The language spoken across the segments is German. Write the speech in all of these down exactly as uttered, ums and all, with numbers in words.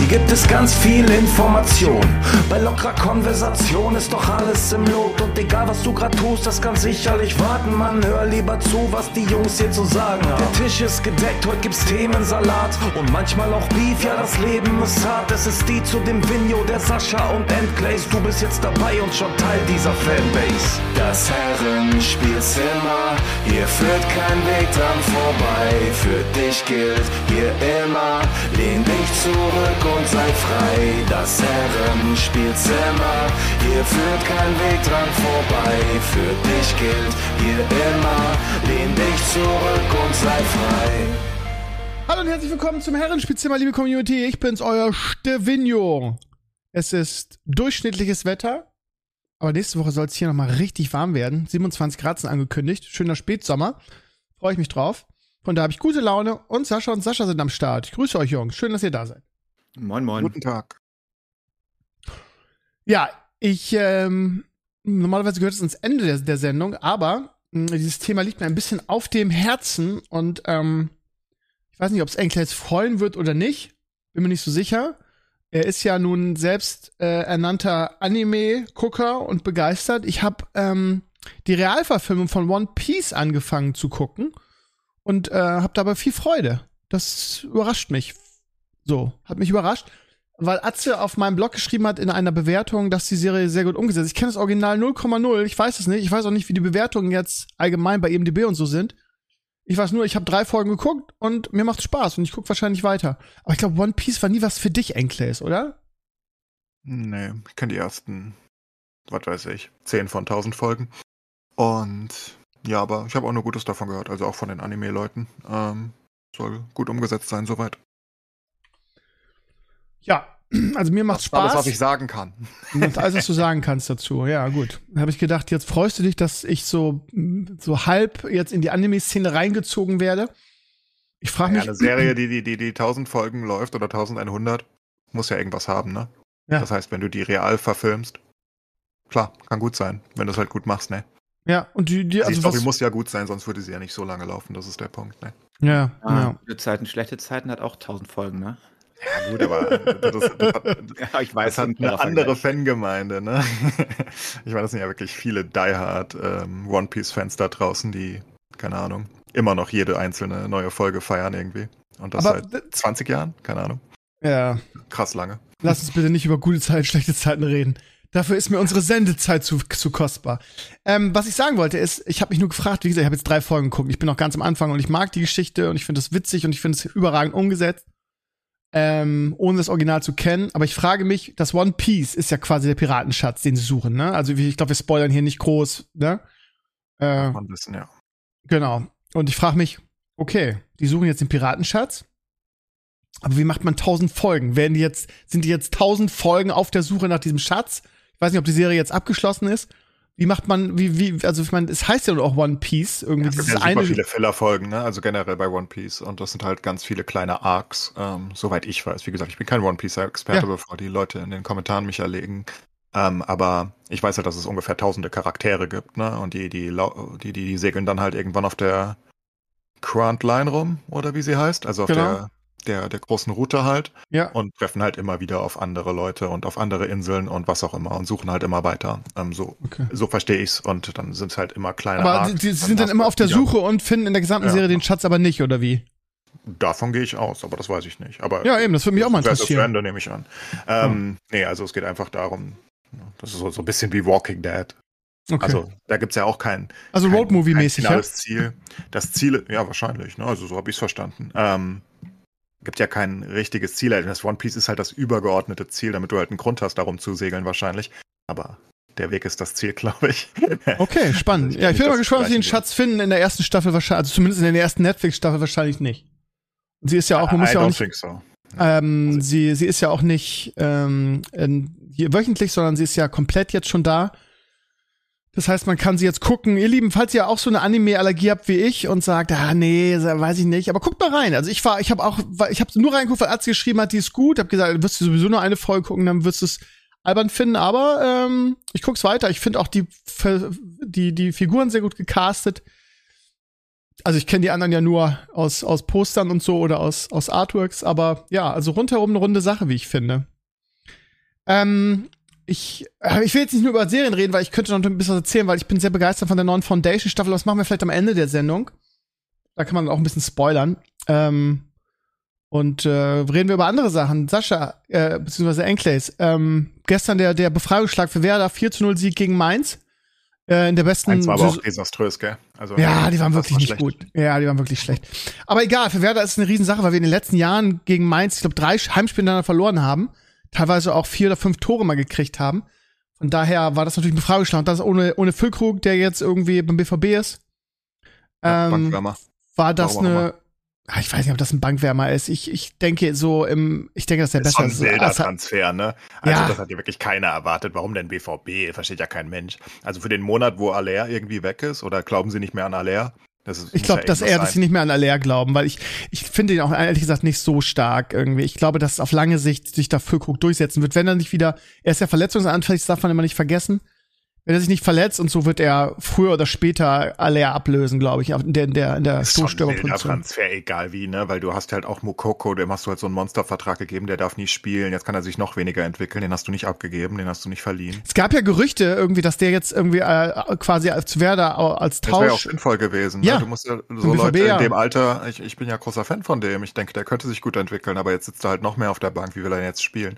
gibt es ganz viel Information. Bei lockerer Konversation ist doch alles im Lot. Und egal was du grad tust, das kann sicherlich warten. Man, hör lieber zu, was die Jungs hier zu sagen haben. Der Tisch ist gedeckt, heute gibt's Themensalat. Und manchmal auch Beef, ja das Leben ist hart. Es ist die zu dem Vinjo, der Sascha und Endglaze. Du bist jetzt dabei und schon Teil dieser Fanbase. Das Herrenspielzimmer, hier führt kein Weg dran vorbei. Für dich gilt hier immer, lehn dich zurück und sei frei. Das Herrenspielzimmer, hier führt kein Weg dran vorbei. Für dich gilt hier immer, lehn dich zurück und sei frei. Hallo und herzlich willkommen zum Herrenspielzimmer, liebe Community. Ich bin's, euer Stevinjo. Es ist durchschnittliches Wetter, aber nächste Woche soll es hier nochmal richtig warm werden. siebenundzwanzig Grad sind angekündigt. Schöner Spätsommer. Freue ich mich drauf. Von da habe ich gute Laune und Sascha und Sascha sind am Start. Ich grüße euch, Jungs. Schön, dass ihr da seid. Moin, moin. Guten Tag. Ja, ich, ähm, normalerweise gehört es ins Ende der, der Sendung, aber mh, dieses Thema liegt mir ein bisschen auf dem Herzen und, ähm, ich weiß nicht, ob es Enkler jetzt freuen wird oder nicht. Bin mir nicht so sicher. Er ist ja nun selbst äh, ernannter Anime-Gucker und begeistert. Ich habe ähm, die Realverfilmung von One Piece angefangen zu gucken und äh, habe dabei viel Freude. Das überrascht mich. So, hat mich überrascht, weil Atze auf meinem Blog geschrieben hat in einer Bewertung, dass die Serie sehr gut umgesetzt ist. Ich kenne das Original null Komma null, ich weiß es nicht. Ich weiß auch nicht, wie die Bewertungen jetzt allgemein bei I M D B und so sind. Ich weiß nur, ich habe drei Folgen geguckt und mir macht Spaß und ich gucke wahrscheinlich weiter. Aber ich glaube, One Piece war nie was für dich, Enkles, oder? Nee, ich kenne die ersten, was weiß ich, zehn von tausend Folgen. Und ja, aber ich habe auch nur Gutes davon gehört, also auch von den Anime-Leuten. Ähm, soll gut umgesetzt sein, soweit. Ja, also mir macht Das ist Spaß. alles, was ich sagen kann. Und alles, was du sagen kannst dazu. Ja, gut. Dann habe ich gedacht, jetzt freust du dich, dass ich so, so halb jetzt in die Anime-Szene reingezogen werde. Ich frage mich. Ja, eine Serie, die die, die die tausend Folgen läuft oder eintausendeinhundert, muss ja irgendwas haben, ne? Ja. Das heißt, wenn du die real verfilmst, klar, kann gut sein, wenn du es halt gut machst, ne? Ja, und die, die Also die also Story was, muss ja gut sein, sonst würde sie ja nicht so lange laufen, das ist der Punkt, ne? ja, Ah, ja. Gute Zeiten, schlechte Zeiten hat auch tausend Folgen, ne? Ja gut, aber das, das, das, Ja, ich weiß, das hat eine andere Fangemeinde, ne? Ich meine, das sind ja wirklich viele diehard ähm, One Piece-Fans da draußen, die, keine Ahnung, immer noch jede einzelne neue Folge feiern irgendwie. Und das Aber seit zwanzig Jahren? Keine Ahnung. Ja. Krass lange. Lass uns bitte nicht über gute Zeiten, schlechte Zeiten reden. Dafür ist mir unsere Sendezeit zu, zu kostbar. Ähm, was ich sagen wollte ist, ich habe mich nur gefragt, wie gesagt, ich habe jetzt drei Folgen geguckt. Ich bin noch ganz am Anfang und ich mag die Geschichte und ich finde es witzig und ich finde es überragend umgesetzt. Ähm, ohne das Original zu kennen, aber ich frage mich, das One Piece ist ja quasi der Piratenschatz, den sie suchen, ne? Also ich glaube, wir spoilern hier nicht groß, ne? Äh, Man wissen, ja. genau. Und ich frage mich, okay, die suchen jetzt den Piratenschatz, aber wie macht man tausend Folgen? Werden die jetzt, sind die jetzt tausend Folgen auf der Suche nach diesem Schatz? Ich weiß nicht, ob die Serie jetzt abgeschlossen ist. Wie macht man, wie, wie, also ich meine, es heißt ja auch One Piece, irgendwie Ja, es gibt dieses ja super eine. viele Filler-Folgen, ne? Also generell bei One Piece. Und das sind halt ganz viele kleine Arcs, ähm, soweit ich weiß. Wie gesagt, ich bin kein One Piece-Experte, Ja. bevor die Leute in den Kommentaren mich erlegen. Ähm, aber ich weiß halt, dass es ungefähr tausende Charaktere gibt, ne? Und die, die, lau- die, die, die segeln dann halt irgendwann auf der Grand Line rum, oder wie sie heißt. Also auf Genau. der, der, der großen Route halt. Ja. Und treffen halt immer wieder auf andere Leute und auf andere Inseln und was auch immer und suchen halt immer weiter. Ähm, so, Okay. so verstehe ich's. Und dann sind es halt immer kleine Aber Arcs. die, die Dann sind dann hast immer du auf der wieder- Suche und finden in der gesamten Ja. Serie den Schatz aber nicht, oder wie? Davon gehe ich aus, aber das weiß ich nicht. Aber Ja, eben, das würde mich auch mal das interessieren. Ende nehme ich an. Ähm, Nee, also es geht einfach darum, das ist so, so ein bisschen wie Walking Dead. Okay. Also da gibt's ja auch kein, Also kein, Roadmovie-mäßig, kein ja? finales Ziel. Das Ziel, ja wahrscheinlich, ne? Also so habe ich es verstanden. Ähm, gibt ja kein richtiges Ziel. Das One Piece ist halt das übergeordnete Ziel, damit du halt einen Grund hast, darum zu segeln wahrscheinlich. Aber der Weg ist das Ziel, glaube ich. Okay, spannend. Also ich Ja, ich bin nicht, mal dass gespannt, ob sie den gleichen Schatz finden in der ersten Staffel wahrscheinlich, also zumindest in der ersten Netflix-Staffel wahrscheinlich nicht. Und sie ist ja auch, man muss I ja auch don't nicht, think so. ähm, Also- sie, sie ist ja auch nicht ähm, in, hier wöchentlich, sondern sie ist ja komplett jetzt schon da. Das heißt, man kann sie jetzt gucken. Ihr Lieben, falls ihr auch so eine Anime-Allergie habt wie ich und sagt, ah nee, weiß ich nicht, aber guckt mal rein. Also ich war, ich habe auch, ich habe nur reingeguckt, weil Arzt geschrieben hat, die ist gut. Hab gesagt, du wirst du sowieso nur eine Folge gucken, dann wirst du es albern finden. Aber ähm, ich guck's weiter. Ich finde auch die, die die Figuren sehr gut gecastet. also ich kenne die anderen ja nur aus, aus Postern und so oder aus, aus Artworks, aber ja, also rundherum eine runde Sache, wie ich finde. Ähm, ich, äh, ich will jetzt nicht nur über Serien reden, weil ich könnte noch ein bisschen was erzählen, weil ich bin sehr begeistert von der neuen Foundation-Staffel. Was machen wir vielleicht am Ende der Sendung? Da kann man auch ein bisschen spoilern. Ähm, und äh, reden wir über andere Sachen. Sascha, äh, beziehungsweise Enclays, ähm, gestern der, der Befreiungsschlag für Werder, vier zu null Sieg gegen Mainz. Äh, in der besten Eins war aber Saison- auch desaströs, gell? Also, Ja, die waren das wirklich war nicht schlecht. gut. Ja, die waren wirklich schlecht. Aber egal, für Werder ist es eine Riesensache, weil wir in den letzten Jahren gegen Mainz, ich glaube, drei Heimspiele hintereinander verloren haben. Teilweise auch vier oder fünf Tore mal gekriegt haben. Von daher war das natürlich ein Befreiungsschlag. Und das ohne, ohne Füllkrug, der jetzt irgendwie beim B V B ist. Ja, Ähm, Bankwärmer. war das Warum auch eine, ah, ich weiß nicht, ob das ein Bankwärmer ist. Ich, ich denke so im, ich denke, dass der Das ist besser schon ist. ein wilder Also, Transfer, ne? Also Ja. das hat ja wirklich keiner erwartet. Warum denn B V B? Versteht ja kein Mensch. Also für den Monat, wo Aller irgendwie weg ist, oder glauben Sie nicht mehr an Aller? Das ist, Ich muss glaube, ja dass irgendwas er, dass sie sein. nicht mehr an Aller glauben, weil ich, ich finde ihn auch ehrlich gesagt nicht so stark irgendwie. Ich glaube, dass auf lange Sicht sich da Füllkrug durchsetzen wird. Wenn er nicht wieder, er ist ja verletzungsanfällig, das darf man immer nicht vergessen. Wenn er sich nicht verletzt und so wird er früher oder später Aller ablösen, glaube ich, in der, in der, in der Das ist schon ein wilder Stoßstürmerposition. Transfer, egal wie, ne? Weil du hast halt auch Mukoko, dem hast du halt so einen Monstervertrag gegeben, der darf nie spielen. Jetzt kann er sich noch weniger entwickeln. Den hast du nicht abgegeben, den hast du nicht verliehen. Es gab ja Gerüchte irgendwie, dass der jetzt irgendwie äh, quasi als Werder als Das wäre ja auch Tausch. sinnvoll gewesen. Ja. Ne? Du musst ja so B V B, Leute ja. in dem Alter, ich, ich bin ja großer Fan von dem. Ich denke, der könnte sich gut entwickeln, aber jetzt sitzt er halt noch mehr auf der Bank. Wie will er denn jetzt spielen?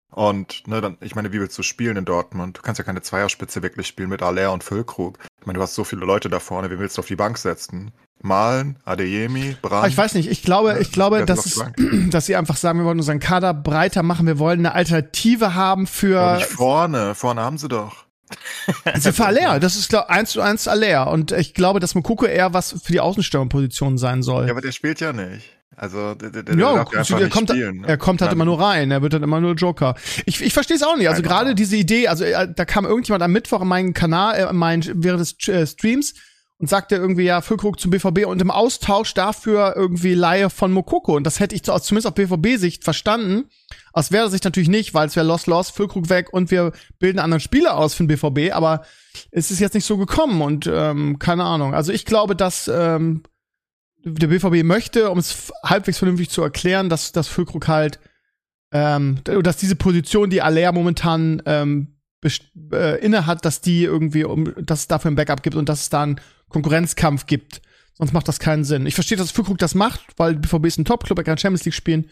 Und ne, dann, ich meine, wie willst du spielen in Dortmund? Du kannst ja keine Zweierspitze wirklich spielen mit Aller und Füllkrug. Ich meine, du hast so viele Leute da vorne, wie willst du auf die Bank setzen? Malen, Adeyemi, Brandt. Aber ich weiß nicht, ich glaube, ich glaube, wer dass, ist es, auf die dass sie einfach sagen, wir wollen unseren Kader breiter machen, wir wollen eine Alternative haben Doch für nicht vorne, vorne haben sie doch. also für Aller. Das ist glaub, eins zu eins Aller. Und ich glaube, dass Mukoko eher was für die Außenstürmerposition sein soll. Ja, aber der spielt ja nicht. Also, der, der, der Ja, darf ja einfach er nicht kommt, spielen. ne? er kommt halt Dann- immer nur rein, er wird dann immer nur Joker. Ich, ich verstehe es auch nicht. Also Keine gerade Ahnung. diese Idee, also äh, da kam irgendjemand am Mittwoch in meinen Kanal, äh, in meinen, während des äh, Streams und sagte irgendwie, ja, Füllkrug zum B V B und im Austausch dafür irgendwie Laie von Mokoko. Und das hätte ich so- zumindest auf B V B-Sicht verstanden. Aus Werder-Sicht natürlich nicht, weil es wäre Loss-Loss, Füllkrug weg und wir bilden einen anderen Spieler aus für den B V B, aber es ist jetzt nicht so gekommen und ähm, keine Ahnung. Also ich glaube, dass ähm, der B V B möchte, um es f- halbwegs vernünftig zu erklären, dass, dass Füllkrug halt, ähm, dass diese Position, die Aller momentan ähm, best- äh, inne hat, dass die irgendwie, um, dass es dafür ein Backup gibt und dass es da einen Konkurrenzkampf gibt. Sonst macht das keinen Sinn. Ich verstehe, dass Füllkrug das macht, weil B V B ist ein Top-Club, er kann Champions League spielen.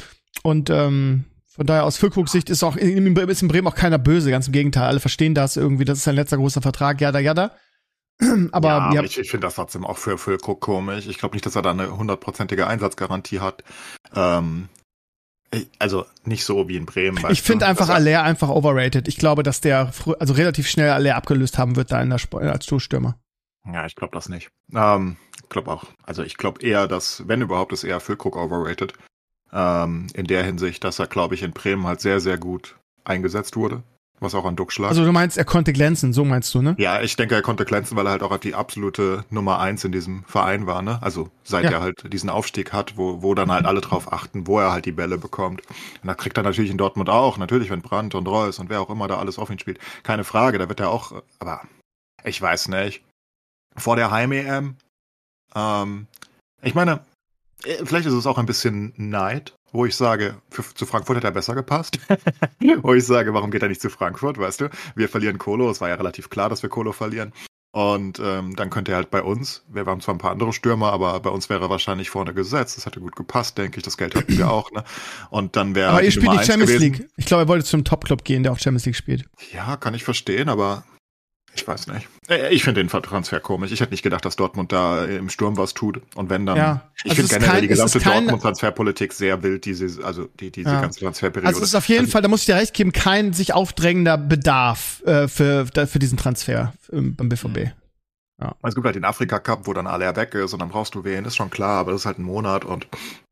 Und ähm, von daher aus Füllkrugs Sicht ist auch in, ist in Bremen auch keiner böse, ganz im Gegenteil. Alle verstehen das irgendwie, das ist sein letzter großer Vertrag, jada jada. Aber ja, ja, aber ich, ich finde das trotzdem auch für Füllkrug komisch. Ich glaube nicht, dass er da eine hundertprozentige Einsatzgarantie hat. Ähm, ich- also nicht so wie in Bremen. weißt ich finde du? einfach Das- Aller einfach overrated. Ich glaube, dass der frü- also relativ schnell Aller abgelöst haben wird da in der Sp- als Stoßstürmer. Ja, ich glaube das nicht. Ähm, ich glaube auch. Also ich glaube eher, dass, wenn überhaupt, ist eher Füllkrug overrated. Ähm, in der Hinsicht, dass er, glaube ich, in Bremen halt sehr, sehr gut eingesetzt wurde. Was auch an Duck lag. Also du meinst, er konnte glänzen, so meinst du, ne? Ja, ich denke, er konnte glänzen, weil er halt auch die absolute Nummer eins in diesem Verein war, ne? Also seit Ja. er halt diesen Aufstieg hat, wo, wo dann halt alle drauf achten, wo er halt die Bälle bekommt. Und da kriegt er natürlich in Dortmund auch, natürlich, wenn Brandt und Reus und wer auch immer da alles auf ihn spielt. Keine Frage, da wird er auch, aber ich weiß nicht. Vor der Heim-E M, ähm, ich meine, äh, vielleicht ist es auch ein bisschen Neid, wo ich sage, für, zu Frankfurt hätte er besser gepasst. Wo ich sage, warum geht er nicht zu Frankfurt, weißt du? Wir verlieren Kolo, es war ja relativ klar, dass wir Kolo verlieren. Und ähm, dann könnte er halt bei uns, wir haben zwar ein paar andere Stürmer, aber bei uns wäre er wahrscheinlich vorne gesetzt. Das hätte gut gepasst, denke ich. Das Geld hatten wir auch, ne? Und dann wäre Aber die ihr spielt Nummer nicht eins Champions gewesen. League. Ich glaube, er wollte zum Top-Club gehen, der auch Champions League spielt. Ja, kann ich verstehen, aber ich weiß nicht. Äh, Ich finde den Transfer komisch. Ich hätte nicht gedacht, dass Dortmund da im Sturm was tut. Und wenn dann, Ja. ich Also finde es ist generell kein- die es ist gesamte kein- Dortmund-Transferpolitik sehr wild, diese, also die, diese Ja. ganze Transferperiode. Also es ist auf jeden Fall, da muss ich dir recht geben, kein sich aufdrängender Bedarf äh, für, da- für diesen Transfer ähm, beim B V B. Es gibt halt den Afrika-Cup, wo dann Aller weg ist und dann brauchst du wen, ist schon klar, aber das ist halt ein Monat und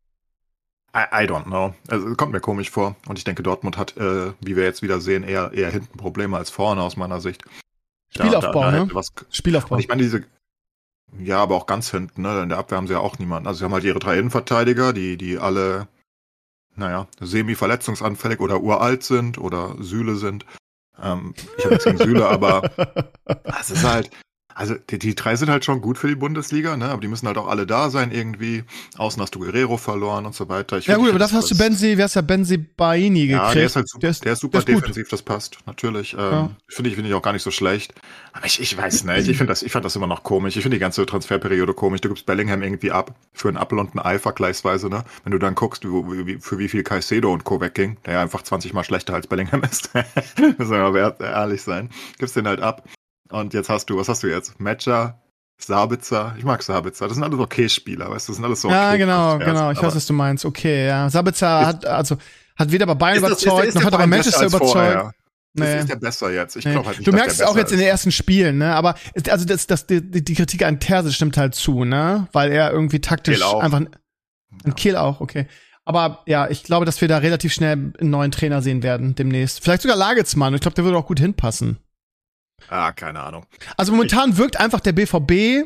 I, I don't know. Also, es kommt mir komisch vor. Und ich denke, Dortmund hat, äh, wie wir jetzt wieder sehen, eher, eher hinten Probleme als vorne aus meiner Sicht. Da- Spielaufbau, da, da ne? hätte was, Spielaufbau. und ich meine, diese, ja, aber auch ganz hinten, ne? In der Abwehr haben sie ja auch niemanden. Also sie haben halt ihre drei Innenverteidiger, die, die alle, naja, semi-verletzungsanfällig oder uralt sind oder Süle sind. Ähm, ich habe nichts gegen Süle, aber es ist halt, Also die, die drei sind halt schon gut für die Bundesliga, ne? Aber die müssen halt auch alle da sein irgendwie. Außen hast du Guerrero verloren und so weiter. Ich ja find, gut, ich aber dafür hast du Benzi, wer ist ja Benzi Baini gekriegt. Ja, der ist halt super, der ist, der ist super der ist defensiv, das passt, natürlich. Ähm, Ja. Finde ich, finde ich auch gar nicht so schlecht. Aber ich, ich weiß nicht, ich finde das, ich fand das immer noch komisch. Ich finde die ganze Transferperiode komisch. Du gibst Bellingham irgendwie ab für einen Apfel und ein Ei vergleichsweise, ne? Wenn du dann guckst, wie, wie, für wie viel Caicedo und Co. wegging, der ja einfach zwanzig Mal schlechter als Bellingham ist. Müssen wir mal ehrlich sein. Gibst den halt ab. Und jetzt hast du, was hast du jetzt? Matcher, Sabitzer. Ich mag Sabitzer. Das sind alles okay Spieler, weißt du? Das sind alles so okay. Ja, genau, Transfers. genau. Ich Aber weiß, was du meinst. Okay, ja. Sabitzer hat, also, hat weder bei Bayern ist das- ist überzeugt, der- ist noch der hat er bei Verein Manchester besser als überzeugt. vorher? Nee. Ist, ist der besser jetzt? Ich Nee. glaube halt nicht, Du dass merkst der es auch besser jetzt in den ist. ersten Spielen, ne? Aber es- also das, das, die, die Kritik an Terzic stimmt halt zu, ne? Weil er irgendwie taktisch Kehl auch. einfach. Ein Kehl auch, okay. Aber ja, ich glaube, dass wir da relativ schnell einen neuen Trainer sehen werden demnächst. Vielleicht sogar Lagelsmann. Ich glaube, der würde auch gut hinpassen. Ah, keine Ahnung. Also momentan wirkt einfach der B V B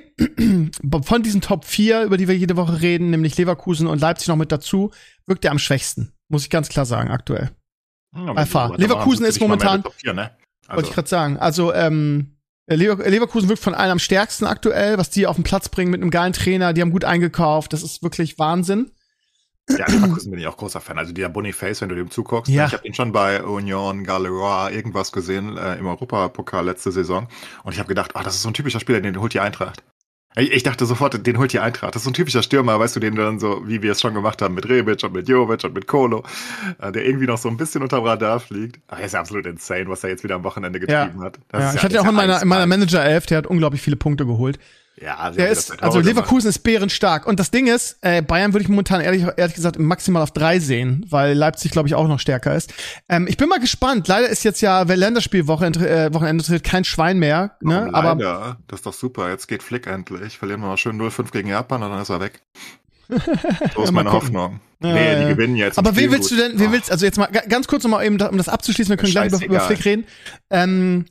von diesen Top vier, über die wir jede Woche reden, nämlich Leverkusen und Leipzig noch mit dazu, wirkt der am schwächsten. Muss ich ganz klar sagen, aktuell. Ja, Bei Fahr. aber da Leverkusen waren sie ist nicht mal mehr momentan- in der Top vier, ne? Wollte ich Also, gerade sagen. Also, ähm, Lever Leverkusen wirkt von allen am stärksten aktuell, was die auf den Platz bringen mit einem geilen Trainer. Die haben gut eingekauft. Das ist wirklich Wahnsinn. ja, Leverkusen bin ich auch großer Fan. Also dieser Boniface, wenn du dem zuguckst. Ja. Ich habe ihn schon bei Union Galerois irgendwas gesehen äh, im Europapokal letzte Saison. Und ich habe gedacht, ah, das ist so ein typischer Spieler, den holt die Eintracht. Ich, ich dachte sofort, den holt die Eintracht. Das ist so ein typischer Stürmer, weißt du, den dann so, wie wir es schon gemacht haben mit Rebic und mit Jovic und mit Kolo, äh, der irgendwie noch so ein bisschen unterm Radar fliegt. Aber er ist ja absolut insane, was er jetzt wieder am Wochenende getrieben hat. Das Ja, ist ich hatte ja das auch in ist ja meiner, in meiner eins Manager elf, der hat unglaublich viele Punkte geholt. Ja, sie Der haben wieder ist, zwei also Tore Leverkusen ist bärenstark. Und das Ding ist, äh, Bayern würde ich momentan ehrlich, ehrlich gesagt maximal auf drei sehen, weil Leipzig, glaube ich, auch noch stärker ist. Ähm, ich bin mal gespannt. Leider ist jetzt ja Länderspielwoche, äh, Wochenende interessiert kein Schwein mehr. Ne? Warum Aber leider? Das ist doch super. Jetzt geht Flick endlich. Verlieren wir mal schön null fünf gegen Japan und dann ist er weg. So ist Ja, mal meine gucken. Hoffnung. Ja, nee, die ja. gewinnen jetzt. und Aber wen spielen willst gut. du denn, wen Ach, willst, also jetzt mal ga- ganz kurz nochmal eben, um das abzuschließen, wir können gleich über, über Scheißegal. Flick reden. Ähm,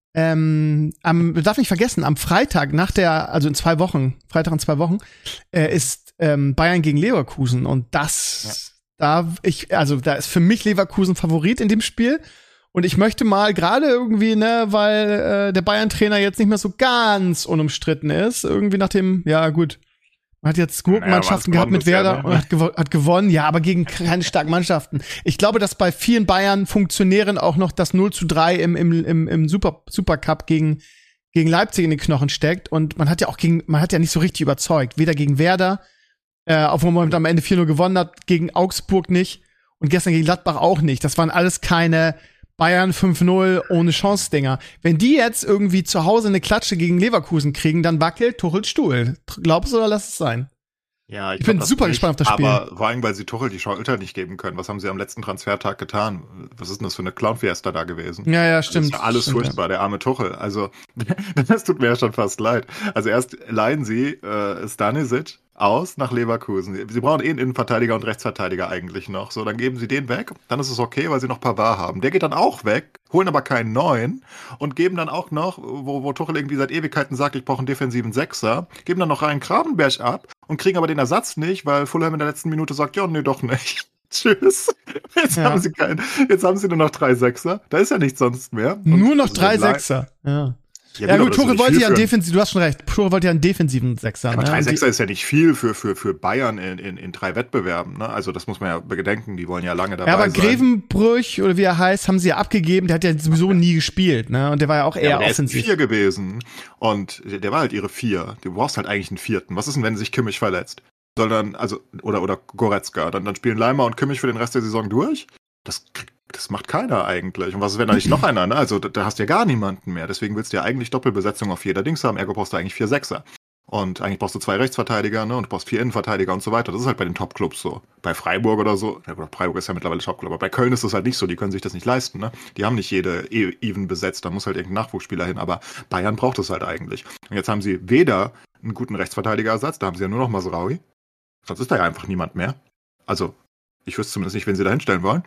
ähm, am, du darfst nicht vergessen, am Freitag nach der, also in zwei Wochen, Freitag in zwei Wochen, äh, ist ähm, Bayern gegen Leverkusen und das, da ich, also da ist für mich Leverkusen Favorit in dem Spiel. Und ich möchte mal gerade irgendwie, ne, weil äh, der Bayern-Trainer jetzt nicht mehr so ganz unumstritten ist, irgendwie nach dem, ja gut, man hat jetzt Gurkenmannschaften Naja, gehabt man mit hat's gewonnen Werder bisher, und hat, gewo hat gewonnen, ja, aber gegen keine starken Mannschaften. Ich glaube, dass bei vielen Bayern-Funktionären auch noch das null zu drei im, im, im, im Super, Supercup gegen, gegen Leipzig in den Knochen steckt. Und man hat ja auch gegen, man hat ja nicht so richtig überzeugt. Weder gegen Werder, äh, obwohl man am Ende vier null gewonnen hat, gegen Augsburg nicht und gestern gegen Gladbach auch nicht. Das waren alles keine Bayern fünf null ohne Chance-Dinger. Wenn die jetzt irgendwie zu Hause eine Klatsche gegen Leverkusen kriegen, dann wackelt Tuchels Stuhl. Glaubst du oder lass es sein? Ja, ich, Ich bin glaub, das super nicht, gespannt auf das Spiel. Aber vor allem, weil sie Tuchel die Schulter nicht geben können. Was haben sie am letzten Transfertag getan? Was ist denn das für eine Clown-Fiesta da gewesen? Ja, ja, Das stimmt. ist ja alles stimmt, furchtbar, der arme Tuchel. Also, das tut mir ja schon fast leid. Also erst leihen sie äh, Stanisic aus nach Leverkusen. Sie brauchen eh einen Innenverteidiger und Rechtsverteidiger eigentlich noch. So, dann geben sie den weg. Dann ist es okay, weil sie noch Pavard haben. Der geht dann auch weg, holen aber keinen neuen und geben dann auch noch, wo, wo Tuchel irgendwie seit Ewigkeiten sagt, ich brauche einen defensiven Sechser, geben dann noch rein Grabenberg ab und kriegen aber den Ersatz nicht, weil Fulham in der letzten Minute sagt, ja, nee, doch nicht. Tschüss. Jetzt, Ja. haben sie keinen, jetzt haben sie nur noch drei Sechser. Da ist ja nichts sonst mehr. Und Nur noch also drei Leih- Sechser. Ja. Ja, Ja, aber gut, das ist Tuchel nicht wollte viel ja einen für- defensiven, du hast schon recht, Tuchel wollte ja einen defensiven Sechser. Aber ne? drei Und die- Sechser ist ja nicht viel für, für, für Bayern in, in, in drei Wettbewerben. Ne? Also das muss man ja bedenken, die wollen ja lange dabei Ja, aber sein. Grevenbrüch, oder wie er heißt, haben sie ja abgegeben, der hat ja sowieso nie gespielt, ne? Und der war ja auch Ja, eher aber der offensiv. ist vier gewesen. Und der, der war halt ihre vier. Du brauchst halt eigentlich einen vierten. Was ist denn, wenn sich Kimmich verletzt? Soll dann, also, oder, oder Goretzka, dann, dann spielen Leimer und Kimmich für den Rest der Saison durch? Das, das macht keiner eigentlich. Und was ist, wenn da nicht noch einer, ne? Also, da, da hast du ja gar niemanden mehr. Deswegen willst du ja eigentlich Doppelbesetzung auf jeder Dings haben. Ergo brauchst du eigentlich vier Sechser. Und eigentlich brauchst du zwei Rechtsverteidiger, ne? Und du brauchst vier Innenverteidiger und so weiter. Das ist halt bei den Top-Clubs so. Bei Freiburg oder so, ja, Freiburg ist ja mittlerweile Top-Club, aber bei Köln ist das halt nicht so. Die können sich das nicht leisten, ne? Die haben nicht jede e- even besetzt. Da muss halt irgendein Nachwuchsspieler hin. Aber Bayern braucht es halt eigentlich. Und jetzt haben sie weder einen guten Rechtsverteidigerersatz, da haben sie ja nur noch Masraoui. Sonst ist da ja einfach niemand mehr. Also, ich wüsste zumindest nicht, wen sie da hinstellen wollen.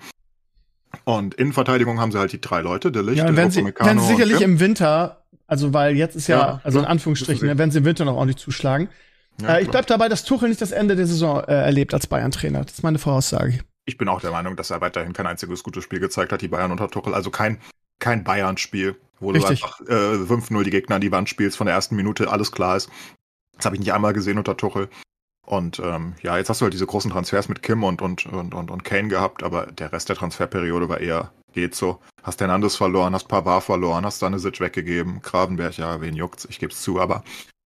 Und Innenverteidigung haben sie halt die drei Leute, der Licht, Ja, und der wenn sie, Upamecano wenn sie und sicherlich Kim. im Winter, also weil jetzt ist ja, Ja, also in klar. Anführungsstrichen, Das ist ne, werden sie im Winter noch ordentlich zuschlagen. Ja, äh, ich klar. bleib dabei, dass Tuchel nicht das Ende der Saison äh, erlebt als Bayern-Trainer. Das ist meine Voraussage. Ich bin auch der Meinung, dass er weiterhin kein einziges gutes Spiel gezeigt hat, die Bayern unter Tuchel. Also kein, kein Bayern-Spiel. Wo Richtig. du einfach äh, fünf null die Gegner an die Wand spielst, von der ersten Minute alles klar ist. Das habe ich nicht einmal gesehen unter Tuchel. Und ähm, ja, jetzt hast du halt diese großen Transfers mit Kim und, und, und, und, und Kane gehabt, aber der Rest der Transferperiode war eher, geht so. Hast Hernandez verloren, hast Pavard verloren, hast Stanisic weggegeben, Gravenberg, ja, wen juckt's, ich geb's zu, aber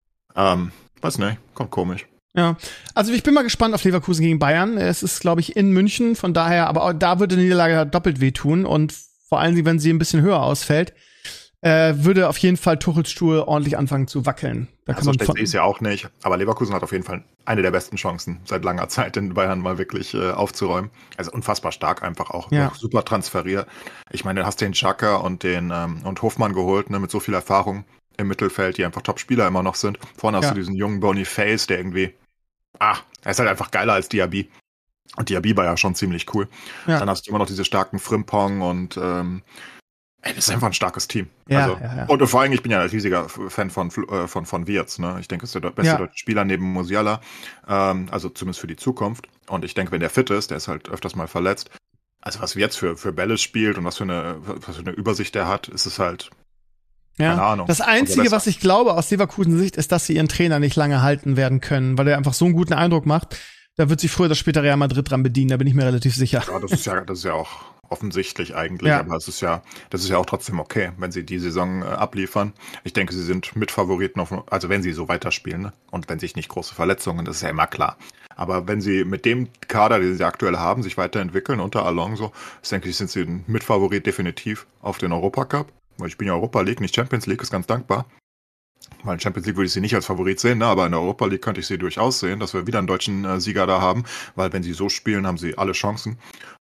ähm, weiß nicht, kommt komisch. Ja, also ich bin mal gespannt auf Leverkusen gegen Bayern. Es ist, glaube ich, in München, von daher, aber auch da würde die Niederlage doppelt wehtun und vor allem, wenn sie ein bisschen höher ausfällt, äh, würde auf jeden Fall Tuchels Stuhl ordentlich anfangen zu wackeln. Da kann Also man schlecht von sehe ich es ja auch nicht, aber Leverkusen hat auf jeden Fall eine der besten Chancen seit langer Zeit, den Bayern mal wirklich äh, aufzuräumen. Also unfassbar stark einfach auch, Ja. auch super transferiert. Ich meine, du hast den Xhaka und den ähm, und Hofmann geholt, ne, mit so viel Erfahrung im Mittelfeld, die einfach Top-Spieler immer noch sind. Vorne hast Ja. du diesen jungen Boniface, der irgendwie, ah, er ist halt einfach geiler als Diaby. Und Diaby war ja schon ziemlich cool. Ja. Dann hast du immer noch diese starken Frimpong und ähm, ey, das ist einfach ein starkes Team. Ja, also, ja, ja. Und vor allem, ich bin ja ein riesiger Fan von, äh, von, von Wirtz. Ne? Ich denke, es ist der beste Ja. deutsche Spieler neben Musiala. Ähm, also zumindest für die Zukunft. Und ich denke, wenn der fit ist, der ist halt öfters mal verletzt. Also was Wirtz für, für Bälle spielt und was für eine, was für eine Übersicht er hat, ist es halt, Ja. keine Ahnung. Das Einzige, besser. was ich glaube aus Leverkusen Sicht, ist, dass sie ihren Trainer nicht lange halten werden können, weil er einfach so einen guten Eindruck macht. Da wird sich früher oder später Real Madrid dran bedienen, da bin ich mir relativ sicher. Ja, das ist ja, das ist ja auch offensichtlich eigentlich, Ja. aber es ist ja, das ist ja auch trotzdem okay, wenn sie die Saison äh, abliefern. Ich denke, sie sind Mitfavoriten auf, also wenn sie so weiterspielen, ne? Und wenn sich nicht große Verletzungen, das ist ja immer klar. Aber wenn sie mit dem Kader, den sie aktuell haben, sich weiterentwickeln unter Alonso, denke ich, sind sie ein Mitfavorit definitiv auf den Europacup. Weil ich bin ja Europa League, nicht Champions League, ist ganz dankbar. Weil in Champions League würde ich sie nicht als Favorit sehen, ne? Aber in der Europa League könnte ich sie durchaus sehen, dass wir wieder einen deutschen äh, Sieger da haben, weil wenn sie so spielen, haben sie alle Chancen.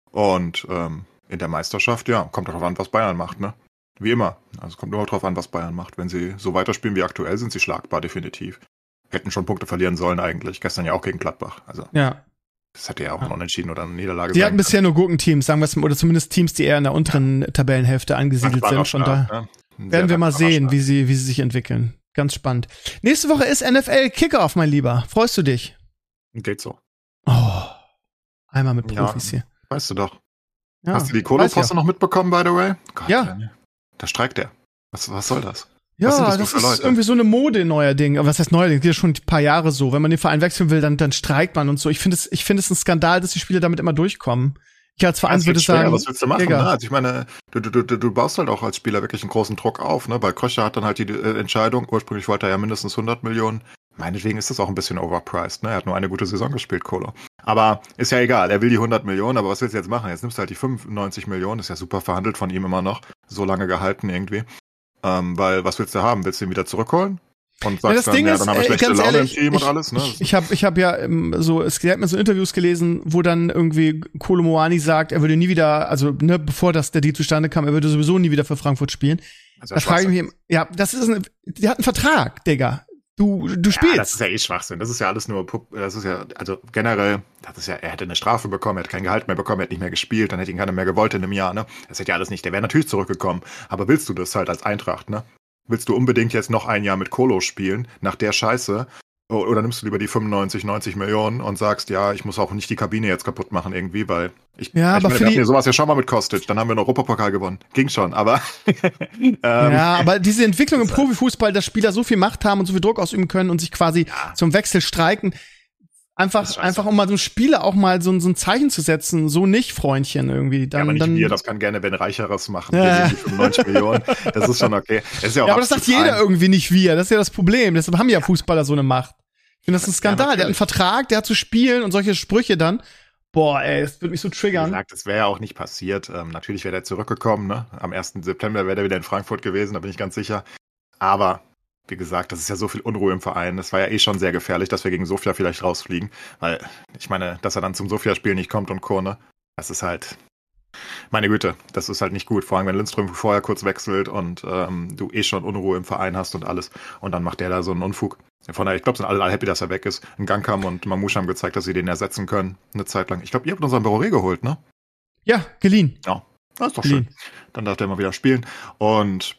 Und ähm, in der Meisterschaft, ja, kommt darauf an, was Bayern macht, ne? Wie immer. Also es kommt nur darauf an, was Bayern macht. Wenn sie so weiterspielen wie aktuell, sind sie schlagbar, definitiv. Hätten schon Punkte verlieren sollen eigentlich. Gestern ja auch gegen Gladbach. Also Ja. das hätte ja auch ein Unentschieden oder eine Niederlage Die sein hatten bisher nur Gurkenteams, sagen wir es mal, oder zumindest Teams, die eher in der unteren Tabellenhälfte angesiedelt Dankbarer sind. Von Start, da ne? Ein werden sehr wir mal dankbarer sehen, Start. wie sie, wie sie sich entwickeln. Ganz spannend. Nächste Woche ist N F L Kickoff, mein Lieber. Freust du dich? Geht so. Oh. Einmal mit Ja. Profis hier. Weißt du doch. Ja, Hast du die weiß Kolo-Poste ja. noch mitbekommen, by the way? Gott, Ja. ey. Da streikt er. Was, was soll das? Ja, Was sind das, das für ist Leute? irgendwie so eine Mode neuerding. Aber was heißt neuerding? Das ist schon ein paar Jahre so. Wenn man den Verein wechseln will, dann, dann streikt man und so. Ich finde es, ich finde es ein Skandal, dass die Spieler damit immer durchkommen. Ich als Verein Es würde wird schwer, sagen, was willst du machen? Digga. Ne? Also ich meine, du, du, du, du baust halt auch als Spieler wirklich einen großen Druck auf. Ne? Bei Kröcher hat dann halt die äh, Entscheidung, ursprünglich wollte er ja mindestens hundert Millionen. Meinetwegen ist das auch ein bisschen overpriced. Ne? Er hat nur eine gute Saison gespielt, Kolo. Aber ist ja egal, er will die hundert Millionen, aber was willst du jetzt machen? Jetzt nimmst du halt die fünfundneunzig Millionen, ist ja super verhandelt von ihm immer noch. So lange gehalten irgendwie. Ähm, weil, was willst du haben? Willst du ihn wieder zurückholen? Und sagst das dann, Ding ja, ist, dann haben wir äh, schlechte ganz Laune ehrlich, im Team und ich- alles. Ne? Ich, ich habe ich hab ja ähm, so, es hat mir so Interviews gelesen, wo dann irgendwie Kolo Muani sagt, er würde nie wieder, also ne, bevor das der Deal zustande kam, er würde sowieso nie wieder für Frankfurt spielen. Also Da frage ich mich, ja, das ist ein, der hat einen Vertrag, Digga. Du, du Ja, spielst. das ist ja eh Schwachsinn. Das ist ja alles nur, Pup das ist ja, also generell, das ist ja, er hätte eine Strafe bekommen, er hätte kein Gehalt mehr bekommen, er hätte nicht mehr gespielt, dann hätte ihn keiner mehr gewollt in einem Jahr, ne? Das hätte ja alles nicht, der wäre natürlich zurückgekommen. Aber willst du das halt als Eintracht, ne? Willst du unbedingt jetzt noch ein Jahr mit Kolo spielen, nach der Scheiße? O- Oder nimmst du lieber die fünfundneunzig, neunzig Millionen und sagst, ja, ich muss auch nicht die Kabine jetzt kaputt machen irgendwie, weil ich, Ja, ich aber meine, für wir hatten die- ja sowas ja schon mal mit Kostic, dann haben wir einen Europapokal gewonnen. Ging schon, aber ähm, Ja, aber diese Entwicklung im Profifußball, dass Spieler so viel Macht haben und so viel Druck ausüben können und sich quasi Ja. zum Wechsel streiken, Das einfach, ist scheiße. einfach um mal so einem Spieler auch mal so, so ein Zeichen zu setzen, so nicht, Freundchen, irgendwie. Dann, ja, aber nicht dann, wir, das kann gerne Ben Reicheres machen. Ja. Wir sind die fünfundneunzig Millionen, das ist schon okay. Es ist ja, auch ja, aber das sagt absolut jeder ein- irgendwie nicht wir. Das ist ja das Problem. Deshalb haben ja Fußballer so eine Macht. Ich finde, das ist ein Skandal. Ja, der hat einen natürlich. Vertrag, der hat zu spielen und solche Sprüche dann. Boah, ey, das wird mich so Wie triggern. gesagt, das wäre ja auch nicht passiert. Ähm, natürlich wäre der zurückgekommen, ne? Am ersten September wäre der wieder in Frankfurt gewesen, da bin ich ganz sicher. Aber, wie gesagt, das ist ja so viel Unruhe im Verein. Das war ja eh schon sehr gefährlich, dass wir gegen Sofia vielleicht rausfliegen. Weil, ich meine, dass er dann zum Sofia-Spiel nicht kommt und Co., ne? Das ist halt, meine Güte, das ist halt nicht gut. Vor allem, wenn Lindström vorher kurz wechselt und ähm, du eh schon Unruhe im Verein hast und alles. Und dann macht der da so einen Unfug. Von daher, ich glaube, sind alle, alle happy, dass er weg ist. Ein Gangkam und Mamouche haben gezeigt, dass sie den ersetzen können. Eine Zeit lang. Ich glaube, ihr habt unseren Bororé geholt, ne? Ja, geliehen. Ja, das ist doch Geliehen. schön. Dann darf der mal wieder spielen. Und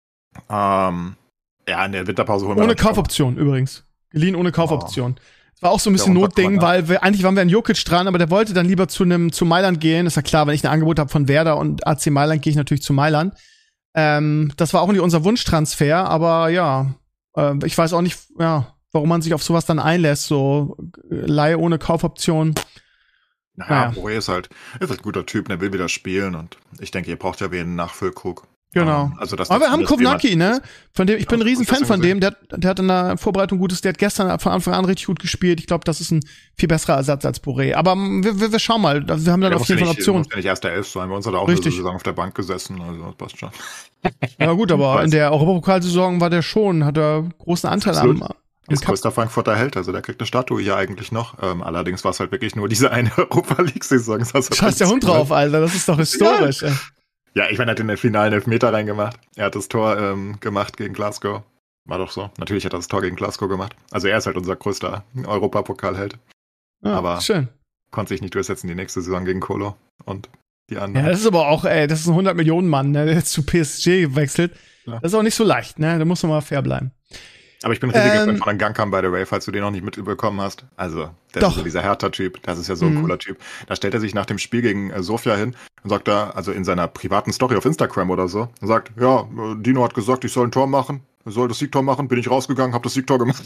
ähm, ja, in der Winterpause holen wir Ohne dann schon- Kaufoption übrigens. Geliehen ohne Kaufoption. Das war auch so ein bisschen Der Notding, Unterquadrat. weil wir, eigentlich waren wir an Jokic dran, aber der wollte dann lieber zu einem zu Mailand gehen. Ist ja klar, wenn ich ein Angebot habe von Werder und A C Mailand, gehe ich natürlich zu Mailand. Ähm, das war auch nicht unser Wunschtransfer, aber ja, äh, ich weiß auch nicht, ja, warum man sich auf sowas dann einlässt, so äh, Leihe ohne Kaufoption. Naja, Naja. Boré ist halt, ist halt ein guter Typ, der will wieder spielen und ich denke, ihr braucht ja wieder einen Nachfüllkrug. Genau. Ähm, also das Aber wir haben das Thema- Kovnacki, ne? Von dem, ich bin ein Ja, Riesenfan hab ich von gestern dem. Der, hat- der hat in der Vorbereitung gutes, der hat gestern von Anfang an richtig gut gespielt. Ich glaube, das ist ein viel besserer Ersatz als Boré. Aber mm, wir, wir, wir schauen mal. Also wir haben dann Der auf muss jeden ja Fall nicht, Optionen. muss ja nicht erst der Elf sein. Bei uns hat er auch Richtig. eine Saison auf der Bank gesessen, also das passt schon. Ja gut, aber Weiß. in der Europapokalsaison war der schon, hat er großen Anteil am, Absolut. am Ist Cup. größter Frankfurter Held, also der kriegt eine Statue hier eigentlich noch. Ähm, allerdings war es halt wirklich nur diese eine Europa League-Saison. Das heißt, Scheiß der Hund drauf, Alter. Das ist doch historisch, ey. Ja, ich meine, er hat in den finalen Elfmeter reingemacht. Er hat das Tor ähm, gemacht gegen Glasgow. War doch so. Natürlich hat er das Tor gegen Glasgow gemacht. Also er ist halt unser größter Europapokalheld. Ja, Aber- schön. Konnte sich nicht durchsetzen die nächste Saison gegen Kolo und die Ja, anderen. das ist aber auch, ey, das ist ein hundert Millionen Mann, ne, der jetzt zu P S G gewechselt. Ja. Das ist auch nicht so leicht, ne? Da muss man mal fair bleiben. Aber ich bin ein riesiger Ähm, Fan von einem Gangkam, by the way, falls du den noch nicht mitbekommen hast. Also, der Doch. ist so dieser Hertha-Typ. Das ist ja so ein Mhm. cooler Typ. Da stellt er sich nach dem Spiel gegen äh, Sofia hin und sagt da, also in seiner privaten Story auf Instagram oder so, und sagt, ja, äh, Dino hat gesagt, ich soll ein Tor machen, ich soll das Siegtor machen, bin ich rausgegangen, hab das Siegtor gemacht.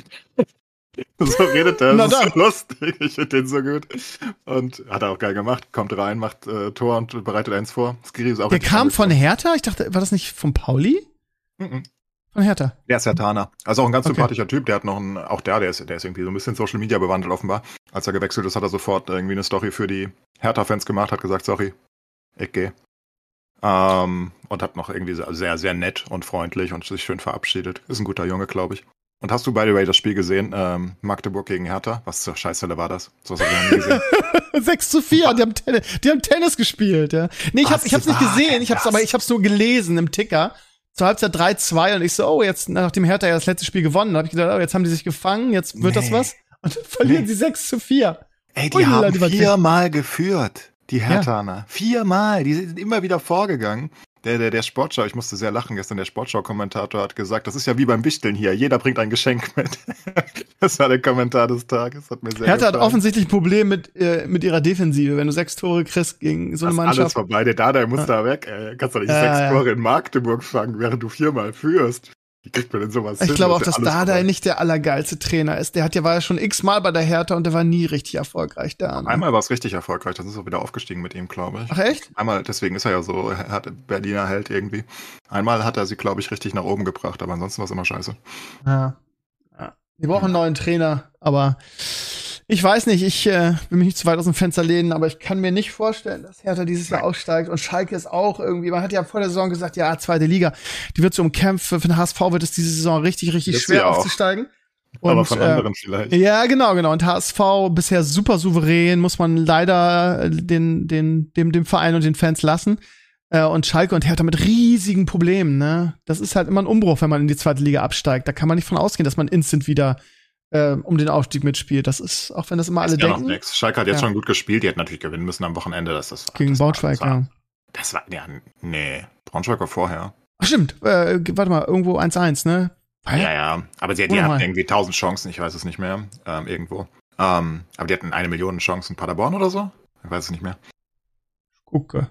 So redet er, Na das ist dann. so lustig, ich finde den so gut. Und hat er auch geil gemacht, kommt rein, macht äh, Tor und bereitet eins vor. Skiri ist auch Der richtig kam gut. von Hertha? Ich dachte, war das nicht von Pauli? Mhm. Von Hertha. Der ist Hertaner. Also auch ein ganz Okay. sympathischer Typ. Der hat noch einen, auch der, der ist, der ist irgendwie so ein bisschen Social Media bewandelt offenbar. Als er gewechselt ist, hat er sofort irgendwie eine Story für die Hertha-Fans gemacht, hat gesagt, sorry, ich geh. Ähm, und hat noch irgendwie sehr, sehr nett und freundlich und sich schön verabschiedet. Ist ein guter Junge, glaube ich. Und hast du, by the way, das Spiel gesehen? Ähm, Magdeburg gegen Hertha? Was zur Scheißhölle war das? So was hab ich noch nie gesehen. sechs zu vier, die haben, Tennis, die haben Tennis gespielt, ja. Nee, ich, hab, Was ich hab's nicht war gesehen, denn ich hab's das? aber, ich hab's nur gelesen im Ticker. Zur Halbzeit drei zwei und ich so, oh, jetzt, nachdem Hertha ja das letzte Spiel gewonnen hat, hab ich gedacht, oh, jetzt haben die sich gefangen, jetzt wird das Nee. was. Und dann verlieren Nee. sie sechs zu vier. Ey, die Ui, haben die war- viermal geführt, die Herthaner. Viermal, die sind immer wieder vorgegangen. Der, der, der Sportschau, ich musste sehr lachen gestern, der Sportschau-Kommentator hat gesagt, das ist ja wie beim Wichteln hier, jeder bringt ein Geschenk mit. Das war der Kommentar des Tages, hat mir sehr Hertha hat gefallen. offensichtlich ein Problem mit, äh, mit ihrer Defensive. Wenn du sechs Tore kriegst gegen so Das eine ist alles Mannschaft. vorbei, der Dada muss da weg. Ey. Kannst doch nicht Ja, sechs ja. Tore in Magdeburg fangen, während du viermal führst. Wie kriegt man denn sowas hin? Ich glaube auch, Das dass ist ja alles Dardai vorbei. nicht der allergeilste Trainer ist. Der hat ja war ja schon x-mal bei der Hertha und der war nie richtig erfolgreich da. Ne? Einmal war es richtig erfolgreich, das ist auch wieder aufgestiegen mit ihm, glaube ich. Ach echt? Einmal, deswegen ist er ja so, er hat Berliner Held irgendwie. Einmal hat er sie, glaube ich, richtig nach oben gebracht, aber ansonsten war es immer scheiße. Ja. ja. Wir brauchen einen neuen Trainer, aber ich weiß nicht, ich äh, will mich nicht zu weit aus dem Fenster lehnen, aber ich kann mir nicht vorstellen, dass Hertha dieses Jahr aussteigt und Schalke ist auch irgendwie, man hat ja vor der Saison gesagt, ja, zweite Liga, die wird so umkämpft, für den H S V wird es diese Saison richtig, richtig Wird sie schwer auch. aufzusteigen. aber Und, von äh, anderen vielleicht. Ja, genau, genau. Und H S V bisher super souverän, muss man leider den, den, dem, dem Verein und den Fans lassen. Äh, und Schalke und Hertha mit riesigen Problemen, ne? Das ist halt immer ein Umbruch, wenn man in die zweite Liga absteigt. Da kann man nicht von ausgehen, dass man instant wieder äh, um den Aufstieg mitspielt. Das ist, auch wenn das immer alle Ist ja noch denken, nix. Schalke hat jetzt Ja. schon gut gespielt, die hätten natürlich gewinnen müssen am Wochenende. Das, das, gegen das Braunschweig, war, das war, ja. Das war, ja, nee, Braunschweig war vorher. Ach, stimmt, äh, warte mal, irgendwo eins eins, ne? Hä? Ja, ja, aber sie, die Oder hatten mal. irgendwie tausend Chancen, ich weiß es nicht mehr, ähm, irgendwo. Ähm, aber die hatten eine Million Chancen in Paderborn oder so? Ich weiß es nicht mehr. Gucke.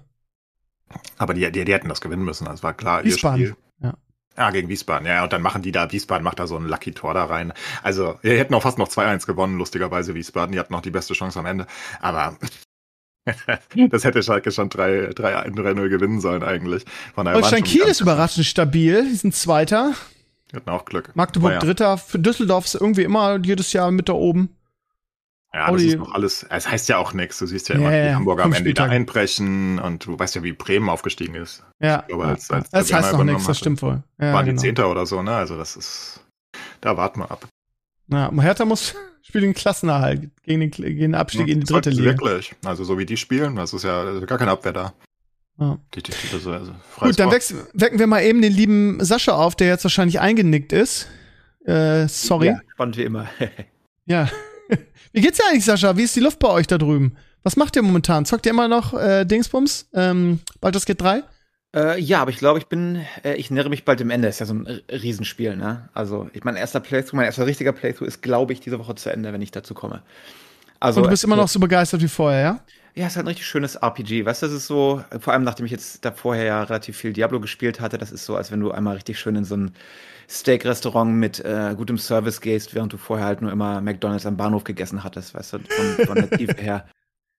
Aber die, die, die hätten das gewinnen müssen, das war klar. Wiesbaden, Ihr Spiel. ja. Ja, gegen Wiesbaden, ja, und dann machen die da, Wiesbaden macht da so ein Lucky-Tor da rein. Also, die hätten auch fast noch zwei eins gewonnen, lustigerweise Wiesbaden, die hatten noch die beste Chance am Ende. Aber das hätte Schalke schon drei null gewinnen sollen eigentlich. Von daher waren Holstein schon Kiel ganz- ist überraschend stabil, die sind Zweiter. Die hatten auch Glück. Magdeburg Aber ja. Dritter, für Düsseldorf ist irgendwie immer jedes Jahr mit da oben. Ja, das Audi- ist noch alles, es heißt ja auch nichts. Du siehst ja Ja, immer, wie ja, die Hamburger am fünf Ende wieder Spieltage. einbrechen und du weißt ja, wie Bremen aufgestiegen ist. Ja, Ich glaube, ja, als- ja. als das der heißt Werner noch nichts, übernommen das hatte. stimmt wohl. Ja, Waren genau. die Zehnter oder so, ne? Also das ist, da warten wir ab. Ja, Hertha muss spielt den Klassenerhalt gegen den, gegen den Abstieg in die dritte Das Liga. Wirklich. Also so wie die spielen, das ist ja das ist gar keine Abwehr da. Ja. Die, die, die, also, also freies Gut, dann Wort. wex- wecken wir mal eben den lieben Sascha auf, der jetzt wahrscheinlich eingenickt ist. Äh, sorry. Ja, spannend wie immer. Ja. Wie geht's dir eigentlich, Sascha? Wie ist die Luft bei euch da drüben? Was macht ihr momentan? Zockt ihr immer noch äh, Dingsbums? Ähm, Baldur's Gate drei? Äh, ja, aber ich glaube, ich bin, äh, ich nähere mich bald dem Ende. Ist ja so ein R- Riesenspiel, ne? Also, ich mein erster Playthrough, mein erster richtiger Playthrough ist, glaube ich, diese Woche zu Ende, wenn ich dazu komme. Also, Und du bist immer noch so begeistert wie vorher, ja? Ja, es ist halt ein richtig schönes R P G. Weißt du, das ist so, vor allem nachdem ich jetzt da vorher ja relativ viel Diablo gespielt hatte, das ist so, als wenn du einmal richtig schön in so ein Steak-Restaurant mit äh, gutem Service gehst, während du vorher halt nur immer McDonalds am Bahnhof gegessen hattest, weißt du, von, von der Tiefe her.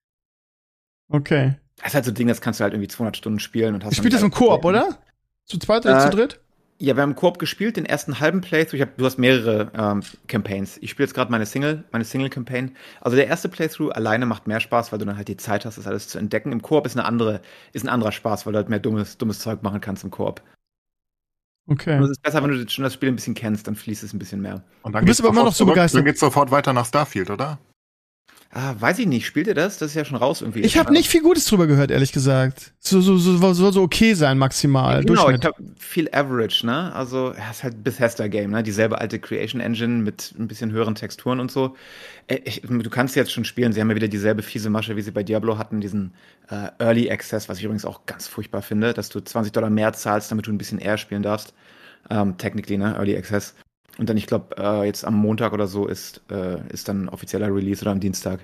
Okay. Das ist halt so ein Ding, das kannst du halt irgendwie zweihundert Stunden spielen. Und hast Ihr spielt das im Koop, oder? Zu zweit oder Äh, zu dritt? Ja, wir haben Koop gespielt, den ersten halben Playthrough. Ich hab, du hast mehrere ähm, Campaigns. Ich spiele jetzt gerade meine Single, meine Single-Campaign. Also der erste Playthrough alleine macht mehr Spaß, weil du dann halt die Zeit hast, das alles zu entdecken. Im Koop ist eine andere, ist ein anderer Spaß, weil du halt mehr dummes, dummes Zeug machen kannst im Koop. Okay. Und es ist besser, wenn du schon das Spiel ein bisschen kennst, dann fließt es ein bisschen mehr. Und dann Du bist geht's aber immer sofort noch so zurück, begeistert. Dann geht's sofort weiter nach Starfield, oder? Ah, weiß ich nicht. Spielt ihr das? Das ist ja schon raus irgendwie. Ich habe nicht viel Gutes drüber gehört, ehrlich gesagt. So, so, so, soll so okay sein, maximal. Genau, ich Durchschnitt. habe viel Average, ne? Also, ja, ist halt Bethesda-Game, ne? Dieselbe alte Creation Engine mit ein bisschen höheren Texturen und so. Äh, Ich, du kannst jetzt schon spielen. Sie haben ja wieder dieselbe fiese Masche, wie sie bei Diablo hatten, diesen äh, Early Access, was ich übrigens auch ganz furchtbar finde, dass du zwanzig Dollar mehr zahlst, damit du ein bisschen eher spielen darfst. Ähm, technically, ne? Early Access. Und dann, ich glaube, äh, jetzt am Montag oder so ist, äh, ist dann offizieller Release oder am Dienstag.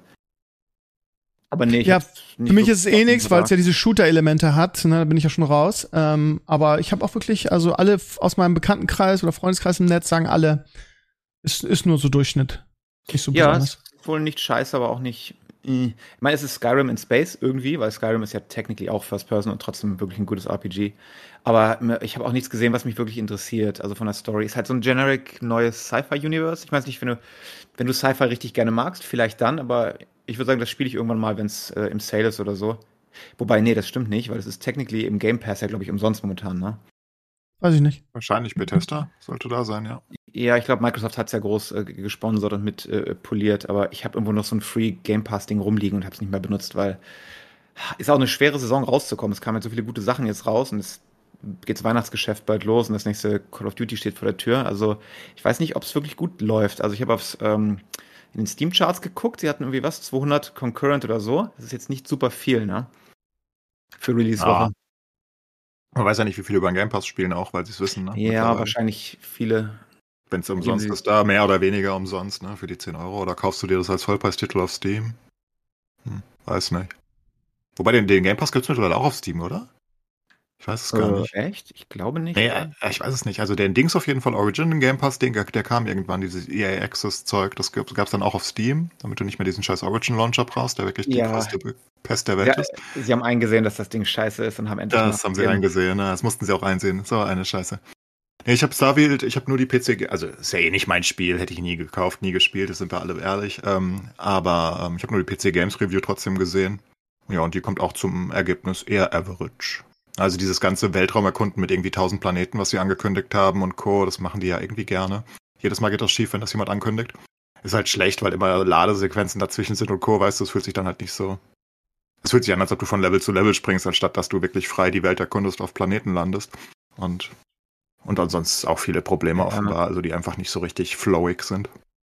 Aber nee, ich Ja, hab's nicht Für mich so ist es eh nichts, weil es ja gesagt. diese Shooter-Elemente hat. Ne, da bin ich ja schon raus. Ähm, aber ich habe auch wirklich, also alle f- aus meinem Bekanntenkreis oder Freundeskreis im Netz sagen alle, ist, ist nur so Durchschnitt. Nicht so Ja, besonders. es ist wohl nicht scheiße, aber auch nicht. äh. Ich meine, es ist Skyrim in Space irgendwie, weil Skyrim ist ja technically auch First Person und trotzdem wirklich ein gutes R P G. Aber mir- ich habe auch nichts gesehen, was mich wirklich interessiert. Also von der Story. Ist halt so ein generic neues Sci-Fi-Universe. Ich weiß nicht, wenn du, wenn du Sci-Fi richtig gerne magst, vielleicht dann, aber ich würde sagen, das spiele ich irgendwann mal, wenn es äh, im Sale ist oder so. Wobei, nee, das stimmt nicht, weil es ist technically im Game Pass ja, glaube ich, umsonst momentan, ne? Weiß ich nicht. Wahrscheinlich Bethesda sollte da sein, ja. Ja, ich glaube, Microsoft hat es ja groß äh, gesponsert und mit äh, poliert, aber ich habe irgendwo noch so ein Free Game Pass Ding rumliegen und habe es nicht mehr benutzt, weil ist auch eine schwere Saison rauszukommen. Es kamen jetzt so viele gute Sachen jetzt raus und es geht das Weihnachtsgeschäft bald los und das nächste Call of Duty steht vor der Tür. Also ich weiß nicht, ob es wirklich gut läuft. Also ich habe aufs ähm, in den Steam Charts geguckt. Sie hatten irgendwie was zweihundert Concurrent oder so. Das ist jetzt nicht super viel, ne? Für Release Woche. Ah. Man weiß ja nicht, wie viele über den Game Pass spielen auch, weil sie es wissen, ne? Ja, Mittlerweile. wahrscheinlich viele. Wenn es umsonst Sie- ist, da mehr oder weniger umsonst, ne? Für die zehn Euro. Oder kaufst du dir das als Vollpreistitel auf Steam? Hm, weiß nicht. Wobei, den, den Game Pass gibt es mittlerweile auch auf Steam, oder? Ich weiß es gar Äh, nicht. echt? Ich glaube nicht. Nee, äh, ich weiß es nicht. Also den Dings auf jeden Fall Origin Game Pass, den, der kam irgendwann, dieses E A Access Zeug, das gab es dann auch auf Steam, damit du nicht mehr diesen scheiß Origin Launcher brauchst, der wirklich die Ja. größte Pest der Welt Ja, ist. sie haben eingesehen, dass das Ding scheiße ist und haben endlich Das haben sie nachgegeben. eingesehen, ne? Das mussten sie auch einsehen. So eine Scheiße. Nee, ich habe Starfield, ich habe nur die P C, ge- also ist ja eh nicht mein Spiel, hätte ich nie gekauft, nie gespielt, das sind wir alle ehrlich. Ähm, aber ähm, ich habe nur die P C Games Review trotzdem gesehen. Ja, und die kommt auch zum Ergebnis eher average. Also dieses ganze Weltraumerkunden mit irgendwie tausend Planeten, was sie angekündigt haben und Co., das machen die ja irgendwie gerne. Jedes Mal geht das schief, wenn das jemand ankündigt. Ist halt schlecht, weil immer Ladesequenzen dazwischen sind und Co., weißt du, es fühlt sich dann halt nicht so... Es fühlt sich an, als ob du von Level zu Level springst, anstatt dass du wirklich frei die Welt erkundest, auf Planeten landest. Und, und ansonsten auch viele Probleme Ja. offenbar, also die einfach nicht so richtig flowig sind.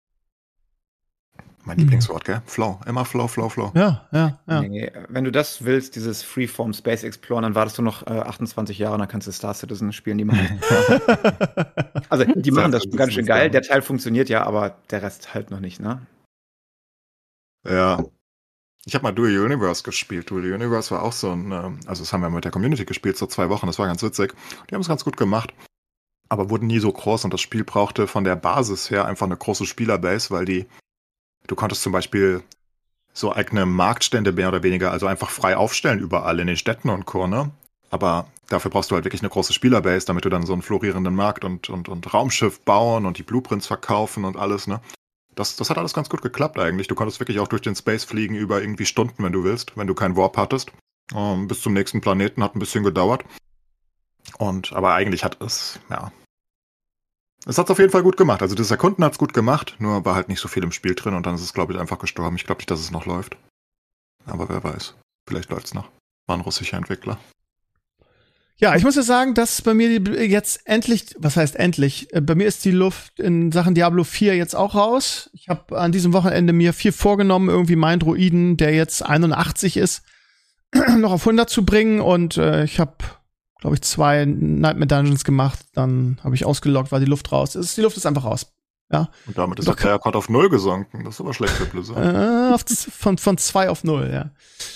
Mein Mhm. Lieblingswort, gell? Flow. Immer Flow, Flow, Flow. Ja, ja, ja. Nee, wenn du das willst, dieses Freeform Space Explorer, dann wartest du noch äh, achtundzwanzig Jahre und dann kannst du Star Citizen spielen. Die machen, also, die machen das schon ganz schön geil. Der Teil funktioniert ja, aber der Rest halt noch nicht, ne? Ja. Ich habe mal Dual Universe gespielt. Dual Universe war auch so ein, ähm, also das haben wir mit der Community gespielt, so zwei Wochen, das war ganz witzig. Die haben es ganz gut gemacht, aber wurden nie so groß und das Spiel brauchte von der Basis her einfach eine große Spielerbase, weil die, du konntest zum Beispiel so eigene Marktstände mehr oder weniger, also einfach frei aufstellen überall in den Städten und Co., ne? Aber dafür brauchst du halt wirklich eine große Spielerbase, damit du dann so einen florierenden Markt und, und, und Raumschiff bauen und die Blueprints verkaufen und alles, ne? Das, das hat alles ganz gut geklappt eigentlich. Du konntest wirklich auch durch den Space fliegen über irgendwie Stunden, wenn du willst, wenn du keinen Warp hattest. Ähm, bis zum nächsten Planeten hat ein bisschen gedauert. Und, aber eigentlich hat es, ja. Es hat es auf jeden Fall gut gemacht. Also das Erkunden hat es gut gemacht, nur war halt nicht so viel im Spiel drin und dann ist es, glaube ich, einfach gestorben. Ich glaube nicht, dass es noch läuft. Aber wer weiß. Vielleicht läuft es noch. War ein russischer Entwickler. Ja, ich muss ja sagen, dass bei mir die- jetzt endlich, was heißt endlich, äh, bei mir ist die Luft in Sachen Diablo vier jetzt auch raus. Ich habe an diesem Wochenende mir viel vorgenommen, irgendwie meinen Druiden, der jetzt einundachtzig ist, noch auf hundert zu bringen und äh, ich habe, glaube ich, zwei Nightmare Dungeons gemacht, dann habe ich ausgeloggt, war die Luft raus. Es ist, die Luft ist einfach raus. Ja. Und damit ist der Player-Count auf null gesunken. Das ist aber schlecht für Blizzard. Äh, auf, von, von zwei auf null, ja.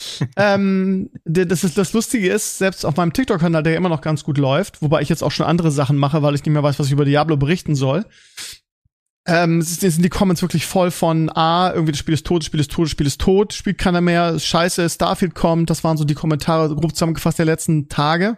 ähm, das, ist, das Lustige ist, selbst auf meinem TikTok-Kanal, der immer noch ganz gut läuft, wobei ich jetzt auch schon andere Sachen mache, weil ich nicht mehr weiß, was ich über Diablo berichten soll. Ähm, es sind die Comments wirklich voll von ah, irgendwie das Spiel ist tot, das Spiel ist tot, das Spiel ist tot, spielt keiner mehr, ist scheiße, Starfield kommt. Das waren so die Kommentare, grob zusammengefasst der letzten Tage.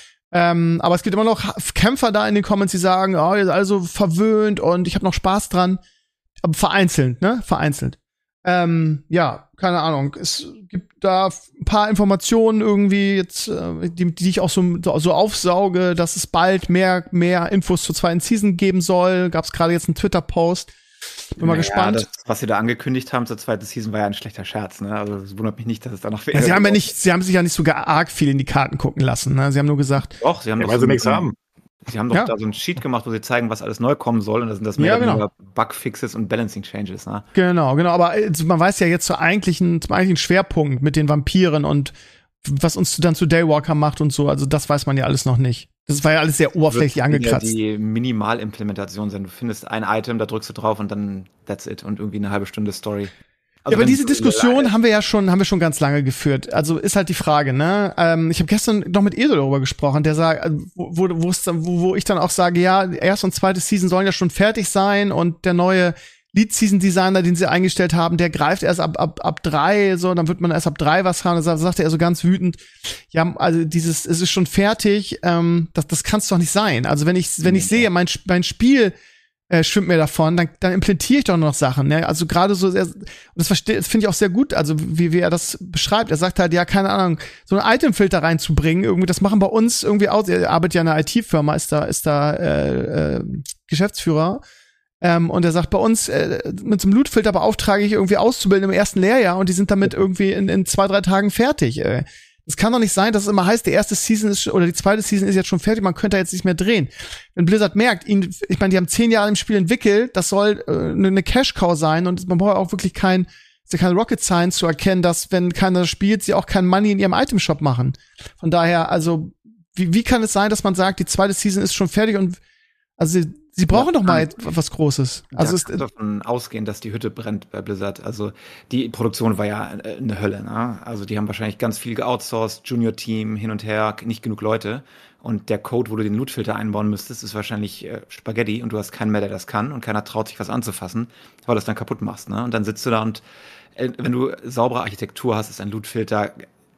Ähm, aber es gibt immer noch Kämpfer da in den Comments, die sagen, oh, ihr seid also verwöhnt und ich habe noch Spaß dran. Aber vereinzelt, ne? Vereinzelt. Ähm, ja, keine Ahnung. Es gibt da ein paar Informationen irgendwie jetzt, äh, die, die ich auch so, so aufsauge, dass es bald mehr, mehr Infos zur zweiten Season geben soll. Gab es gerade jetzt einen Twitter-Post. Bin mal naja, gespannt. Das, was sie da angekündigt haben zur zweiten Season, war ja ein schlechter Scherz. Ne? Also es wundert mich nicht, dass es da noch ja, sie haben ja nicht, sie haben sich ja nicht so arg viel in die Karten gucken lassen. Ne? Sie haben nur gesagt, doch, sie haben ja, doch weil so sie nichts haben. Sie haben doch ja. da so ein Sheet gemacht, wo sie zeigen, was alles neu kommen soll. Und das sind das mehr ja, oder genau. weniger Bugfixes und Balancing-Changes. Ne? Genau, genau. Aber also, man weiß ja jetzt zur eigentlichen, zum eigentlichen Schwerpunkt mit den Vampiren und was uns dann zu Daywalker macht und so. Also das weiß man ja alles noch nicht. Das war ja alles sehr oberflächlich angekratzt. Die Minimalimplementation sein. Du findest ein Item, da drückst du drauf und dann that's it. Und irgendwie eine halbe Stunde Story. Also ja, aber diese Diskussion haben wir ja schon, haben wir schon ganz lange geführt. Also ist halt die Frage, ne? Ähm, ich habe gestern noch mit Edo darüber gesprochen, der sagt, wo, wo, wo, wo ich dann auch sage, ja, erste und zweite Season sollen ja schon fertig sein und der neue Lead-Season-Designer, den sie eingestellt haben, der greift erst ab ab ab drei, so, dann wird man erst ab drei was haben. Da sagte er so ganz wütend, ja, also dieses, es ist schon fertig, ähm, das, das kann's doch nicht sein. Also wenn ich, wenn ich sehe, mein, mein Spiel Äh, schwimmt mir davon, dann, dann implementiere ich doch noch Sachen. Ne? Also gerade so, sehr, und das, verste- das finde ich auch sehr gut, also wie, wie er das beschreibt. Er sagt halt, ja, keine Ahnung, so einen Itemfilter reinzubringen, irgendwie, das machen bei uns irgendwie aus. Er arbeitet ja in einer I T-Firma, ist da, ist da äh, äh, Geschäftsführer. Ähm, und er sagt, bei uns äh, mit so einem Loot-Filter beauftrage ich irgendwie Auszubildende im ersten Lehrjahr und die sind damit irgendwie in, in zwei, drei Tagen fertig. Äh. Es kann doch nicht sein, dass es immer heißt, die erste Season ist oder die zweite Season ist jetzt schon fertig, man könnte da jetzt nicht mehr drehen. Wenn Blizzard merkt, ihn, ich meine, die haben zehn Jahre im Spiel entwickelt, das soll äh, eine Cash-Cow sein und man braucht auch wirklich kein, ist ja kein Rocket Science zu erkennen, dass wenn keiner spielt, sie auch kein Money in ihrem Item-Shop machen. Von daher, also, wie, wie kann es sein, dass man sagt, die zweite Season ist schon fertig und also sie, sie brauchen ja, doch mal was Großes. Da Also es kannst du davon ausgehen, dass die Hütte brennt bei Blizzard. Also die Produktion war ja eine Hölle. Ne? Also die haben wahrscheinlich ganz viel geoutsourced, Junior-Team, hin und her, nicht genug Leute. Und der Code, wo du den Loot-Filter einbauen müsstest, ist wahrscheinlich äh, Spaghetti und du hast keinen mehr, der das kann und keiner traut sich was anzufassen, weil du es dann kaputt machst. Ne? Und dann sitzt du da und äh, wenn du saubere Architektur hast, ist ein Loot-Filter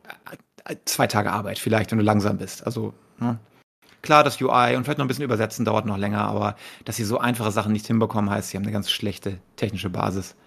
äh, zwei Tage Arbeit vielleicht, wenn du langsam bist. Also ne? Klar, das U I und vielleicht noch ein bisschen übersetzen dauert noch länger, aber dass sie so einfache Sachen nicht hinbekommen, heißt, sie haben eine ganz schlechte technische Basis.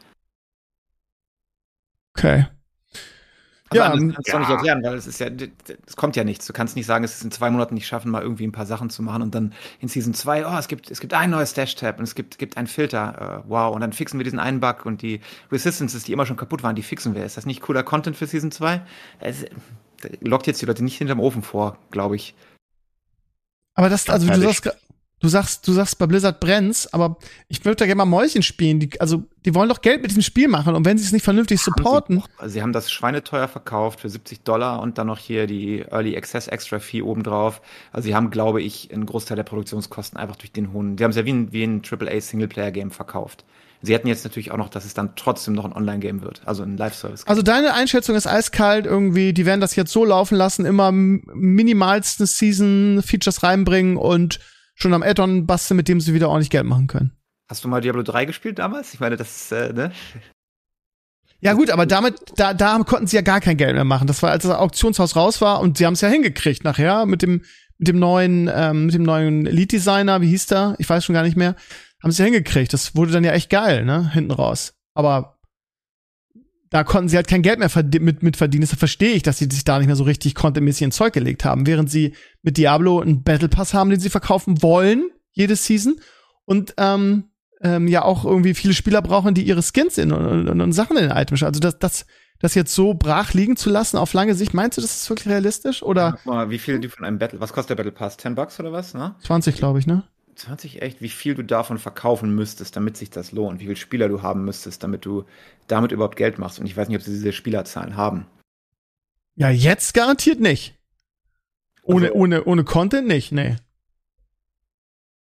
Okay. Also Ja, das kannst du ja. auch nicht erklären, weil es ist ja, es kommt ja nichts. Du kannst nicht sagen, es ist in zwei Monaten nicht schaffen, mal irgendwie ein paar Sachen zu machen und dann in Season zwei, oh, es gibt, es gibt ein neues Dash-Tab und es gibt, gibt einen Filter, uh, wow, und dann fixen wir diesen einen Bug und die Resistances, die immer schon kaputt waren, die fixen wir. Ist das nicht cooler Content für Season zwei? Es lockt jetzt die Leute nicht hinterm Ofen vor, glaube ich. Aber das, also du sagst, du sagst, du sagst bei Blizzard brennt's, aber ich würde da gerne mal Mäuschen spielen. Die, also die wollen doch Geld mit diesem Spiel machen und wenn sie es nicht vernünftig supporten. Haben sie, also sie haben das schweineteuer verkauft für siebzig Dollar und dann noch hier die Early Access Extra Fee obendrauf. Also sie haben, glaube ich, einen Großteil der Produktionskosten einfach durch den hohen. Die haben es ja wie ein, wie ein Triple A Singleplayer Game verkauft. Sie hätten jetzt natürlich auch noch, dass es dann trotzdem noch ein Online-Game wird, also ein Live-Service. Also deine Einschätzung ist eiskalt irgendwie, die werden das jetzt so laufen lassen, immer minimalste Season-Features reinbringen und schon am Add-on basteln, mit dem sie wieder ordentlich Geld machen können. Hast du mal Diablo drei gespielt damals? Ich meine, das, äh, ne? Ja gut, aber damit, da, da konnten sie ja gar kein Geld mehr machen. Das war, als das Auktionshaus raus war und sie haben es ja hingekriegt nachher mit dem, mit dem neuen, ähm, mit dem neuen Lead-Designer, wie hieß der? Ich weiß schon gar nicht mehr. Haben sie ja hingekriegt. Das wurde dann ja echt geil, ne? Hinten raus. Aber da konnten sie halt kein Geld mehr verd- mit, mit verdienen. Deshalb verstehe ich, dass sie sich da nicht mehr so richtig contentmäßig in Zeug gelegt haben. Während sie mit Diablo einen Battle Pass haben, den sie verkaufen wollen, jede Season. Und ähm, ähm, ja auch irgendwie viele Spieler brauchen, die ihre Skins in und, und, und Sachen in den Items. Also das, das, das jetzt so brach liegen zu lassen auf lange Sicht, meinst du, das ist wirklich realistisch? Oder? Guck mal, wie viel du von einem Battle, was kostet der Battle Pass? zehn Bucks oder was, ne? zwanzig, glaube ich, ne? zwanzig echt, wie viel du davon verkaufen müsstest, damit sich das lohnt, wie viele Spieler du haben müsstest, damit du damit überhaupt Geld machst. Und ich weiß nicht, ob sie diese Spielerzahlen haben. Ja, jetzt garantiert nicht. Ohne, Also, ohne, ohne Content nicht, nee.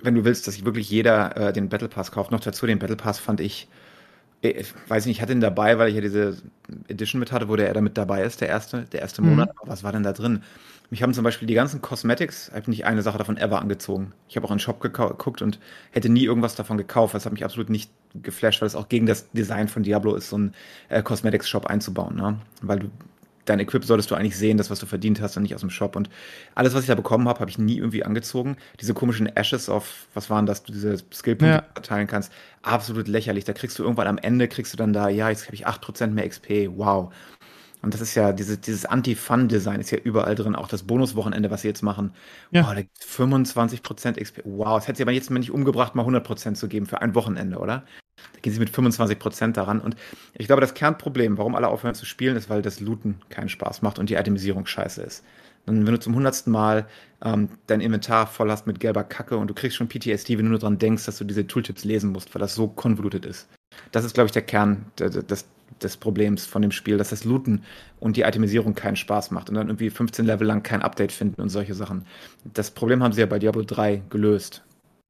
wenn du willst, dass sich wirklich jeder äh, den Battle Pass kauft. Noch dazu, den Battle Pass fand ich, ich weiß nicht, ich hatte ihn dabei, weil ich ja diese Edition mit hatte, wo der da mit dabei ist, der erste, der erste Mhm. Monat. Aber was war denn da drin? Mich haben zum Beispiel die ganzen Cosmetics, ich habe nicht eine Sache davon ever angezogen. Ich habe auch in den Shop gekau- geguckt und hätte nie irgendwas davon gekauft. Das hat mich absolut nicht geflasht, weil es auch gegen das Design von Diablo ist, so einen äh, Cosmetics-Shop einzubauen. Ne? Weil du dein Equip solltest du eigentlich sehen, das, was du verdient hast und nicht aus dem Shop. Und alles, was ich da bekommen habe, habe ich nie irgendwie angezogen. Diese komischen Ashes auf, was waren das, du diese Skillpunkte Ja. verteilen kannst, absolut lächerlich. Da kriegst du irgendwann am Ende, kriegst du dann da, ja, jetzt habe ich acht Prozent mehr X P, wow. Und das ist ja, diese, dieses Anti-Fun-Design ist ja überall drin, auch das Bonuswochenende, was sie jetzt machen. Ja. Wow, da gibt's fünfundzwanzig Prozent X P. Wow, das hätte sie aber jetzt mal nicht umgebracht, mal hundert Prozent zu geben für ein Wochenende, oder? Da gehen sie mit fünfundzwanzig Prozent daran. Und ich glaube, das Kernproblem, warum alle aufhören zu spielen, ist, weil das Looten keinen Spaß macht und die Itemisierung scheiße ist. Und wenn du zum hundertsten Mal ähm, dein Inventar voll hast mit gelber Kacke und du kriegst schon P T S D, wenn du nur dran denkst, dass du diese Tooltips lesen musst, weil das so konvolutet ist. Das ist, glaube ich, der Kern des, des, des Problems von dem Spiel, dass das Looten und die Itemisierung keinen Spaß macht und dann irgendwie fünfzehn Level lang kein Update finden und solche Sachen. Das Problem haben sie ja bei Diablo drei gelöst.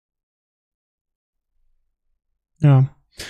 Ja.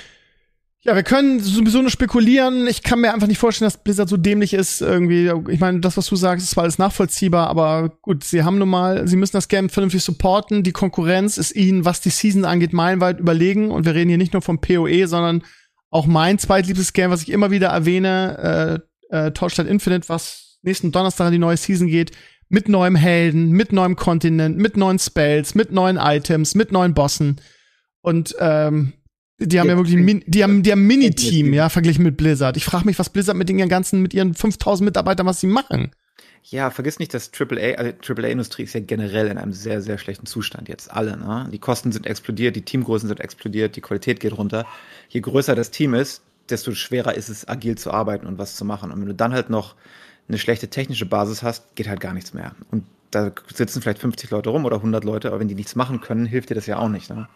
Ja, wir können sowieso nur spekulieren. Ich kann mir einfach nicht vorstellen, dass Blizzard so dämlich ist irgendwie. Ich meine, das, was du sagst, ist zwar alles nachvollziehbar, aber gut, sie haben nun mal, sie müssen das Game vernünftig supporten. Die Konkurrenz ist ihnen, was die Season angeht, meilenweit überlegen. Und wir reden hier nicht nur vom P O E, sondern auch mein zweitliebstes Game, was ich immer wieder erwähne, äh, äh, Torchlight Infinite, was nächsten Donnerstag in die neue Season geht, mit neuem Helden, mit neuem Kontinent, mit neuen Spells, mit neuen Items, mit neuen Bossen. Und ähm, die haben ja, ja wirklich ein Min- die haben die haben Mini-Team, ja, verglichen mit Blizzard. Ich frage mich, was Blizzard mit den ganzen, mit ihren fünftausend Mitarbeitern, was sie machen. Ja, vergiss nicht, dass Triple A, also Triple A-Industrie ist ja generell in einem sehr, sehr schlechten Zustand jetzt. Alle, ne? Die Kosten sind explodiert, die Teamgrößen sind explodiert, die Qualität geht runter. Je größer das Team ist, desto schwerer ist es, agil zu arbeiten und was zu machen. Und wenn du dann halt noch eine schlechte technische Basis hast, geht halt gar nichts mehr. Und da sitzen vielleicht fünfzig Leute rum oder hundert Leute, aber wenn die nichts machen können, hilft dir das ja auch nicht, ne?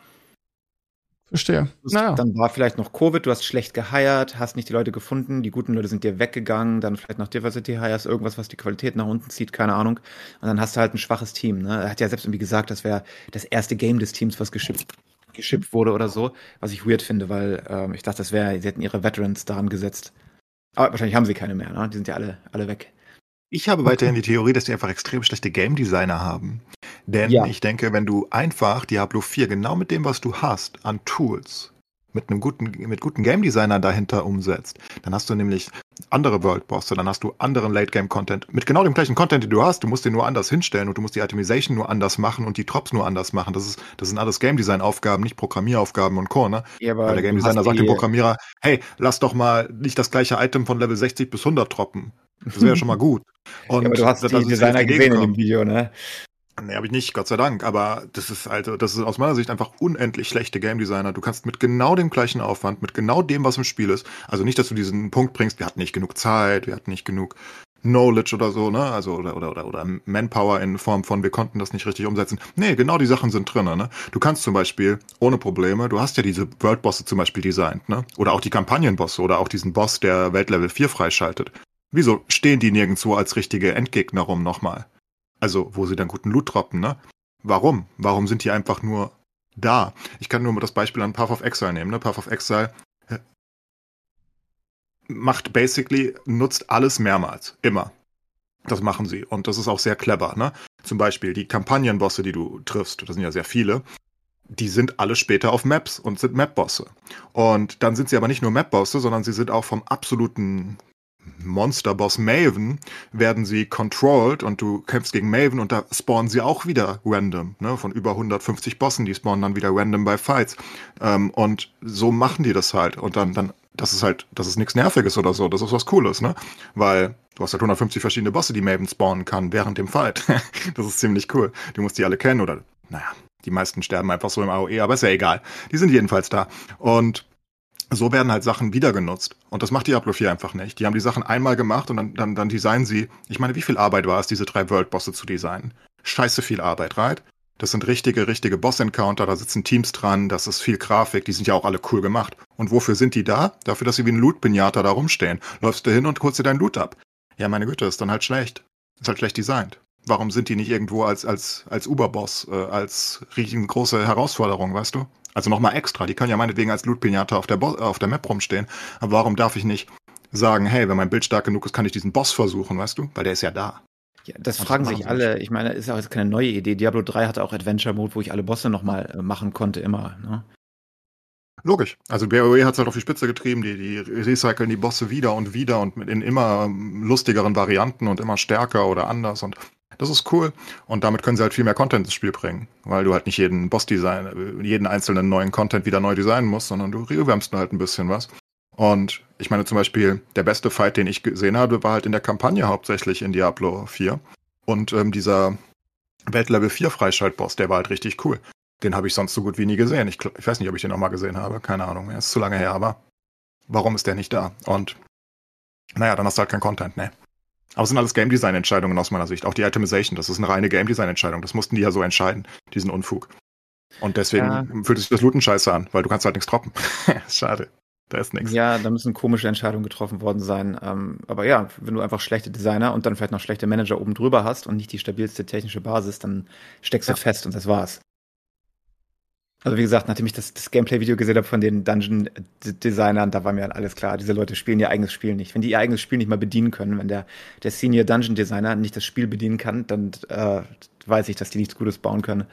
Verstehe. Naja. Dann war vielleicht noch Covid, du hast schlecht geheiert, hast nicht die Leute gefunden, die guten Leute sind dir weggegangen, dann vielleicht noch Diversity Hires, irgendwas, was die Qualität nach unten zieht, keine Ahnung. Und dann hast du halt ein schwaches Team. Ne? Er hat ja selbst irgendwie gesagt, das wäre das erste Game des Teams, was geschippt, geschippt wurde oder so, was ich weird finde, weil ähm, ich dachte, das wäre, sie hätten ihre Veterans daran gesetzt. Aber wahrscheinlich haben sie keine mehr, ne? Die sind ja alle, alle weg. Ich habe weiterhin die Theorie, dass die einfach extrem schlechte Game Designer haben. Denn Ja. ich denke, wenn du einfach Diablo vier genau mit dem, was du hast, an Tools, mit einem guten, mit guten Game Designern dahinter umsetzt, dann hast du nämlich andere World Bosse, dann hast du anderen Late Game Content mit genau dem gleichen Content, den du hast. Du musst den nur anders hinstellen und du musst die Itemization nur anders machen und die Drops nur anders machen. Das ist, das sind alles Game Design Aufgaben, nicht Programmieraufgaben und Co. Ne? Ja, aber Weil der Game du Designer hast sagt die- dem Programmierer, hey, lass doch mal nicht das gleiche Item von Level sechzig bis hundert droppen. Das wäre schon mal gut. Und Ja, aber du hast das- die das ist Designer jetzt gesehen in entgegenkommen. dem Video, ne? Nee, habe ich nicht, Gott sei Dank. Aber das ist also, das ist aus meiner Sicht einfach unendlich schlechte Game Designer. Du kannst mit genau dem gleichen Aufwand, mit genau dem, was im Spiel ist, also nicht, dass du diesen Punkt bringst, wir hatten nicht genug Zeit, wir hatten nicht genug Knowledge oder so, ne? Also oder oder oder, oder Manpower in Form von, wir konnten das nicht richtig umsetzen. Nee, genau die Sachen sind drin, ne? Du kannst zum Beispiel ohne Probleme, du hast ja diese World-Bosse zum Beispiel designt, ne? Oder auch die Kampagnenbosse oder auch diesen Boss, der Weltlevel vier freischaltet. Wieso stehen die nirgendwo als richtige Endgegner rum nochmal? Also, wo sie dann guten Loot droppen, ne? Warum? Warum sind die einfach nur da? Ich kann nur mal das Beispiel an Path of Exile nehmen, ne? Path of Exile äh, macht basically, nutzt alles mehrmals. Immer. Das machen sie. Und das ist auch sehr clever, ne? Zum Beispiel die Kampagnenbosse, die du triffst, das sind ja sehr viele, die sind alle später auf Maps und sind Map-Bosse. Und dann sind sie aber nicht nur Map-Bosse, sondern sie sind auch vom absoluten Monsterboss Maven, werden sie controlled und du kämpfst gegen Maven und da spawnen sie auch wieder random, ne, von über hundertfünfzig Bossen, die spawnen dann wieder random bei Fights. Ähm, und so machen die das halt. Und dann, dann, das ist halt, das ist nichts Nerviges oder so, das ist was Cooles, ne? Weil du hast halt hundertfünfzig verschiedene Bosse, die Maven spawnen kann während dem Fight. Das ist ziemlich cool. Du musst die alle kennen oder, naja, die meisten sterben einfach so im A O E, aber ist ja egal. Die sind jedenfalls da. Und so werden halt Sachen wieder genutzt. Und das macht Diablo vier einfach nicht. Die haben die Sachen einmal gemacht und dann, dann, dann designen sie. Ich meine, wie viel Arbeit war es, diese drei World-Bosse zu designen? Scheiße viel Arbeit, right? Das sind richtige, richtige Boss-Encounter, da sitzen Teams dran, das ist viel Grafik, die sind ja auch alle cool gemacht. Und wofür sind die da? Dafür, dass sie wie ein Loot-Pinata da rumstehen. Läufst du hin und holst dir deinen Loot ab. Ja, meine Güte, ist dann halt schlecht. Ist halt schlecht designt. warum sind die nicht irgendwo als, als, als Uberboss, äh, als riesengroße Herausforderung, weißt du? Also nochmal extra. Die können ja meinetwegen als Loot-Pinata auf der, Bo- auf der Map rumstehen. Aber warum darf ich nicht sagen, hey, wenn mein Bild stark genug ist, kann ich diesen Boss versuchen, weißt du? Weil der ist ja da. Ja, das Und fragen das sich machen sie alle. Ich meine, ist auch jetzt keine neue Idee. Diablo drei hatte auch Adventure-Mode, wo ich alle Bosse nochmal äh, machen konnte, immer. Ne? Logisch. Also WoE hat es halt auf die Spitze getrieben, die, die recyceln die Bosse wieder und wieder und mit in immer lustigeren Varianten und immer stärker oder anders und das ist cool. Und damit können sie halt viel mehr Content ins Spiel bringen, weil du halt nicht jeden Boss-Design, jeden einzelnen neuen Content wieder neu designen musst, sondern du revampst halt ein bisschen was. Und ich meine zum Beispiel, der beste Fight, den ich gesehen habe, war halt in der Kampagne hauptsächlich in Diablo vier. Und ähm, dieser Weltlevel vier Freischaltboss, der war halt richtig cool. Den habe ich sonst so gut wie nie gesehen. Ich, ich weiß nicht, ob ich den nochmal gesehen habe. Keine Ahnung. Er ist zu lange her, aber warum ist der nicht da? Und naja, dann hast du halt kein Content, ne? Aber es sind alles Game Design Entscheidungen aus meiner Sicht. Auch die Itemization, das ist eine reine Game Design Entscheidung. Das mussten die ja so entscheiden, diesen Unfug. Und deswegen Ja. fühlt sich das Looten scheiße an, weil du kannst halt nichts droppen. Schade. Da ist nichts. Ja, da müssen komische Entscheidungen getroffen worden sein. Ähm, aber ja, wenn du einfach schlechte Designer und dann vielleicht noch schlechte Manager oben drüber hast und nicht die stabilste technische Basis, dann steckst du Ja. fest und das war's. Also wie gesagt, nachdem ich das, das Gameplay-Video gesehen habe von den Dungeon-Designern, da war mir halt alles klar, diese Leute spielen ihr eigenes Spiel nicht. Wenn die ihr eigenes Spiel nicht mal bedienen können, wenn der, der Senior Dungeon-Designer nicht das Spiel bedienen kann, dann äh, weiß ich, dass die nichts Gutes bauen können.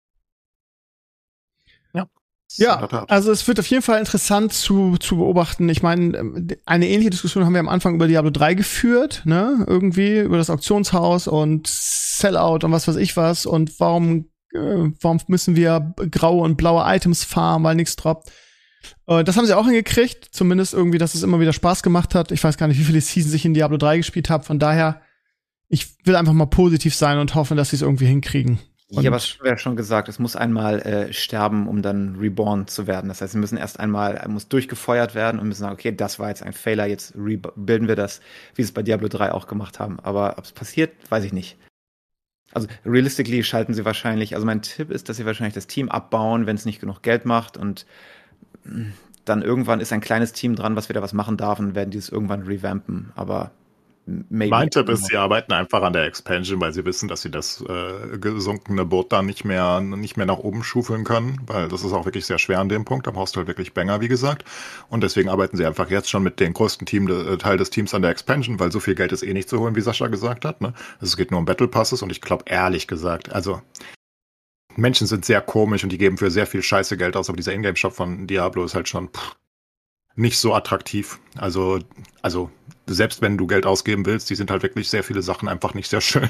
Ja, also es wird auf jeden Fall interessant zu, zu beobachten. Ich meine, eine ähnliche Diskussion haben wir am Anfang über Diablo drei geführt, ne? Irgendwie über das Auktionshaus und Sellout und was weiß ich was und warum, äh, warum müssen wir graue und blaue Items farmen, weil nichts droppt. Äh, das haben sie auch hingekriegt, zumindest irgendwie, dass es immer wieder Spaß gemacht hat. Ich weiß gar nicht, wie viele Seasons ich in Diablo drei gespielt habe, von daher, ich will einfach mal positiv sein und hoffen, dass sie es irgendwie hinkriegen. Und ja, was wäre schon gesagt, es muss einmal äh, sterben, um dann reborn zu werden. Das heißt, wir müssen erst einmal, er muss durchgefeuert werden und müssen sagen, okay, das war jetzt ein Fehler, jetzt rebuilden wir das, wie sie es bei Diablo drei auch gemacht haben. Aber ob es passiert, weiß ich nicht. Also realistically schalten sie wahrscheinlich, also mein Tipp ist, dass sie wahrscheinlich das Team abbauen, wenn es nicht genug Geld macht und mh, dann irgendwann ist ein kleines Team dran, was wieder was machen darf und werden die es irgendwann revampen. Aber maybe. Mein Tipp ist, sie arbeiten einfach an der Expansion, weil sie wissen, dass sie das äh, gesunkene Boot dann nicht mehr, nicht mehr nach oben schufeln können, weil das ist auch wirklich sehr schwer an dem Punkt. Da brauchst du halt wirklich Banger, wie gesagt. Und deswegen arbeiten sie einfach jetzt schon mit dem größten Team, äh, Teil des Teams an der Expansion, weil so viel Geld ist eh nicht zu holen, wie Sascha gesagt hat. Ne? Es geht nur um Battle Passes und ich glaube, ehrlich gesagt, also Menschen sind sehr komisch und die geben für sehr viel Scheiße Geld aus, aber dieser Ingame-Shop von Diablo ist halt schon pff, nicht so attraktiv. Also, also selbst wenn du Geld ausgeben willst, die sind halt wirklich sehr viele Sachen einfach nicht sehr schön.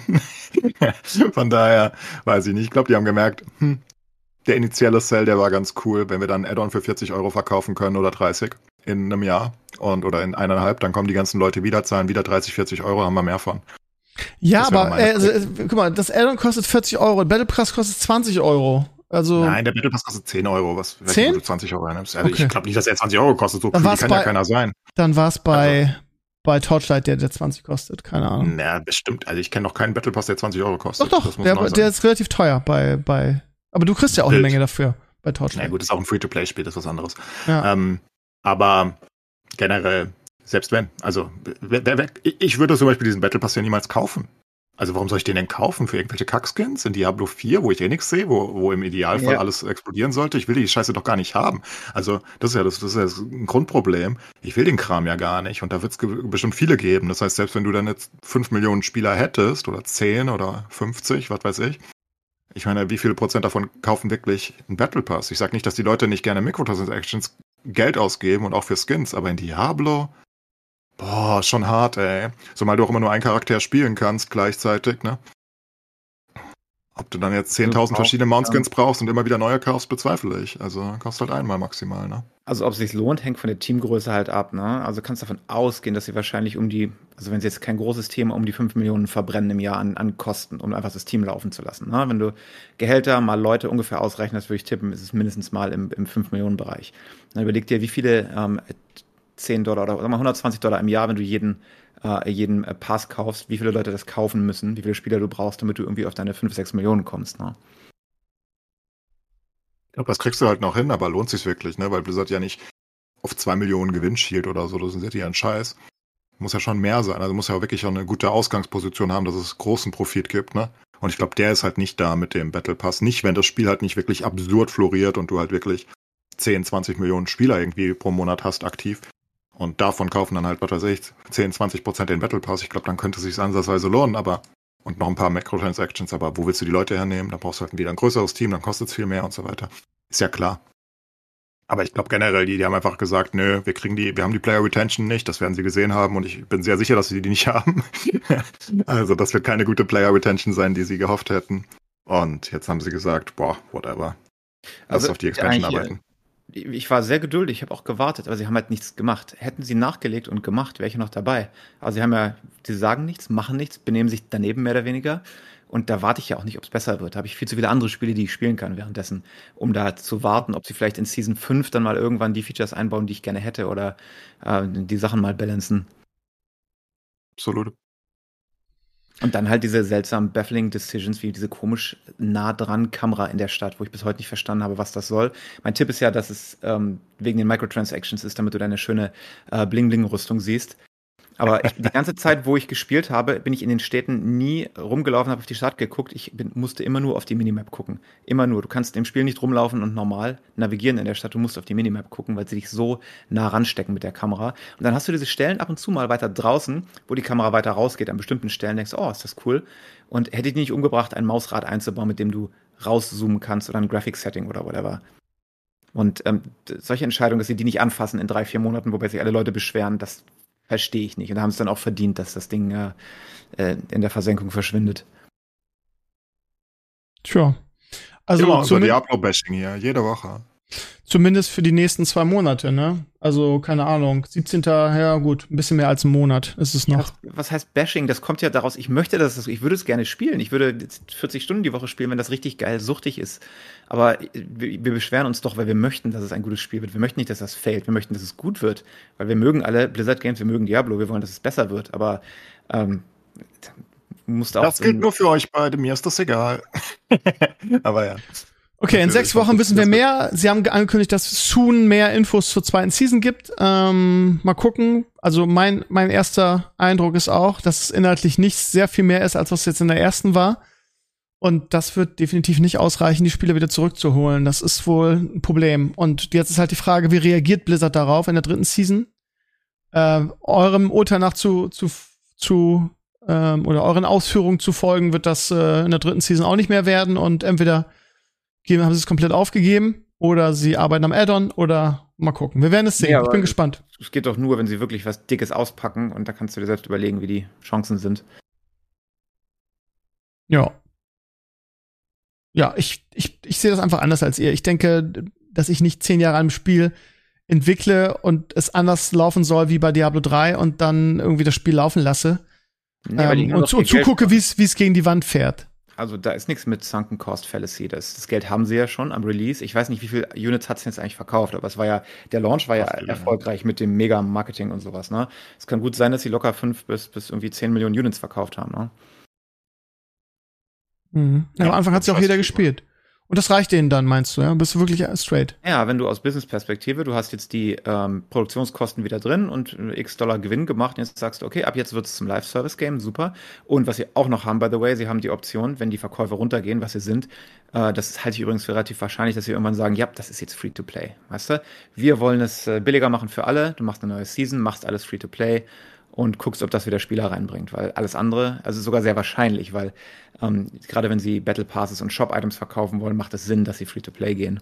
Von daher weiß ich nicht. Ich glaube, die haben gemerkt, hm, der initiale Sell, der war ganz cool. Wenn wir dann ein Add-on für vierzig Euro verkaufen können oder dreißig in einem Jahr und oder in eineinhalb, dann kommen die ganzen Leute wieder, zahlen wieder dreißig, vierzig Euro, haben wir mehr von. Ja, Das wär aber noch meine äh, also, äh, guck mal, das Add-on kostet vierzig Euro, der Battle Pass kostet zwanzig Euro. Also Nein, der Battle Pass kostet zehn Euro, was weiß zehn? ich, wo du zwanzig Euro einnimmst. Also Okay. ich glaube nicht, dass er zwanzig Euro kostet, so Dann viel war's kann bei- ja keiner sein. Dann war's bei bei Torchlight, der der zwanzig kostet, keine Ahnung. Na, bestimmt. Also ich kenne noch keinen Battle Pass, der zwanzig Euro kostet. Doch, doch, Das muss der, neu sein. der ist relativ teuer bei bei aber du kriegst ja auch eine Wild. Menge dafür bei Na Torchlight. gut, ist auch ein Free-to-Play-Spiel, das ist was anderes. Ja. Ähm, aber generell, selbst wenn, also wer, wer, wer, ich würde zum Beispiel diesen Battle Pass ja niemals kaufen. Also warum soll ich den denn kaufen? Für irgendwelche Kackskins in Diablo vier, wo ich eh nichts sehe, wo, wo im Idealfall Ja. alles explodieren sollte? Ich will die Scheiße doch gar nicht haben. Also das ist ja das, das ist ja ein Grundproblem. Ich will den Kram ja gar nicht und da wird es ge- bestimmt viele geben. Das heißt, selbst wenn du dann jetzt fünf Millionen Spieler hättest oder zehn oder fünfzig, was weiß ich, ich meine, wie viele Prozent davon kaufen wirklich einen Battle Pass? Ich sag nicht, dass die Leute nicht gerne Microtransactions Geld ausgeben und auch für Skins, aber in Diablo, boah, schon hart, ey. Zumal du auch immer nur einen Charakter spielen kannst gleichzeitig, ne? Ob du dann jetzt zehntausend brauchst, verschiedene Mount-Skins brauchst und immer wieder neue kaufst, bezweifle ich. Also kostet halt einmal maximal, ne? Also ob es sich lohnt, hängt von der Teamgröße halt ab, ne? Also kannst davon ausgehen, dass sie wahrscheinlich um die, also wenn sie jetzt kein großes Team, um die fünf Millionen verbrennen im Jahr an, an Kosten, um einfach das Team laufen zu lassen. Ne? Wenn du Gehälter mal Leute ungefähr ausrechnest, würde ich tippen, ist es mindestens mal im, im fünf Millionen Bereich. Dann überleg dir, wie viele ähm, zehn Dollar oder sag mal hundertzwanzig Dollar im Jahr, wenn du jeden, äh, jeden äh, Pass kaufst, wie viele Leute das kaufen müssen, wie viele Spieler du brauchst, damit du irgendwie auf deine fünf, sechs Millionen kommst. Ne? Ich glaube, das kriegst du halt noch hin, aber lohnt sich wirklich, ne? Weil Blizzard ja nicht auf zwei Millionen Gewinn schielt oder so, das ist ja ein Scheiß. Muss ja schon mehr sein. Also muss ja wirklich auch eine gute Ausgangsposition haben, dass es großen Profit gibt, ne? Und ich glaube, der ist halt nicht da mit dem Battle Pass. Nicht, wenn das Spiel halt nicht wirklich absurd floriert und du halt wirklich zehn, zwanzig Millionen Spieler irgendwie pro Monat hast aktiv. Und davon kaufen dann halt, was weiß ich, zehn, zwanzig Prozent den Battle Pass. Ich glaube, dann könnte es sich ansatzweise lohnen, aber und noch ein paar Microtransactions, aber wo willst du die Leute hernehmen? Dann brauchst du halt wieder ein größeres Team, dann kostet es viel mehr und so weiter. Ist ja klar. Aber ich glaube generell, die, die haben einfach gesagt, nö, wir kriegen die, wir haben die Player Retention nicht, das werden sie gesehen haben und ich bin sehr sicher, dass sie die nicht haben. Also das wird keine gute Player Retention sein, die sie gehofft hätten. Und jetzt haben sie gesagt, boah, whatever. Lass Also, auf die Expansion eigentlich, arbeiten. Ich war sehr geduldig, ich habe auch gewartet, aber sie haben halt nichts gemacht. Hätten sie nachgelegt und gemacht, wäre ich noch dabei. Also sie haben ja, sie sagen nichts, machen nichts, benehmen sich daneben mehr oder weniger. Und da warte ich ja auch nicht, ob es besser wird. Da habe ich viel zu viele andere Spiele, die ich spielen kann währenddessen, um da zu warten, ob sie vielleicht in Season fünf dann mal irgendwann die Features einbauen, die ich gerne hätte oder äh, die Sachen mal balancen. Absolut. Und dann halt diese seltsamen baffling Decisions, wie diese komisch nah dran Kamera in der Stadt, wo ich bis heute nicht verstanden habe, was das soll. Mein Tipp ist ja, dass es ähm, wegen den Microtransactions ist, damit du deine schöne äh, Bling-Bling-Rüstung siehst. Aber ich, die ganze Zeit, wo ich gespielt habe, bin ich in den Städten nie rumgelaufen, habe auf die Stadt geguckt. Ich bin, musste immer nur auf die Minimap gucken. Immer nur. Du kannst im Spiel nicht rumlaufen und normal navigieren in der Stadt. Du musst auf die Minimap gucken, weil sie dich so nah ranstecken mit der Kamera. Und dann hast du diese Stellen ab und zu mal weiter draußen, wo die Kamera weiter rausgeht. An bestimmten Stellen denkst du, oh, ist das cool. Und hätte ich die nicht umgebracht, ein Mausrad einzubauen, mit dem du rauszoomen kannst oder ein Graphics-Setting oder whatever. Und ähm, solche Entscheidungen, dass sie die nicht anfassen in drei, vier Monaten, wobei sich alle Leute beschweren, das verstehe ich nicht. Und da haben es dann auch verdient, dass das Ding äh, in der Versenkung verschwindet. Tja. Also Immer unser zumindest, Diablo-Bashing hier, jede Woche. zumindest für die nächsten zwei Monate, ne? Also, keine Ahnung, siebzehnten Ja gut, ein bisschen mehr als ein Monat ist es noch. Was, was heißt Bashing? Das kommt ja daraus, ich möchte das, ich würde es gerne spielen. Ich würde vierzig Stunden die Woche spielen, wenn das richtig geil suchtig ist. Aber wir, wir beschweren uns doch, weil wir möchten, dass es ein gutes Spiel wird. Wir möchten nicht, dass das failt. Wir möchten, dass es gut wird. Weil wir mögen alle Blizzard Games, wir mögen Diablo, wir wollen, dass es besser wird. Aber ähm, musst auch. Das gilt nur für euch beide, mir ist das egal. Aber ja. Okay, in sechs Wochen wissen wir mehr. Sie haben angekündigt, dass es soon mehr Infos zur zweiten Season gibt. Ähm, mal gucken. Also mein, mein erster Eindruck ist auch, dass es inhaltlich nicht sehr viel mehr ist, als was jetzt in der ersten war. Und das wird definitiv nicht ausreichen, die Spieler wieder zurückzuholen. Das ist wohl ein Problem. Und jetzt ist halt die Frage, wie reagiert Blizzard darauf in der dritten Season? Äh, eurem Urteil nach zu, zu, zu ähm, oder euren Ausführungen zu folgen, wird das äh, in der dritten Season auch nicht mehr werden. Und entweder haben sie es komplett aufgegeben oder sie arbeiten am Add-on oder mal gucken. Wir werden es sehen. Ja, ich bin gespannt. Es geht doch nur, wenn sie wirklich was Dickes auspacken und da kannst du dir selbst überlegen, wie die Chancen sind. Ja. Ja, ich, ich, ich sehe das einfach anders als ihr. Ich denke, dass ich nicht zehn Jahre an einem Spiel entwickle und es anders laufen soll wie bei Diablo drei und dann irgendwie das Spiel laufen lasse. Nee, ähm, und, zu, und zugucke, wie es gegen die Wand fährt. Also da ist nichts mit Sunken Cost Fallacy. Das, das Geld haben sie ja schon am Release. Ich weiß nicht, wie viele Units hat es jetzt eigentlich verkauft, aber es war ja, der Launch war ja Ach, erfolgreich ja. mit dem Mega-Marketing und sowas, ne? Es kann gut sein, dass sie locker fünf bis, bis irgendwie zehn Millionen Units verkauft haben, ne? Mhm. Ja, am Anfang hat sie auch jeder gespielt. Und das reicht denen dann, meinst du, ja? Bist du wirklich straight? Ja, wenn du aus Business-Perspektive, du hast jetzt die ähm, Produktionskosten wieder drin und x Dollar Gewinn gemacht und jetzt sagst du, okay, ab jetzt wird es zum Live-Service-Game, super. Und was sie auch noch haben, by the way, sie haben die Option, wenn die Verkäufe runtergehen, was sie sind, äh, das halte ich übrigens für relativ wahrscheinlich, dass sie irgendwann sagen, ja, das ist jetzt Free-to-Play, weißt du? Wir wollen es äh, billiger machen für alle, du machst eine neue Season, machst alles Free-to-Play und guckst, ob das wieder Spieler reinbringt, weil alles andere, also sogar sehr wahrscheinlich, weil ähm, gerade wenn sie Battle Passes und Shop-Items verkaufen wollen, macht es Sinn, dass sie Free-to-Play gehen.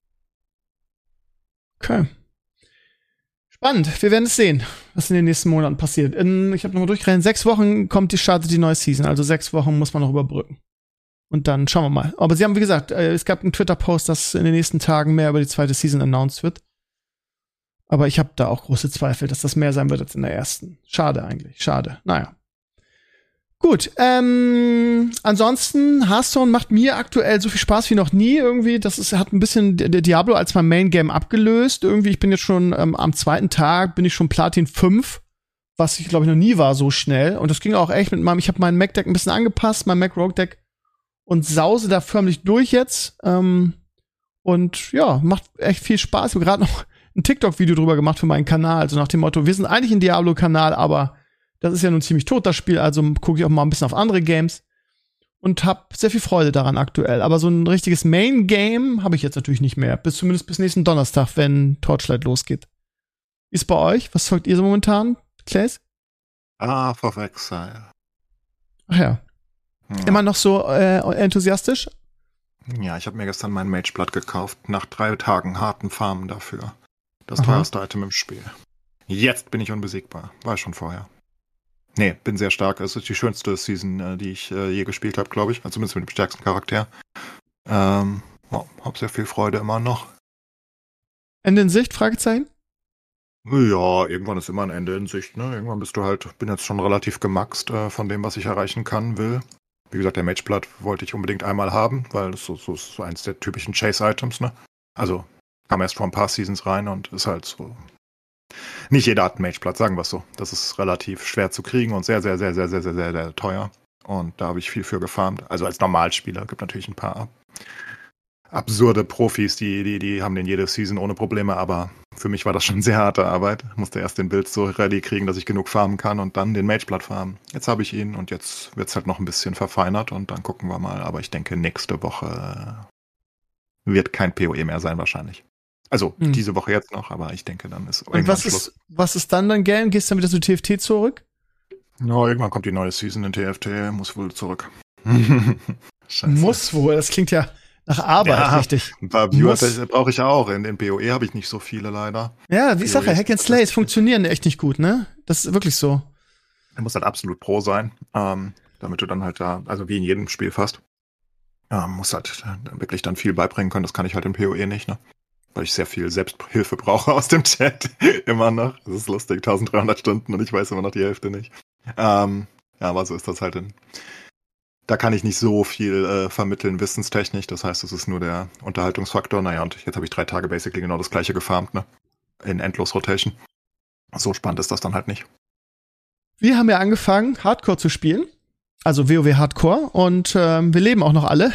Okay. Spannend. Wir werden es sehen, was in den nächsten Monaten passiert. In, ich habe nochmal durchgerechnet, in sechs Wochen kommt die startet die neue Season, also sechs Wochen muss man noch überbrücken. Und dann schauen wir mal. Aber sie haben, wie gesagt, äh, es gab einen Twitter-Post, dass in den nächsten Tagen mehr über die zweite Season announced wird. Aber ich habe da auch große Zweifel, dass das mehr sein wird als in der ersten. Schade eigentlich, schade. Naja. Gut, ähm, ansonsten, Hearthstone macht mir aktuell so viel Spaß wie noch nie irgendwie. Das ist, hat ein bisschen der Diablo als mein Main-Game abgelöst. Irgendwie, ich bin jetzt schon ähm, am zweiten Tag, bin ich schon Platin fünf, was ich, glaube ich, noch nie war so schnell. Und das ging auch echt mit meinem, ich habe mein Mac-Deck ein bisschen angepasst, mein Mac-Rogue-Deck und sause da förmlich durch jetzt. Ähm, und ja, macht echt viel Spaß. Ich habe gerade noch ein TikTok-Video drüber gemacht für meinen Kanal, also nach dem Motto, wir sind eigentlich ein Diablo-Kanal, aber Das ist ja nun ziemlich tot, das Spiel, also gucke ich auch mal ein bisschen auf andere Games und habe sehr viel Freude daran aktuell. Aber so ein richtiges Main-Game habe ich jetzt natürlich nicht mehr. Bis zumindest bis nächsten Donnerstag, wenn Torchlight losgeht. Wie ist bei euch? Was zockt ihr so momentan, Claes? Path of Exile. Ach ja. Ja. Immer noch so äh, enthusiastisch? Ja, ich habe mir gestern mein Mageblood gekauft, nach drei Tagen harten Farmen dafür. Das Aha. teuerste Item im Spiel. Jetzt bin ich unbesiegbar. War ich schon vorher. Nee, bin sehr stark. Es ist die schönste Season, äh, die ich äh, je gespielt habe, glaube ich. Also zumindest mit dem stärksten Charakter. Ähm, wow, hab sehr viel Freude immer noch. Ende in Sicht? Fragezeichen? Ja, irgendwann ist immer ein Ende in Sicht, ne? Irgendwann bist du halt, bin jetzt schon relativ gemaxt äh, von dem, was ich erreichen kann, will. Wie gesagt, der Mageblood wollte ich unbedingt einmal haben, weil das so, so ist so eins der typischen Chase-Items, ne? Also kam erst vor ein paar Seasons rein und ist halt so. Nicht jeder hat einen Mageblood, sagen wir es so. Das ist relativ schwer zu kriegen und sehr, sehr, sehr, sehr, sehr, sehr, sehr, sehr teuer. Und da habe ich viel für gefarmt. Also als Normalspieler gibt natürlich ein paar absurde Profis, die, die, die haben den jede Season ohne Probleme, aber für mich war das schon sehr harte Arbeit. Ich musste erst den Build so ready kriegen, dass ich genug farmen kann und dann den Mageblood farmen. Jetzt habe ich ihn und jetzt wird es halt noch ein bisschen verfeinert und dann gucken wir mal. Aber ich denke, nächste Woche wird kein P O E mehr sein wahrscheinlich. Also hm. diese Woche jetzt noch, aber ich denke, dann ist und irgendwann was Schluss. Ist, was ist dann dein Game? Gehst du dann wieder zu T F T zurück? No, irgendwann kommt die neue Season in T F T, muss wohl zurück. Scheiße. Muss wohl, das klingt ja nach Arbeit, ja, richtig. Ein paar Viewer brauche ich ja auch. In den P O E habe ich nicht so viele leider. Ja, wie ich sage, Hack and Slays funktionieren echt nicht gut, ne? Das ist wirklich so. Du musst halt absolut pro sein, ähm, damit du dann halt da, also wie in jedem Spiel fast, ähm, musst halt wirklich dann viel beibringen können. Das kann ich halt im P O E nicht, ne? Weil ich sehr viel Selbsthilfe brauche aus dem Chat. Immer noch. Das ist lustig, dreizehnhundert Stunden und ich weiß immer noch die Hälfte nicht. Ähm, ja, aber so ist das halt in. Da kann ich nicht so viel äh, vermitteln, wissenstechnisch. Das heißt, es ist nur der Unterhaltungsfaktor. Naja, und jetzt habe ich drei Tage basically genau das gleiche gefarmt, ne? In Endlos-Rotation. So spannend ist das dann halt nicht. Wir haben ja angefangen, Hardcore zu spielen. Also WoW Hardcore. Und ähm, wir leben auch noch alle.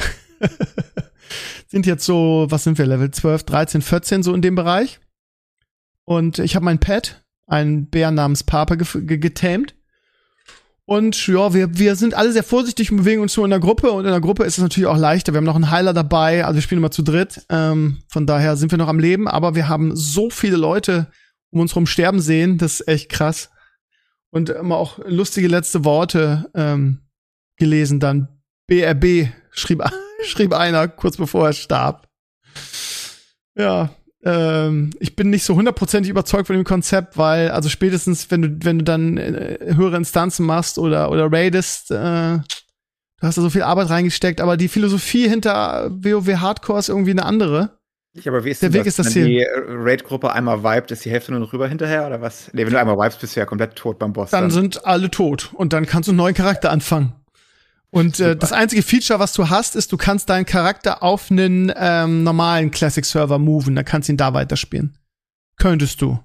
Sind jetzt so, was sind wir, Level zwölf, dreizehn, vierzehn, so in dem Bereich. Und ich habe mein Pet, einen Bär namens Pape, ge- ge- getamed. Und ja, wir, wir sind alle sehr vorsichtig und bewegen uns so in der Gruppe. Und in der Gruppe ist es natürlich auch leichter. Wir haben noch einen Heiler dabei, also wir spielen immer zu dritt. Ähm, von daher sind wir noch am Leben. Aber wir haben so viele Leute um uns rum sterben sehen, das ist echt krass. Und immer auch lustige letzte Worte ähm, gelesen dann. B R B schrieb, schrieb einer kurz bevor er starb. Ja, ähm, ich bin nicht so hundertprozentig überzeugt von dem Konzept, weil, also spätestens, wenn du, wenn du dann äh, höhere Instanzen machst oder, oder raidest, äh, du hast da so viel Arbeit reingesteckt, aber die Philosophie hinter WoW Hardcore ist irgendwie eine andere. Ich, aber wie ist Der denn Weg das, ist das wenn hier. die Raid-Gruppe einmal vibet, ist die Hälfte nur noch rüber hinterher oder was? Nee, wenn du einmal vibest, bist du ja komplett tot beim Boss. Dann, dann sind alle tot und dann kannst du einen neuen Charakter anfangen. Und äh, das einzige Feature, was du hast, ist, du kannst deinen Charakter auf einen ähm, normalen Classic-Server moven. Dann kannst du ihn da weiterspielen. Könntest du.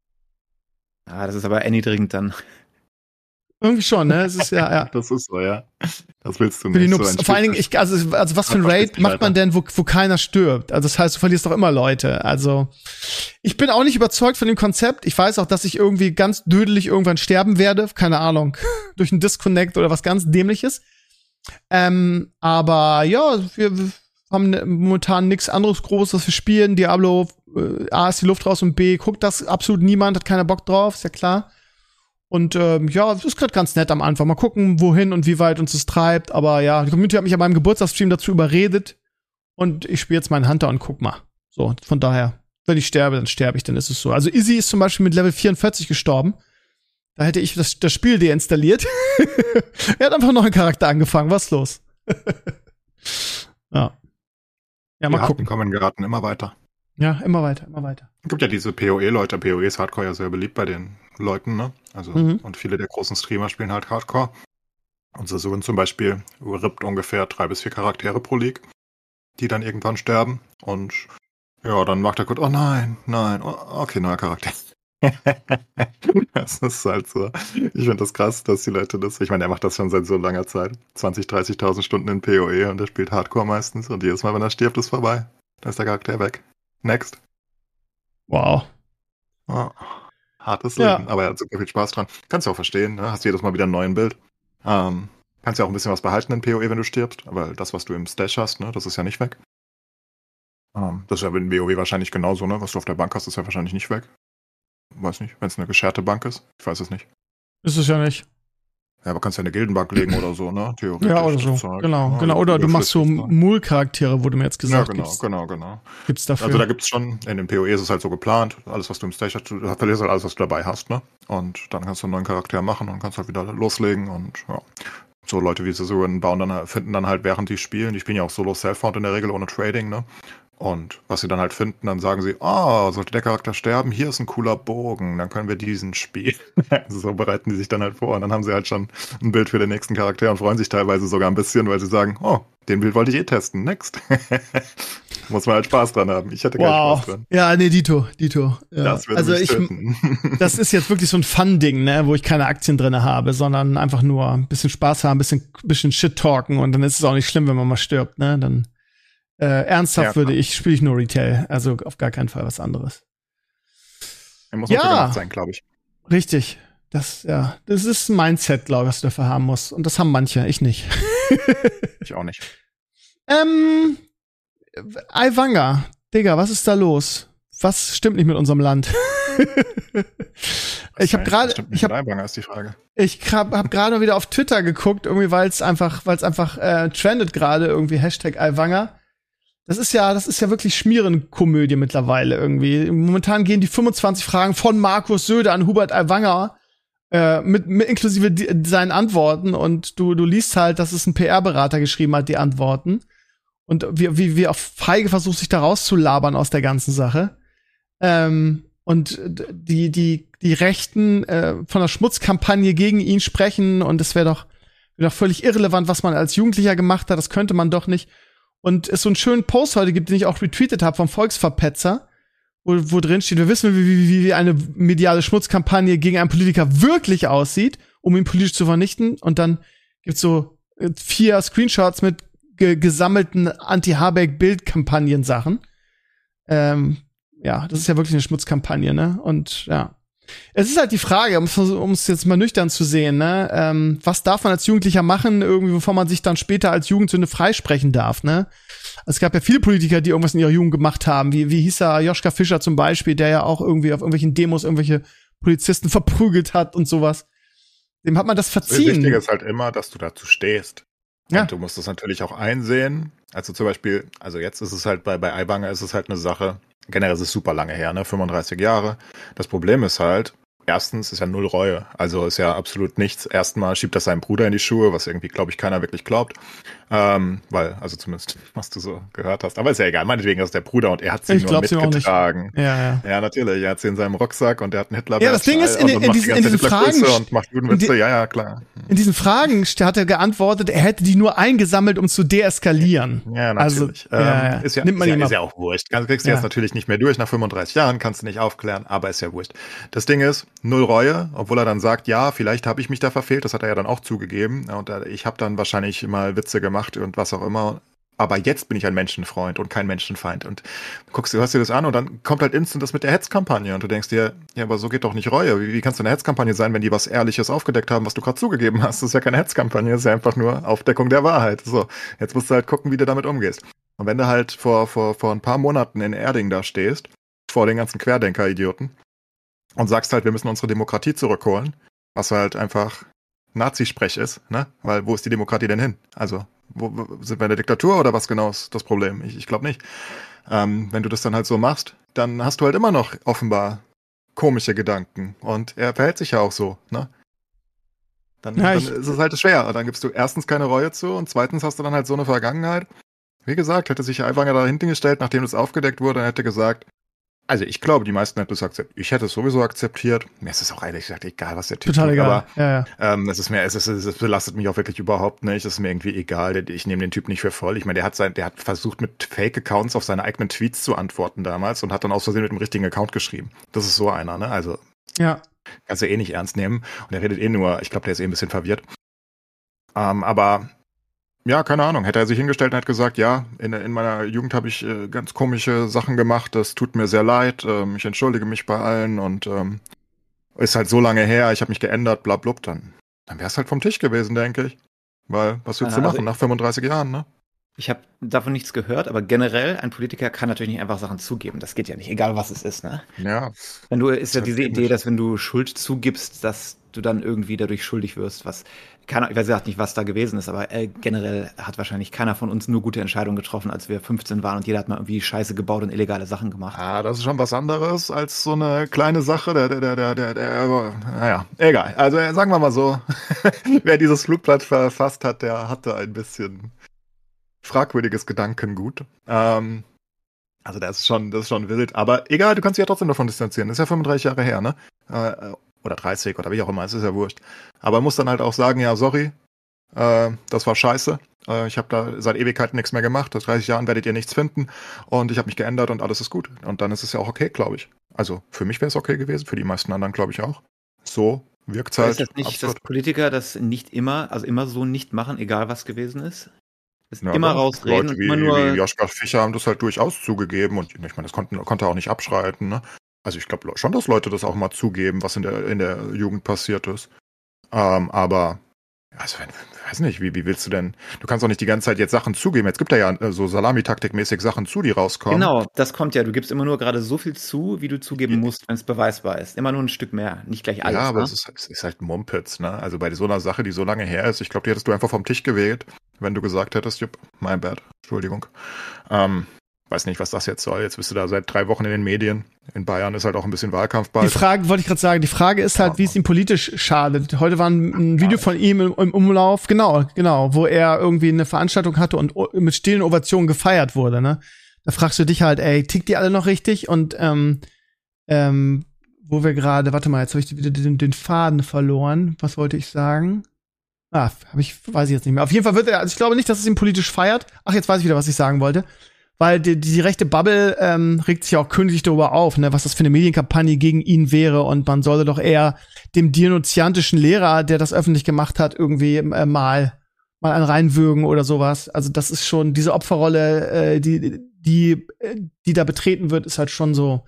Ah, das ist aber erniedrigend dann. Irgendwie schon, ne? Es ist ja, ja. Das ist so, ja. Das willst du Für die nicht. Noobs. So ein Vor allen Dingen, Spiel- ich, also, also was für ein Raid macht man denn, wo, wo keiner stirbt? Also das heißt, du verlierst doch immer Leute. Also ich bin auch nicht überzeugt von dem Konzept. Ich weiß auch, dass ich irgendwie ganz dödelig irgendwann sterben werde. Keine Ahnung. Durch einen Disconnect oder was ganz Dämliches. Ähm, aber ja, wir, wir haben ne, momentan nichts anderes Großes, was wir spielen. Diablo, äh, A ist die Luft raus und B guckt das absolut niemand, hat keiner Bock drauf, ist ja klar. Und ähm, ja, es ist gerade ganz nett am Anfang. Mal gucken, wohin und wie weit uns das treibt. Aber ja, die Community hat mich an meinem Geburtstagsstream dazu überredet. Und ich spiele jetzt meinen Hunter und guck mal. So, von daher, wenn ich sterbe, dann sterbe ich, dann ist es so. Also Izzy ist zum Beispiel mit Level vierundvierzig gestorben. Da hätte ich das, das Spiel deinstalliert. Er hat einfach noch einen Charakter angefangen. Was ist los? Ja. Ja, mal Die gucken. Harten kommen geraten immer weiter. Ja, immer weiter, immer weiter. Es gibt ja diese P O E-Leute. P O E ist Hardcore ja sehr beliebt bei den Leuten, ne? Also, Mhm. und viele der großen Streamer spielen halt Hardcore. Unser Sohn zum Beispiel rippt ungefähr drei bis vier Charaktere pro League, die dann irgendwann sterben. Und ja, dann macht er kurz, oh nein, nein, oh, okay, neuer Charakter. Das ist halt so. Ich finde das krass, dass die Leute das. Ich meine, er macht das schon seit so langer Zeit. zwanzig, dreißigtausend Stunden in P O E und er spielt Hardcore meistens. Und jedes Mal, wenn er stirbt, ist vorbei. Dann ist der Charakter weg. Next. Wow. Oh. hartes Ja. Leben, aber er hat super viel Spaß dran. Kannst du auch verstehen, ne? Hast jedes Mal wieder ein neues Bild. Ähm, kannst ja auch ein bisschen was behalten in P O E, wenn du stirbst, aber das, was du im Stash hast, ne, das ist ja nicht weg. Ähm, das ist ja in W O E wahrscheinlich genauso, ne? Was du auf der Bank hast, ist ja wahrscheinlich nicht weg. Weiß nicht, wenn es eine gescherte Bank ist. Ich weiß es nicht. Ist es ja nicht. Ja, aber kannst ja eine Gildenbank legen oder so, ne? Theoretisch. Ja, oder das so. ist halt, Genau, ne, genau. Oder du machst so überflüssig, ne? Mul-Charaktere, wurde mir jetzt Ja, gesagt. genau, gibt's, genau, genau. gibt's dafür. Also da gibt's schon, in dem P O E ist es halt so geplant, alles, was du im Stage hast, du verlierst halt alles, was du dabei hast, ne? Und dann kannst du einen neuen Charakter machen und kannst halt wieder loslegen und ja. So Leute wie Sazerac bauen dann halt- finden dann halt, während die spielen, die spielen ja auch solo Self-Found in der Regel ohne Trading, ne? Und was sie dann halt finden, dann sagen sie, ah, sollte der Charakter sterben, hier ist ein cooler Bogen, dann können wir diesen spielen. Also so bereiten die sich dann halt vor und dann haben sie halt schon ein Bild für den nächsten Charakter und freuen sich teilweise sogar ein bisschen, weil sie sagen, oh, den Bild wollte ich eh testen, next. Muss man halt Spaß dran haben. Ich hatte keinen Wow. Spaß dran. Ja, nee, Dito, Dito. Ja. Das würde also mich ich, töten. das ist jetzt wirklich so ein Fun-Ding, ne, wo ich keine Aktien drin habe, sondern einfach nur ein bisschen Spaß haben, ein bisschen, bisschen Shit-talken und dann ist es auch nicht schlimm, wenn man mal stirbt, ne, dann äh, ernsthaft Ja, würde klar. ich, spiele ich nur Retail, also auf gar keinen Fall was anderes. Er muss Ja. noch gemacht sein, glaube ich. Richtig. Das, ja, das ist ein Mindset, glaube ich, was du dafür haben musst. Und das haben manche, ich nicht. Ich auch nicht. ähm, Aiwanger, Digga, was ist da los? Was stimmt nicht mit unserem Land? ich habe gerade, ich habe Einbanger ist die Frage. Ich hab, hab gerade wieder auf Twitter geguckt, irgendwie, weil es einfach, weil es einfach äh, trendet gerade irgendwie Hashtag Aiwanger. Das ist ja, das ist ja wirklich Schmierenkomödie mittlerweile irgendwie. Momentan gehen die fünfundzwanzig Fragen von Markus Söder an Hubert Aiwanger äh, mit, mit inklusive die, seinen Antworten und du du liest halt, dass es ein P R-Berater geschrieben hat, die Antworten und wie wie wie auf feige versucht sich da rauszulabern aus der ganzen Sache. Ähm, und die die die Rechten äh, von der Schmutzkampagne gegen ihn sprechen und es wäre doch, wär doch völlig irrelevant, was man als Jugendlicher gemacht hat, das könnte man doch nicht. Und es so einen schönen Post heute gibt, den ich auch retweetet habe vom Volksverpetzer, wo, wo drin steht, wir wissen, wie, wie, wie eine mediale Schmutzkampagne gegen einen Politiker wirklich aussieht, um ihn politisch zu vernichten. Und dann gibt's so vier Screenshots mit ge gesammelten Anti-Habeck-Bildkampagnen-Sachen. Ähm, ja, das ist ja wirklich eine Schmutzkampagne, ne? Und ja. Es ist halt die Frage, um es jetzt mal nüchtern zu sehen, ne? Ähm, was darf man als Jugendlicher machen, irgendwie, bevor man sich dann später als Jugendsünde freisprechen darf, ne? Es gab ja viele Politiker, die irgendwas in ihrer Jugend gemacht haben, wie, wie hieß er, Joschka Fischer zum Beispiel, der ja auch irgendwie auf irgendwelchen Demos irgendwelche Polizisten verprügelt hat und sowas. Dem hat man das verziehen. Wichtig ist halt immer, dass du dazu stehst. Und Ja. du musst das natürlich auch einsehen. Also zum Beispiel, also jetzt ist es halt bei, bei Aiwanger ist es halt eine Sache, generell ist es super lange her, ne, fünfunddreißig Jahre. Das Problem ist halt, erstens ist ja null Reue, also ist ja absolut nichts. Erstmal schiebt das seinem Bruder in die Schuhe, was irgendwie, glaube ich, keiner wirklich glaubt. Ähm, weil, also zumindest, was du so gehört hast. Aber ist ja egal, meinetwegen ist es der Bruder und er hat sie Ich nur glaub's ihm auch nicht. mitgetragen. Ja, ja. Ja, natürlich, er hat sie in seinem Rucksack und er hat einen hitler Ja, das Ding ist, in den- in diesen- in diesen Fragen und macht guten in die- Witze, ja, ja, klar. In diesen Fragen hat er geantwortet, er hätte die nur eingesammelt, um zu deeskalieren. Ja, Also, natürlich. ja, ja. Ähm, ist ja, Nimmt man ist, ihm ja, ab. ist ja auch wurscht. Du kriegst du Ja. jetzt natürlich nicht mehr durch. Nach fünfunddreißig Jahren kannst du nicht aufklären, aber ist ja wurscht. Das Ding ist, null Reue, obwohl er dann sagt, ja, vielleicht habe ich mich da verfehlt. Das hat er ja dann auch zugegeben. Und äh, ich habe dann wahrscheinlich mal Witze gemacht und was auch immer. Aber jetzt bin ich ein Menschenfreund und kein Menschenfeind. Und guckst du, hörst dir das an und dann kommt halt instant das mit der Hetzkampagne. Und du denkst dir, ja, aber so geht doch nicht Reue. Wie, wie kannst du eine Hetzkampagne sein, wenn die was Ehrliches aufgedeckt haben, was du gerade zugegeben hast? Das ist ja keine Hetzkampagne, das ist ja einfach nur Aufdeckung der Wahrheit. So, jetzt musst du halt gucken, wie du damit umgehst. Und wenn du halt vor, vor, vor ein paar Monaten in Erding da stehst, vor den ganzen Querdenker-Idioten, und sagst halt, wir müssen unsere Demokratie zurückholen, was halt einfach Nazisprech ist, ne? Weil wo ist die Demokratie denn hin? Also, wo, wo, sind wir in der Diktatur oder was genau ist das Problem? Ich, ich glaube nicht. Ähm, wenn du das dann halt so machst, dann hast du halt immer noch offenbar komische Gedanken. Und er verhält sich ja auch so, ne? Dann, Ja, dann ich- ist es halt schwer. Dann gibst du erstens keine Reue zu und zweitens hast du dann halt so eine Vergangenheit. Wie gesagt, hätte sich Aiwanger da hinten gestellt, nachdem das aufgedeckt wurde, und hätte gesagt, also ich glaube, die meisten hätten es akzeptiert. Ich hätte es sowieso akzeptiert. Mir ist es auch ehrlich gesagt egal, was der Typ Total tut, egal. aber Ja, ja. ähm, es ist mir, es, ist, es belastet mich auch wirklich überhaupt nicht. Es ist mir irgendwie egal. Ich nehme den Typ nicht für voll. Ich meine, der hat sein, der hat versucht, mit Fake-Accounts auf seine eigenen Tweets zu antworten damals und hat dann aus Versehen mit dem richtigen Account geschrieben. Das ist so einer, ne? Also Ja. kannst du eh nicht ernst nehmen. Und er redet eh nur, ich glaube, der ist eh ein bisschen verwirrt. Ähm, aber ja, keine Ahnung. Hätte er sich hingestellt und hat gesagt, ja, in, in meiner Jugend habe ich äh, ganz komische Sachen gemacht, das tut mir sehr leid, ähm, ich entschuldige mich bei allen und ähm, ist halt so lange her, ich habe mich geändert, bla blub, dann, dann wäre es halt vom Tisch gewesen, denke ich. Weil, was willst du Also machen nach fünfunddreißig Jahren, ne? Ich habe davon nichts gehört, aber generell, ein Politiker kann natürlich nicht einfach Sachen zugeben. Das geht ja nicht, egal was es ist, ne? Ja. Wenn du, ist ja halt diese dämlich. Idee, dass wenn du Schuld zugibst, dass du dann irgendwie dadurch schuldig wirst, was, keiner, ich weiß ja nicht, was da gewesen ist, aber äh, generell hat wahrscheinlich keiner von uns nur gute Entscheidungen getroffen, als wir fünfzehn waren und jeder hat mal irgendwie Scheiße gebaut und illegale Sachen gemacht. Ah, das ist schon was anderes als so eine kleine Sache, der, der, der, der, der, der naja, egal. Also sagen wir mal so, wer dieses Flugblatt verfasst hat, der hatte ein bisschen fragwürdiges Gedankengut. Ähm, also das ist schon, das ist schon wild. Aber egal, du kannst dich ja trotzdem davon distanzieren. Das ist ja fünfunddreißig Jahre her, ne? Äh, oder dreißig oder wie auch immer, es ist ja wurscht. Aber man muss dann halt auch sagen, ja, sorry, äh, das war scheiße. Äh, ich habe da seit Ewigkeiten nichts mehr gemacht. Seit dreißig Jahren werdet ihr nichts finden. Und ich habe mich geändert und alles ist gut. Und dann ist es ja auch okay, glaube ich. Also für mich wäre es okay gewesen, für die meisten anderen glaube ich auch. So wirkt es halt. Ist das nicht, dass Politiker das nicht immer, also immer so nicht machen, egal was gewesen ist? Das Ja, immer doch. rausreden Leute und wie, immer nur. wie Joschka Fischer haben das halt durchaus zugegeben und ich meine, das konnten, konnte er auch nicht abschreiten. Ne? Also ich glaube schon, dass Leute das auch mal zugeben, was in der, in der Jugend passiert ist. Ähm, aber, also ich weiß nicht, wie, wie willst du denn, du kannst doch nicht die ganze Zeit jetzt Sachen zugeben. Jetzt gibt er ja äh, so Salamitaktikmäßig Sachen zu, die rauskommen. Genau, das kommt ja. Du gibst immer nur gerade so viel zu, wie du zugeben musst, wenn es beweisbar ist. Immer nur ein Stück mehr, nicht gleich alles. Ja, aber ne? es, ist, es ist halt Mumpitz, ne? Also bei so einer Sache, die so lange her ist, ich glaube, die hättest du einfach vom Tisch gewählt, wenn du gesagt hättest, jupp, mein bad, Entschuldigung. Ähm, weiß nicht, was das jetzt soll. Jetzt bist du da seit drei Wochen in den Medien. In Bayern ist halt auch ein bisschen Wahlkampf bald. Die Frage, wollte ich gerade sagen, die Frage ist halt, wie es ihm politisch schadet. Heute war ein, ein Video von ihm im, im Umlauf, genau, genau, wo er irgendwie eine Veranstaltung hatte und o- mit stillen Ovationen gefeiert wurde, ne? Da fragst du dich halt, ey, tickt die alle noch richtig? Und ähm, ähm, wo wir gerade, warte mal, jetzt habe ich wieder den, den Faden verloren. Was wollte ich sagen? Ah, hab ich, weiß ich jetzt nicht mehr. Auf jeden Fall wird er, also ich glaube nicht, dass es ihn politisch feiert. Ach, jetzt weiß ich wieder, was ich sagen wollte. Weil die, die rechte Bubble ähm, regt sich ja auch künstlich darüber auf, ne, was das für eine Medienkampagne gegen ihn wäre und man solle doch eher dem denunziantischen Lehrer, der das öffentlich gemacht hat, irgendwie äh, mal mal einen reinwürgen oder sowas. Also das ist schon diese Opferrolle, äh, die die die da betreten wird, ist halt schon so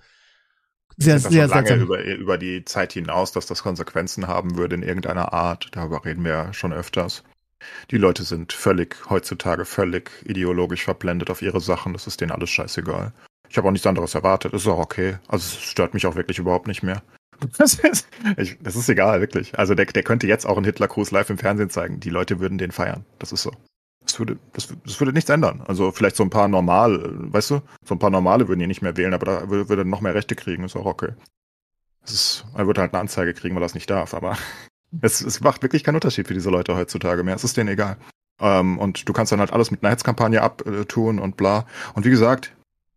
sehr sehr, sehr sehr lange seltsam. über, über die Zeit hinaus, dass das Konsequenzen haben würde in irgendeiner Art. Darüber reden wir ja schon öfters. Die Leute sind völlig, heutzutage völlig ideologisch verblendet auf ihre Sachen. Das ist denen alles scheißegal. Ich habe auch nichts anderes erwartet. Das ist auch okay. Also es stört mich auch wirklich überhaupt nicht mehr. Das ist, ich, das ist egal, wirklich. Also der, der könnte jetzt auch einen Hitlergruß live im Fernsehen zeigen. Die Leute würden den feiern. Das ist so. Das würde, das, das würde nichts ändern. Also vielleicht so ein paar normal, weißt du, so ein paar normale würden ihn nicht mehr wählen, aber da würde, würde er noch mehr Rechte kriegen. Ist auch okay. Das ist, er würde halt eine Anzeige kriegen, weil er es nicht darf, aber Es, es macht wirklich keinen Unterschied für diese Leute heutzutage mehr. Es ist denen egal. Ähm, und du kannst dann halt alles mit einer Hetzkampagne abtun und bla. Und wie gesagt,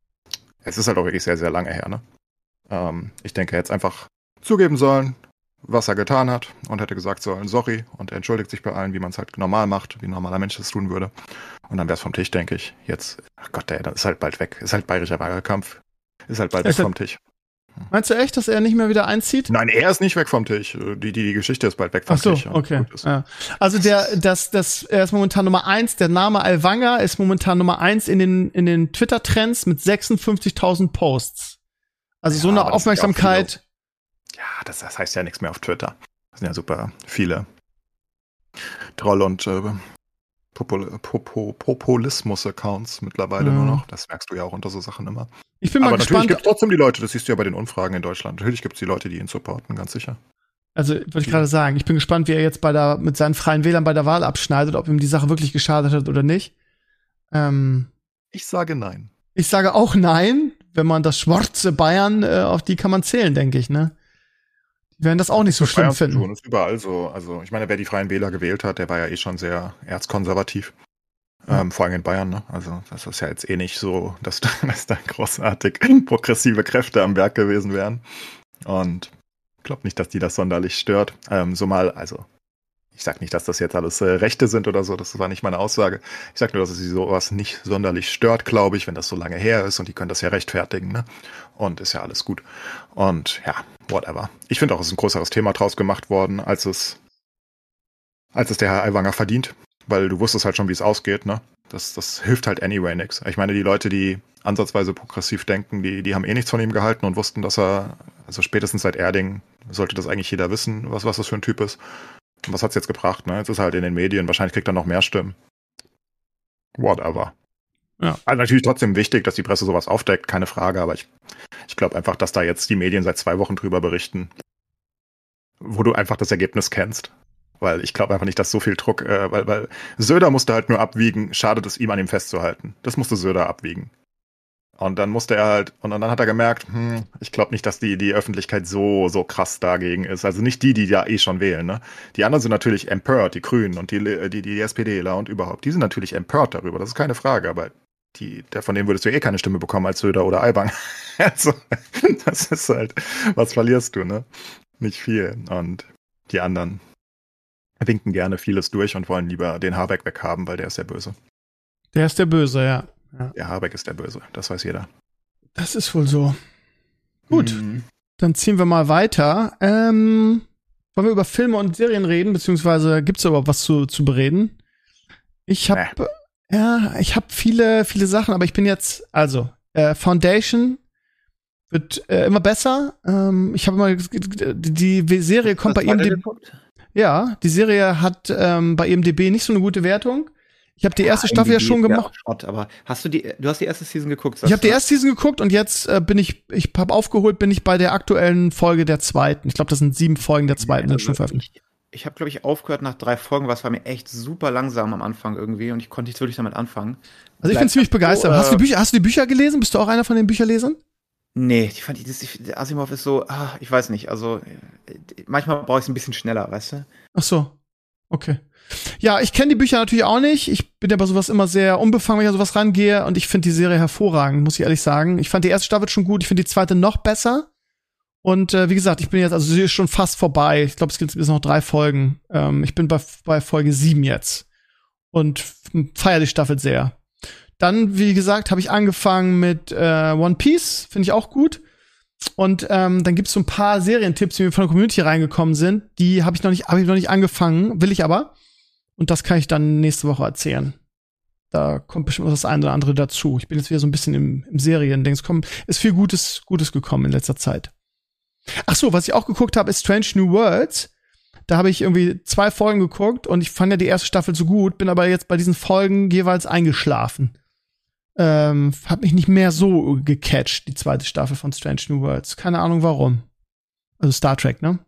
es ist halt auch wirklich sehr, sehr lange her, ne? Ähm, ich denke, er hätte einfach zugeben sollen, was er getan hat und hätte gesagt sollen, sorry, und er entschuldigt sich bei allen, wie man es halt normal macht, wie ein normaler Mensch das tun würde. Und dann wäre es vom Tisch, denke ich. Jetzt, ach Gott, ey, dann ist halt bald weg. Ist halt bayerischer Wahlkampf. Ist halt bald weg vom Tisch. Meinst du echt, dass er nicht mehr wieder einzieht? Nein, er ist nicht weg vom Tisch. Die, die, die Geschichte ist bald weg vom Ach so, Tisch. okay. Ja. Also der, das, das, er ist momentan Nummer eins. Der Name Aiwanger ist momentan Nummer eins in den, in den Twitter-Trends mit sechsundfünfzigtausend Posts. Also Ja, so eine aber das sind ja auch Aufmerksamkeit. Ja, das, das heißt ja nichts mehr auf Twitter. Das sind ja super viele Troll- und äh, Popul Popo Populismus-Accounts mittlerweile Mhm. nur noch. Das merkst du ja auch unter so Sachen immer. Ich bin mal Aber natürlich gespannt. gibt es trotzdem die Leute, das siehst du ja bei den Umfragen in Deutschland. Natürlich gibt es die Leute, die ihn supporten, ganz sicher. Also, wollte ich gerade sagen, ich bin gespannt, wie er jetzt bei der, mit seinen freien Wählern bei der Wahl abschneidet, ob ihm die Sache wirklich geschadet hat oder nicht. Ähm, Ich sage nein. ich sage auch nein, wenn man das schwarze Bayern, äh, auf die kann man zählen, denke ich, ne? Die werden das auch nicht so Mit schlimm Bayern zu finden. tun, ist überall so. Also ich meine, wer die Freien Wähler gewählt hat, der war ja eh schon sehr erzkonservativ. Ja. Ähm, vor allem in Bayern, ne? Also das ist ja jetzt eh nicht so, dass da, dass da großartig progressive Kräfte am Werk gewesen wären. Und ich glaube nicht, dass die das sonderlich stört. Ähm, so mal, also ich sag nicht, dass das jetzt alles äh, Rechte sind oder so, das war nicht meine Aussage. Ich sag nur, dass es sie sowas nicht sonderlich stört, glaube ich, wenn das so lange her ist und die können das ja rechtfertigen, ne? Und ist ja alles gut. Und ja, whatever. Ich finde auch, es ist ein größeres Thema draus gemacht worden, als es als es der Herr Aiwanger verdient, weil du wusstest halt schon, wie es ausgeht, ne? Das, das hilft halt anyway nix. Ich meine, die Leute, die ansatzweise progressiv denken, die, die haben eh nichts von ihm gehalten und wussten, dass er, also spätestens seit Erding, sollte das eigentlich jeder wissen, was, was das für ein Typ ist. Und was hat's jetzt gebracht, ne? Jetzt ist er halt in den Medien, wahrscheinlich kriegt er noch mehr Stimmen. Whatever. Ja. Also natürlich trotzdem wichtig, dass die Presse sowas aufdeckt, keine Frage, aber ich, ich glaube einfach, dass da jetzt die Medien seit zwei Wochen drüber berichten, wo du einfach das Ergebnis kennst. Weil ich glaube einfach nicht, dass so viel Druck, äh, weil, weil Söder musste halt nur abwiegen, schadet es ihm, an ihm festzuhalten. Das musste Söder abwiegen. Und dann musste er halt, und dann hat er gemerkt, hm, ich glaube nicht, dass die, die Öffentlichkeit so, so krass dagegen ist. Also nicht die, die ja eh schon wählen, ne? Die anderen sind natürlich empört, die Grünen und die, die, die SPDler und überhaupt. Die sind natürlich empört darüber, das ist keine Frage, aber die, der, von denen würdest du eh keine Stimme bekommen als Söder oder Aiwanger. Also, das ist halt, was verlierst du, ne? Nicht viel. Und die anderen winken gerne vieles durch und wollen lieber den Habeck weghaben, weil der ist der Böse. Der ist der Böse, ja. ja. Der Habeck ist der Böse, das weiß jeder. Das ist wohl so. Gut, Mhm. dann ziehen wir mal weiter. Ähm, wollen wir über Filme und Serien reden, beziehungsweise gibt's da überhaupt was zu, zu bereden? Ich habe Nee. ja, ich habe viele, viele Sachen, aber ich bin jetzt, also, äh, Foundation wird äh, immer besser. Ähm, ich habe immer die, die Serie kommt bei I M D B. Ja, die Serie hat ähm, bei I M D B nicht so eine gute Wertung. Ich habe die erste Ja, Staffel ja I M D B schon ist ja gemacht. auch Schrott, aber hast du die, du hast die erste Season geguckt? Ich sagst habe die du? erste Season geguckt und jetzt äh, bin ich, ich habe aufgeholt, bin ich bei der aktuellen Folge der zweiten. Ich glaube, das sind sieben Folgen der zweiten, sind schon veröffentlicht. Ich, ich habe, glaube ich, aufgehört nach drei Folgen, was war mir echt super langsam am Anfang irgendwie und ich konnte nicht wirklich damit anfangen. Also ich bin ziemlich begeistert. So, hast, du äh, die Bücher, hast du die Bücher gelesen? Bist du auch einer von den Bücherlesern? Nee, die fand ich, das, ich- Asimov ist so, ah, ich weiß nicht, also äh, manchmal brauche ich es ein bisschen schneller, weißt du? Ach so. Okay. Ja, ich kenne die Bücher natürlich auch nicht. Ich bin ja bei sowas immer sehr unbefangen, wenn ich an sowas rangehe. Und ich finde die Serie hervorragend, muss ich ehrlich sagen. Ich fand die erste Staffel schon gut. Ich finde die zweite noch besser. Und äh, wie gesagt, ich bin jetzt, also sie ist schon fast vorbei. Ich glaube, es gibt jetzt noch drei Folgen. Ähm, ich bin bei, bei Folge sieben jetzt. Und feiere die Staffel sehr. Dann, wie gesagt, habe ich angefangen mit äh, One Piece. Finde ich auch gut. Und ähm, dann gibt's so ein paar Serientipps, die mir von der Community reingekommen sind. Die habe ich noch nicht, habe ich noch nicht angefangen, will ich aber. Und das kann ich dann nächste Woche erzählen. Da kommt bestimmt noch das eine oder andere dazu. Ich bin jetzt wieder so ein bisschen im, im Serien-Dings. Komm, ist viel Gutes, Gutes gekommen in letzter Zeit. Ach so, was ich auch geguckt habe, ist Strange New Worlds. Da habe ich irgendwie zwei Folgen geguckt und ich fand ja die erste Staffel so gut, bin aber jetzt bei diesen Folgen jeweils eingeschlafen. Ähm, hat mich nicht mehr so gecatcht, die zweite Staffel von Strange New Worlds. Keine Ahnung warum. Also Star Trek, ne?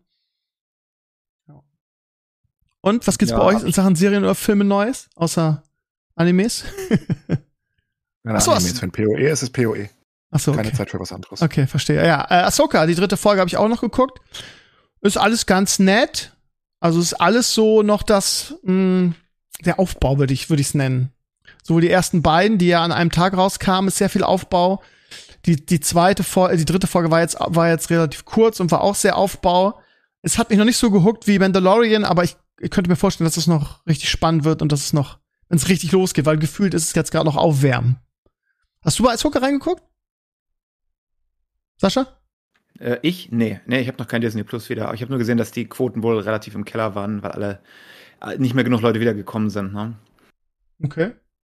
Und was gibt's Ja, bei euch hab in ich- Sachen Serien oder Filme Neues? Außer Animes? Keine Ach so, Ahnung, was- jetzt wenn P O E ist es P O E. Ach so, Keine okay. Zeit für was anderes. Okay, verstehe. Ja, äh, Ahsoka, die dritte Folge habe ich auch noch geguckt. Ist alles ganz nett. Also ist alles so noch das, mh, der Aufbau, würde ich, würde ich es nennen. Sowohl die ersten beiden, die ja an einem Tag rauskamen, ist sehr viel Aufbau. Die, die zweite Folge, die dritte Folge war jetzt, war jetzt relativ kurz und war auch sehr Aufbau. Es hat mich noch nicht so gehuckt wie Mandalorian, aber ich, ich könnte mir vorstellen, dass es noch richtig spannend wird und dass es noch, wenn es richtig losgeht, weil gefühlt ist es jetzt gerade noch aufwärmen. Hast du bei Ahsoka reingeguckt? Sascha? Äh, ich? Nee, nee, ich habe noch kein Disney Plus wieder. Aber ich habe nur gesehen, dass die Quoten wohl relativ im Keller waren, weil alle äh, nicht mehr genug Leute wiedergekommen sind. Ne? Okay.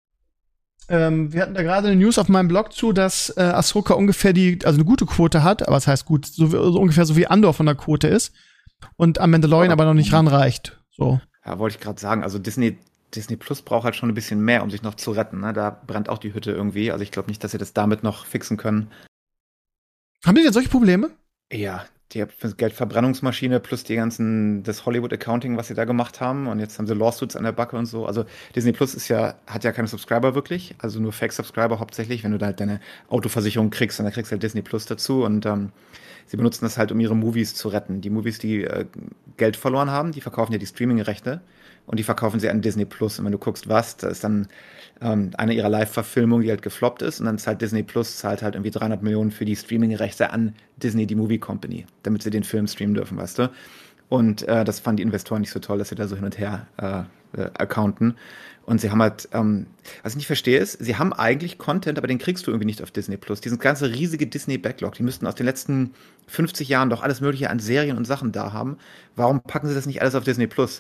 Ähm, wir hatten da gerade eine News auf meinem Blog zu, dass äh, Ahsoka ungefähr die, also eine gute Quote hat, aber was heißt gut, so, wie- so ungefähr so wie Andor von der Quote ist und am Mandalorian aber noch nicht ranreicht. So. Ja, wollte ich gerade sagen. Also Disney, Disney Plus braucht halt schon ein bisschen mehr, um sich noch zu retten. Ne? Da brennt auch die Hütte irgendwie. Also ich glaube nicht, dass sie das damit noch fixen können. Haben die denn solche Probleme? Ja, die Geldverbrennungsmaschine plus die ganzen, das Hollywood-Accounting, was sie da gemacht haben. Und jetzt haben sie Lawsuits an der Backe und so. Also Disney Plus ist ja, hat ja keine Subscriber wirklich. Also nur Fake-Subscriber hauptsächlich. Wenn du da halt deine Autoversicherung kriegst, dann kriegst du halt Disney Plus dazu. Und ähm, sie benutzen das halt, um ihre Movies zu retten. Die Movies, die äh, Geld verloren haben, die verkaufen ja die Streaming-Rechte. Und die verkaufen sie an Disney Plus. Und wenn du guckst, was, da ist dann ähm, eine ihrer Live-Verfilmungen, die halt gefloppt ist. Und dann zahlt Disney Plus, zahlt halt irgendwie dreihundert Millionen für die Streaming-Rechte an Disney, die Movie Company, damit sie den Film streamen dürfen, weißt du. Und äh, das fanden die Investoren nicht so toll, dass sie da so hin und her äh, äh, accounten. Und sie haben halt, ähm, was ich nicht verstehe ist, sie haben eigentlich Content, aber den kriegst du irgendwie nicht auf Disney Plus. Diesen ganze riesige Disney-Backlog, die müssten aus den letzten fünfzig Jahren doch alles mögliche an Serien und Sachen da haben. Warum packen sie das nicht alles auf Disney Plus?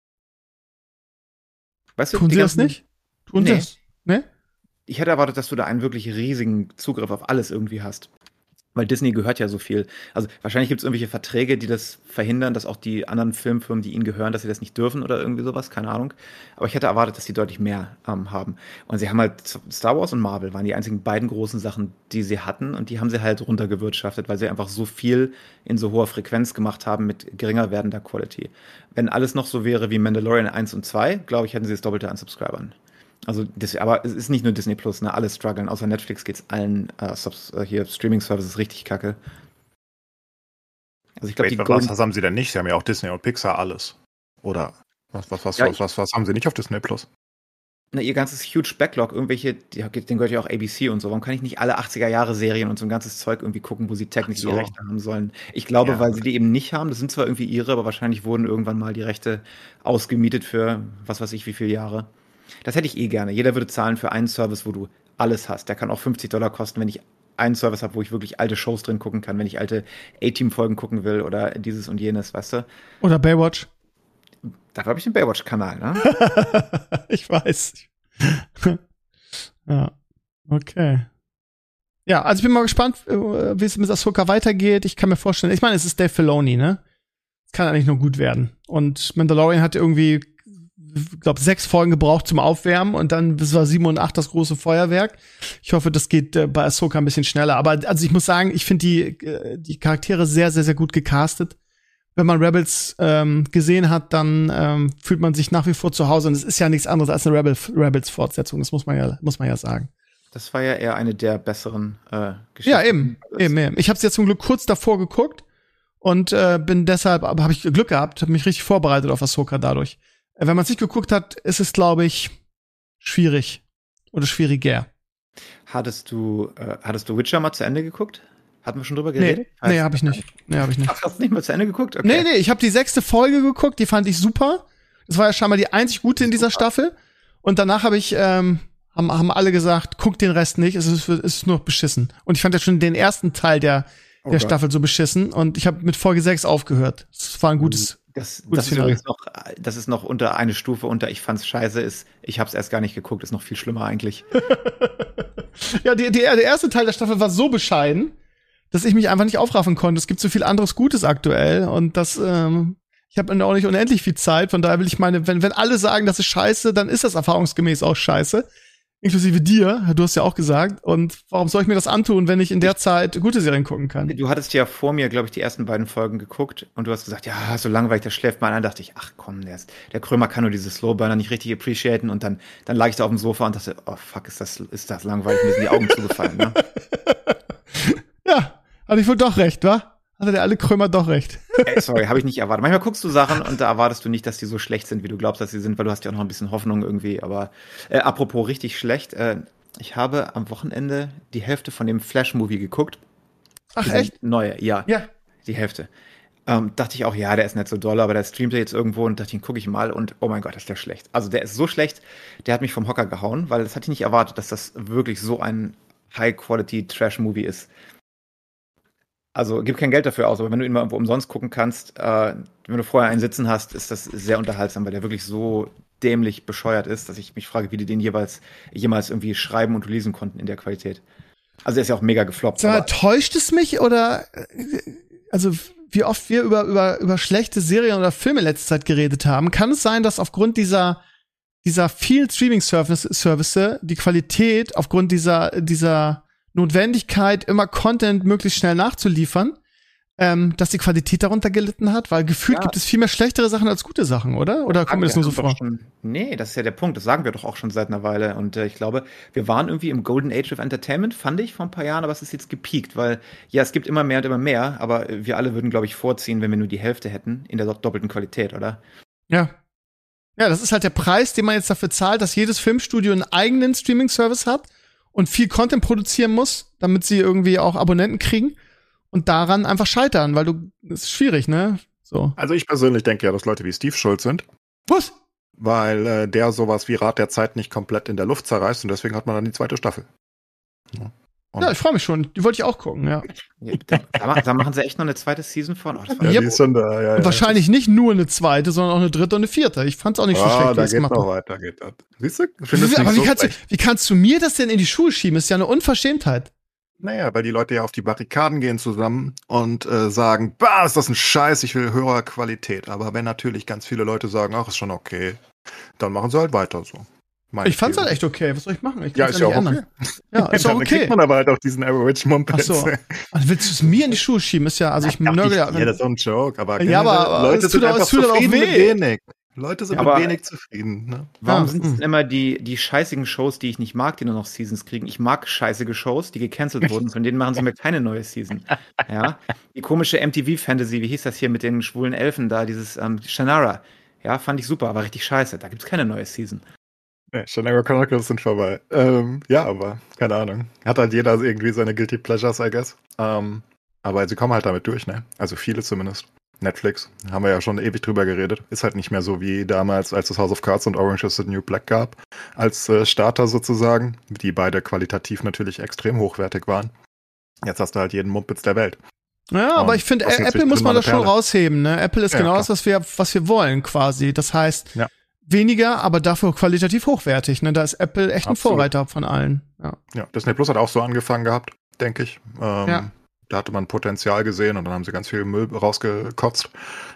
Weißt du, Tun die sie das ganzen- nicht? Tun Nee. sie das? Ne? Ich hätte erwartet, dass du da einen wirklich riesigen Zugriff auf alles irgendwie hast. Weil Disney gehört ja so viel. Also wahrscheinlich gibt es irgendwelche Verträge, die das verhindern, dass auch die anderen Filmfirmen, die ihnen gehören, dass sie das nicht dürfen oder irgendwie sowas, keine Ahnung. Aber ich hätte erwartet, dass die deutlich mehr ähm, haben. Und sie haben halt Star Wars und Marvel waren die einzigen beiden großen Sachen, die sie hatten, und die haben sie halt runtergewirtschaftet, weil sie einfach so viel in so hoher Frequenz gemacht haben mit geringer werdender Quality. Wenn alles noch so wäre wie Mandalorian eins und zwei, glaube ich, hätten sie das Doppelte an Subscribern. Also, das, aber es ist nicht nur Disney Plus, ne? Alle strugglen. Außer Netflix geht's allen äh, Subs, äh, hier Streaming-Services richtig kacke. Also ich glaube, die was, was haben sie denn nicht? Sie haben ja auch Disney und Pixar alles. Oder was, was, was, ja, was, was, was haben sie nicht auf Disney Plus? Na, ihr ganzes huge Backlog, irgendwelche, die, denen gehört ja auch A B C und so. Warum kann ich nicht alle achtziger-Jahre-Serien und so ein ganzes Zeug irgendwie gucken, wo sie technisch so. die Rechte haben sollen? Ich glaube, Ja, weil gut. sie die eben nicht haben. Das sind zwar irgendwie ihre, aber wahrscheinlich wurden irgendwann mal die Rechte ausgemietet für was weiß ich wie viele Jahre. Das hätte ich eh gerne. Jeder würde zahlen für einen Service, wo du alles hast. Der kann auch fünfzig Dollar kosten, wenn ich einen Service habe, wo ich wirklich alte Shows drin gucken kann, wenn ich alte A-Team-Folgen gucken will oder dieses und jenes, weißt du? Oder Baywatch. Dafür habe ich den Baywatch-Kanal, ne? Ich weiß. Ja, okay. Ja, also ich bin mal gespannt, äh, wie es mit Ahsoka weitergeht. Ich kann mir vorstellen, ich meine, es ist Dave Filoni, ne? Es kann eigentlich nur gut werden. Und Mandalorian hat irgendwie, ich glaube, sechs Folgen gebraucht zum Aufwärmen und dann bis war sieben und acht das große Feuerwerk. Ich hoffe, das geht äh, bei Ahsoka ein bisschen schneller. Aber also ich muss sagen, ich finde die, äh, die Charaktere sehr, sehr, sehr gut gecastet. Wenn man Rebels ähm, gesehen hat, dann ähm, fühlt man sich nach wie vor zu Hause. Und es ist ja nichts anderes als eine Rebel, Rebels-Fortsetzung. Das muss man ja, muss man ja sagen. Das war ja eher eine der besseren äh, Geschichten. Ja, eben, eben, eben. Ich habe es jetzt zum Glück kurz davor geguckt und äh, bin deshalb, aber habe ich Glück gehabt, habe mich richtig vorbereitet auf Ahsoka dadurch. Äh, wenn man es nicht geguckt hat, ist es, glaube ich, schwierig oder schwieriger. Hattest du, äh, hattest du Witcher mal zu Ende geguckt? Hatten wir schon drüber Nee, geredet? nee, habe ich nicht. Nee, habe ich nicht. Ach, hast du nicht mal zu Ende geguckt? Okay. Nee, nee, ich habe die sechste Folge geguckt, die fand ich super. Das war ja scheinbar die einzig gute in dieser Staffel. Und danach habe ich, ähm, haben, haben alle gesagt, guck den Rest nicht, es ist, es ist nur beschissen. Und ich fand ja schon den ersten Teil der, Oh der Gott. Staffel so beschissen. Und ich habe mit Folge sechs aufgehört. Das war ein gutes. Das, Gutes das ist Finale. übrigens noch, das ist noch unter eine Stufe unter ich fand's scheiße, ist, ich hab's erst gar nicht geguckt, ist noch viel schlimmer eigentlich. Ja, die, die, der erste Teil der Staffel war so bescheiden, dass ich mich einfach nicht aufraffen konnte. Es gibt so viel anderes Gutes aktuell und das, ähm, ich habe auch nicht unendlich viel Zeit. Von daher will ich meine, wenn, wenn alle sagen, das ist scheiße, dann ist das erfahrungsgemäß auch scheiße. Inklusive dir, du hast ja auch gesagt. Und warum soll ich mir das antun, wenn ich in der Zeit gute Serien gucken kann? Du hattest ja vor mir, glaube ich, die ersten beiden Folgen geguckt und du hast gesagt, ja, so langweilig, der schläft mal ein. Dann dachte ich, ach komm, der, ist, der Krömer kann nur diese Slowburner nicht richtig appreciaten. Und dann, dann lag ich da auf dem Sofa und dachte, oh fuck, ist das, ist das langweilig, mir sind die Augen zugefallen, ne? Ja, hatte ich wohl doch recht, wa? Hatte der alte Krömer doch recht. Ey, sorry, habe ich nicht erwartet. Manchmal guckst du Sachen und da erwartest du nicht, dass die so schlecht sind, wie du glaubst, dass sie sind, weil du hast ja auch noch ein bisschen Hoffnung irgendwie. Aber äh, apropos richtig schlecht, äh, ich habe am Wochenende die Hälfte von dem Flash-Movie geguckt. Ach, Diesen echt? Neue, ja. Ja. Die Hälfte. Ähm, dachte ich auch, ja, der ist nicht so doll, aber der streamt ja jetzt irgendwo und dachte ich, gucke ich mal und oh mein Gott, ist der schlecht. Also der ist so schlecht, der hat mich vom Hocker gehauen, weil das hatte ich nicht erwartet, dass das wirklich so ein High-Quality-Trash-Movie ist. Also gib kein Geld dafür aus, aber wenn du ihn mal irgendwo umsonst gucken kannst, äh, wenn du vorher einen sitzen hast, ist das sehr unterhaltsam, weil der wirklich so dämlich bescheuert ist, dass ich mich frage, wie die den jeweils jemals irgendwie schreiben und releasen konnten in der Qualität. Also er ist ja auch mega gefloppt. Sag mal, aber täuscht es mich oder äh, also wie oft wir über über über schlechte Serien oder Filme in letzter Zeit geredet haben, kann es sein, dass aufgrund dieser dieser vielen Streaming-Service Service die Qualität aufgrund dieser dieser Notwendigkeit, immer Content möglichst schnell nachzuliefern, ähm, dass die Qualität darunter gelitten hat? Weil gefühlt Ja. gibt es viel mehr schlechtere Sachen als gute Sachen, oder? Oder kommt mir das nur so Sagen wir vor? doch schon- Nee, das ist ja der Punkt. Das sagen wir doch auch schon seit einer Weile. Und äh, ich glaube, wir waren irgendwie im Golden Age of Entertainment, fand ich, vor ein paar Jahren, aber es ist jetzt gepiekt, weil ja, es gibt immer mehr und immer mehr, aber wir alle würden, glaube ich, vorziehen, wenn wir nur die Hälfte hätten, in der doppelten Qualität, oder? Ja. Ja, das ist halt der Preis, den man jetzt dafür zahlt, dass jedes Filmstudio einen eigenen Streaming-Service hat und viel Content produzieren muss, damit sie irgendwie auch Abonnenten kriegen und daran einfach scheitern, weil du, das ist schwierig, ne? So. Also ich persönlich denke ja, dass Leute wie Steve schuld sind, Was? weil äh, der sowas wie Rat der Zeit nicht komplett in der Luft zerreißt und deswegen hat man dann die zweite Staffel. Ja. Und Ja, ich freue mich schon. Die wollte ich auch gucken, ja. Ja, da, da, ma- da machen sie echt noch eine zweite Season von. Oh, das war ja, Yep. die ist schon da, ja, Und ja. wahrscheinlich nicht nur eine zweite, sondern auch eine dritte und eine vierte. Ich fand's auch nicht so Ah, schlecht, wie da es geht gemacht noch hat. weiter, geht das. Siehst du? Ich finde es Wie, aber nicht wie, so kannst du, schlecht. wie kannst du mir das denn in die Schuhe schieben? Ist ja eine Unverschämtheit. Naja, weil die Leute ja auf die Barrikaden gehen zusammen und äh, sagen, bah, ist das ein Scheiß, ich will höhere Qualität. Aber wenn natürlich ganz viele Leute sagen, ach, ist schon okay, dann machen sie halt weiter so. Meine Ich fand's Theorie. halt echt okay. Was soll ich machen? Ich Ja, kann's ist ja nicht auch okay. ändern. Ja, ist auch Dann okay. kriegt man aber halt auch diesen Average Mumpets. Ach so. Also willst du es mir in die Schuhe schieben? Ist ja, also ich nörgel ja. Ja, das ist doch ein Joke. Aber, Ja, aber- generell, aber Leute es sind tut auch- einfach es tut auch zufrieden mit weh. wenig. Leute sind Aber- mit wenig zufrieden. Ne? Warum Ja, sind es hm. denn immer die, die scheißigen Shows, die ich nicht mag, die nur noch Seasons kriegen? Ich mag scheißige Shows, die gecancelt wurden. Von denen machen sie mir keine neue Season. Ja? Die komische M T V-Fantasy, wie hieß das hier mit den schwulen Elfen da, dieses ähm, Shannara. Ja, fand ich super, aber richtig scheiße. Da gibt's keine neue Season. Nee, Shannara Chronicles sind vorbei. Ähm, ja, aber keine Ahnung. Hat halt jeder irgendwie seine Guilty Pleasures, I guess. Ähm, aber sie kommen halt damit durch, ne? Also viele zumindest. Netflix, haben wir ja schon ewig drüber geredet. Ist halt nicht mehr so wie damals, als es House of Cards und Orange is the New Black gab. Als äh, Starter sozusagen. Die beide qualitativ natürlich extrem hochwertig waren. Jetzt hast du halt jeden Mumpitz der Welt. Ja, aber Und ich finde, was jetzt Apple nicht muss man drin war, das schon eine Perle. rausheben. Ne? Apple ist Ja, genau klar. das, was wir, was wir wollen quasi. Das heißt, Ja. weniger, aber dafür qualitativ hochwertig. Ne? Da ist Apple echt ein Absolut. Vorreiter von allen. Ja. Ja, Disney Plus hat auch so angefangen gehabt, denke ich. Ähm, Ja. Da hatte man Potenzial gesehen und dann haben sie ganz viel Müll rausgekotzt.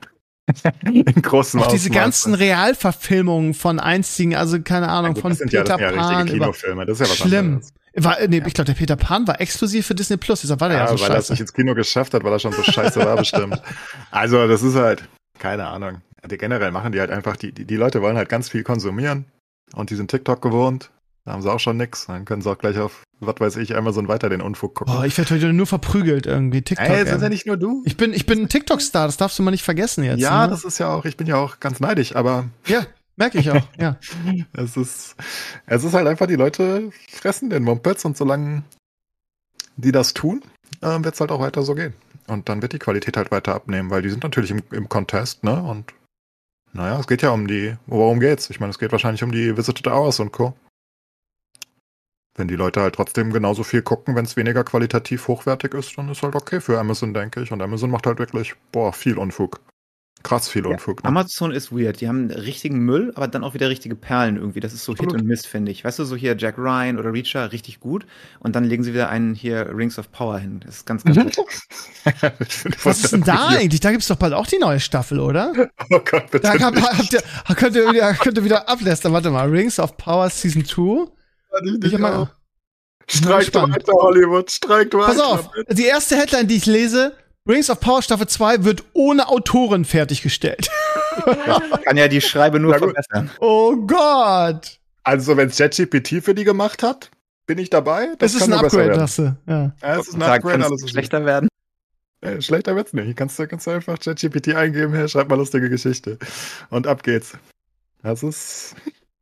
In großem Auch diese Ausmaß. ganzen Realverfilmungen von einzigen, also keine Ahnung, Gut, von das sind ja, Peter das sind ja Pan richtige über Kinofilme. Das ist ja was Schlimm. anderes. War, nee, ich glaube, der Peter Pan war exklusiv für Disney Plus, deshalb war der ja, Ja, so weil er es scheiße. nicht ins Kino geschafft hat, weil er schon so scheiße war, bestimmt. Also, das ist halt, keine Ahnung. Die generell machen die halt einfach, die, die, die Leute wollen halt ganz viel konsumieren und die sind TikTok gewohnt. Da haben sie auch schon nix. Dann können sie auch gleich auf, was weiß ich, Amazon weiter den Unfug gucken. Boah, ich werde heute nur verprügelt irgendwie. TikTok. Ey, das ey. ist ja nicht nur du. Ich bin, ich bin ein TikTok-Star, das darfst du mal nicht vergessen jetzt. ja, ne? das ist ja auch, ich bin ja auch ganz neidisch, aber Ja, merke ich auch, ja. es ist, es ist halt einfach, die Leute fressen den Mumpets und solange die das tun, äh, wird es halt auch weiter so gehen. Und dann wird die Qualität halt weiter abnehmen, weil die sind natürlich im, im Contest, ne? Und naja, es geht ja um die, worum geht's? Ich meine, es geht wahrscheinlich um die Visited Hours und Co. Wenn die Leute halt trotzdem genauso viel gucken, wenn es weniger qualitativ hochwertig ist, dann ist halt okay für Amazon, denke ich. Und Amazon macht halt wirklich, boah, viel Unfug. Krass viel Unfug. Ne? Amazon ist weird. Die haben richtigen Müll, aber dann auch wieder richtige Perlen irgendwie. Das ist so Hit Absolut. und Miss, finde ich. Weißt du, so hier Jack Ryan oder Reacher, richtig gut. Und dann legen sie wieder einen hier Rings of Power hin. Das ist ganz, ganz gut. Was ist denn da eigentlich? Da gibt's doch bald auch die neue Staffel, oder? Oh Gott, bitte. Da habt, habt ihr, könnt ihr wieder, könnt ihr wieder ablästern. Warte mal, Rings of Power Season zwei. Ich hab mal, Streikt gespannt. weiter, Hollywood, streikt weiter. pass auf, die erste Headline, die ich lese, Rings of Power Staffel zwei wird ohne Autoren fertiggestellt. Kann ja die Schreibe nur Na gut. verbessern. Oh Gott! Also, wenn ChatGPT für die gemacht hat, bin ich dabei. Das ist kann ein nur besser Upgrade, werden. hast du. Ja. Ja, es ist ein Sagen, Upgrade, kann's alles ist schlechter werden. Äh, schlechter wird's nicht. Kannst du kannst du einfach ChatGPT eingeben, hey, schreib mal lustige Geschichte. Und ab geht's. Das ist.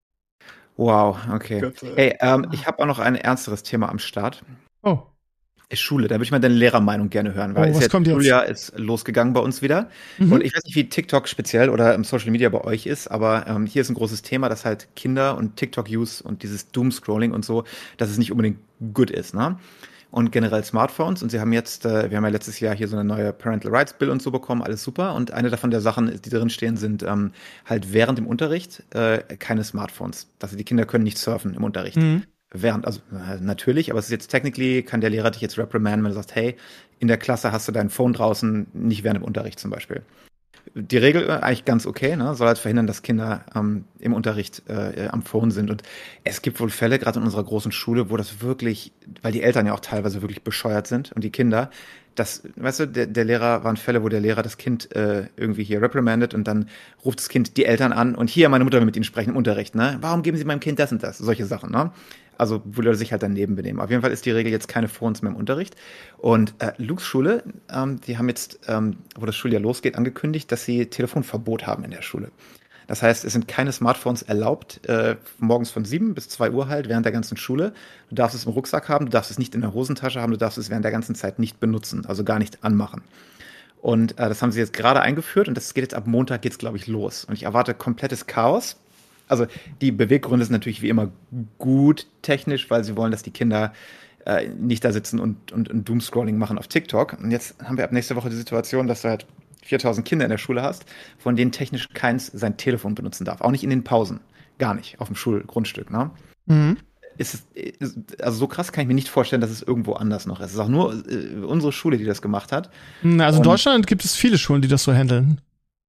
Wow, okay. Gott, äh, Hey, ähm, ich habe auch noch ein ernsteres Thema am Start. Oh. Ist Schule. Da würde ich mal deine Lehrermeinung gerne hören, weil Oh, ist was jetzt, kommt jetzt? Schuljahr ist losgegangen bei uns wieder. Mhm. Und ich weiß nicht, wie TikTok speziell oder im Social Media bei euch ist, aber ähm, hier ist ein großes Thema, dass halt Kinder und TikTok-Use und dieses Doom-Scrolling und so, dass es nicht unbedingt gut ist, ne? Und generell Smartphones. Und sie haben jetzt, äh, wir haben ja letztes Jahr hier so eine neue Parental Rights Bill und so bekommen, alles super. Und eine davon der Sachen, die drin stehen, sind ähm, halt während dem Unterricht äh, keine Smartphones. Also die Kinder können nicht surfen im Unterricht. Mhm. Während, also äh, natürlich, aber es ist jetzt technically, kann der Lehrer dich jetzt reprimanden, wenn du sagst, hey, in der Klasse hast du dein Phone draußen, nicht während dem Unterricht zum Beispiel. Die Regel äh, eigentlich ganz okay, ne? Soll halt verhindern, dass Kinder ähm, im Unterricht äh, am Phone sind. Und es gibt wohl Fälle, gerade in unserer großen Schule, wo das wirklich, weil die Eltern ja auch teilweise wirklich bescheuert sind und die Kinder, das, weißt du, der, der Lehrer, waren Fälle, wo der Lehrer das Kind äh, irgendwie hier reprimandet und dann ruft das Kind die Eltern an und hier, meine Mutter will mit ihnen sprechen im Unterricht, ne? Warum geben sie meinem Kind das und das? Solche Sachen, ne? Also, wo Leute sich halt daneben benehmen. Auf jeden Fall ist die Regel jetzt keine Phones mehr im Unterricht. Und äh, Lukes Schule, ähm, die haben jetzt, ähm, wo das Schuljahr losgeht, angekündigt, dass sie Telefonverbot haben in der Schule. Das heißt, es sind keine Smartphones erlaubt, äh, morgens von sieben bis zwei Uhr halt, während der ganzen Schule. Du darfst es im Rucksack haben, du darfst es nicht in der Hosentasche haben, du darfst es während der ganzen Zeit nicht benutzen, also gar nicht anmachen. Und äh, das haben sie jetzt gerade eingeführt und das geht jetzt ab Montag geht's, glaube ich, los. Und ich erwarte komplettes Chaos. Also die Beweggründe sind natürlich wie immer gut technisch, weil sie wollen, dass die Kinder äh, nicht da sitzen und, und, und Doomscrolling machen auf TikTok. Und jetzt haben wir ab nächste Woche die Situation, dass du halt viertausend Kinder in der Schule hast, von denen technisch keins sein Telefon benutzen darf. Auch nicht in den Pausen. Gar nicht. Auf dem Schulgrundstück. Ne? Mhm. ist es, also so krass kann ich mir nicht vorstellen, dass es irgendwo anders noch ist. Es ist auch nur äh, unsere Schule, die das gemacht hat. Also in Und Deutschland gibt es viele Schulen, die das so handeln.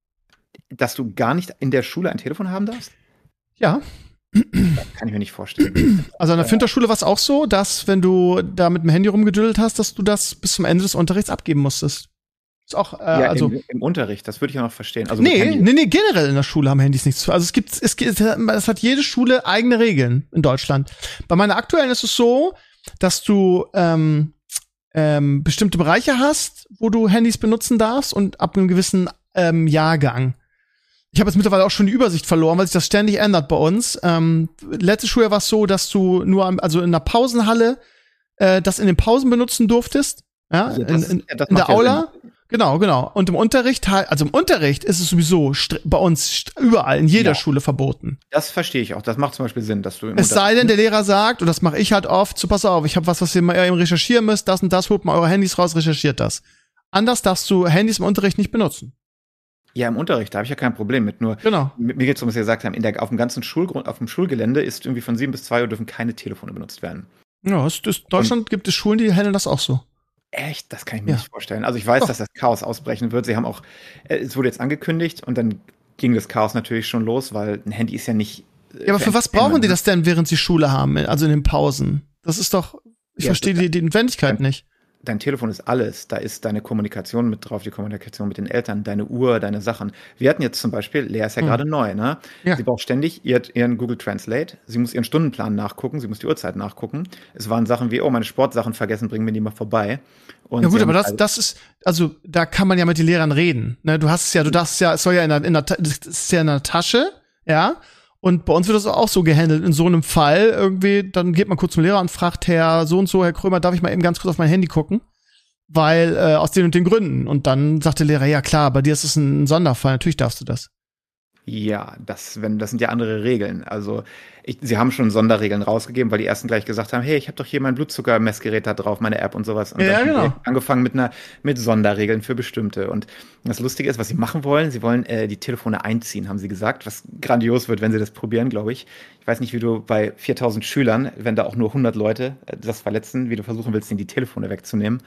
dass du gar nicht in der Schule ein Telefon haben darfst? Ja. Das kann ich mir nicht vorstellen. Also an der Finterschule war es auch so, dass wenn du da mit dem Handy rumgedüdelt hast, dass du das bis zum Ende des Unterrichts abgeben musstest. Ist auch, äh, Ja, also im, im Unterricht, das würde ich ja noch verstehen. Also mit nee, Handy- nee, nee, generell in der Schule haben Handys nichts zu. Also es gibt, es gibt, es hat jede Schule eigene Regeln in Deutschland. Bei meiner aktuellen ist es so, dass du ähm, ähm, bestimmte Bereiche hast, wo du Handys benutzen darfst und ab einem gewissen ähm, Jahrgang. Ich habe jetzt mittlerweile auch schon die Übersicht verloren, weil sich das ständig ändert bei uns. Ähm, letztes Schuljahr war es so, dass du nur, am, also in der Pausenhalle äh, das in den Pausen benutzen durftest. Ja, Also in, das- in, ja, das in der macht ja Aula. Genau, genau. Und im Unterricht, halt- also im Unterricht ist es sowieso str- bei uns st- überall, in jeder Ja. Schule verboten. Das verstehe ich auch. Das macht zum Beispiel Sinn, dass du im Es sei denn, der Lehrer sagt, und das mache ich halt oft, so pass auf, ich habe was, was ihr mal eben recherchieren müsst, das und das, holt mal eure Handys raus, recherchiert das. Anders darfst du Handys im Unterricht nicht benutzen. Ja, im Unterricht, da habe ich ja kein Problem mit. Nur, Genau. mit mir geht es um, was wir gesagt haben, in der, auf dem ganzen Schulgrund, auf dem Schulgelände ist irgendwie von sieben bis zwei Uhr dürfen keine Telefone benutzt werden. Ja, es, es, Deutschland gibt es Schulen, die handeln das auch so. Echt? Das kann ich mir Ja. nicht vorstellen. Also ich weiß, Doch. dass das Chaos ausbrechen wird. Sie haben auch, äh, es wurde jetzt angekündigt und dann ging das Chaos natürlich schon los, weil ein Handy ist ja nicht. äh, Ja, aber für was brauchen die das denn, während sie Schule haben, also in den Pausen? Das ist doch, ich Ja, verstehe das- die, die Notwendigkeit nicht. Dein Telefon ist alles. Da ist deine Kommunikation mit drauf, die Kommunikation mit den Eltern, deine Uhr, deine Sachen. Wir hatten jetzt zum Beispiel, Lea ist ja Hm. gerade neu, ne? Ja. Sie braucht ständig ihr, ihren Google Translate. Sie muss ihren Stundenplan nachgucken, sie muss die Uhrzeit nachgucken. Es waren Sachen wie, oh, meine Sportsachen vergessen, bringen mir die mal vorbei. Und Ja gut, sie aber haben das, also- das ist, also da kann man ja mit den Lehrern reden. Ne? Du hast es ja, du darfst ja, es soll ja in der, in der, Ta- das ist ja in der Tasche, ja. Und bei uns wird das auch so gehandelt. In so einem Fall irgendwie, dann geht man kurz zum Lehrer und fragt, Herr so und so, Herr Krömer, darf ich mal eben ganz kurz auf mein Handy gucken? Weil, äh, aus den und den Gründen. Und dann sagt der Lehrer, ja klar, bei dir ist es ein Sonderfall, natürlich darfst du das. Ja, das, wenn, das sind ja andere Regeln. Also, ich, sie haben schon Sonderregeln rausgegeben, weil die ersten gleich gesagt haben, hey, ich habe doch hier mein Blutzuckermessgerät da drauf, meine App und sowas. Und Ja, dann haben genau. die angefangen mit einer, mit Sonderregeln für bestimmte. Und das Lustige ist, was sie machen wollen, sie wollen äh, die Telefone einziehen, haben sie gesagt, was grandios wird, wenn sie das probieren, glaube ich. Ich weiß nicht, wie du bei viertausend Schülern, wenn da auch nur hundert Leute äh, das verletzen, wie du versuchen willst, ihnen die Telefone wegzunehmen.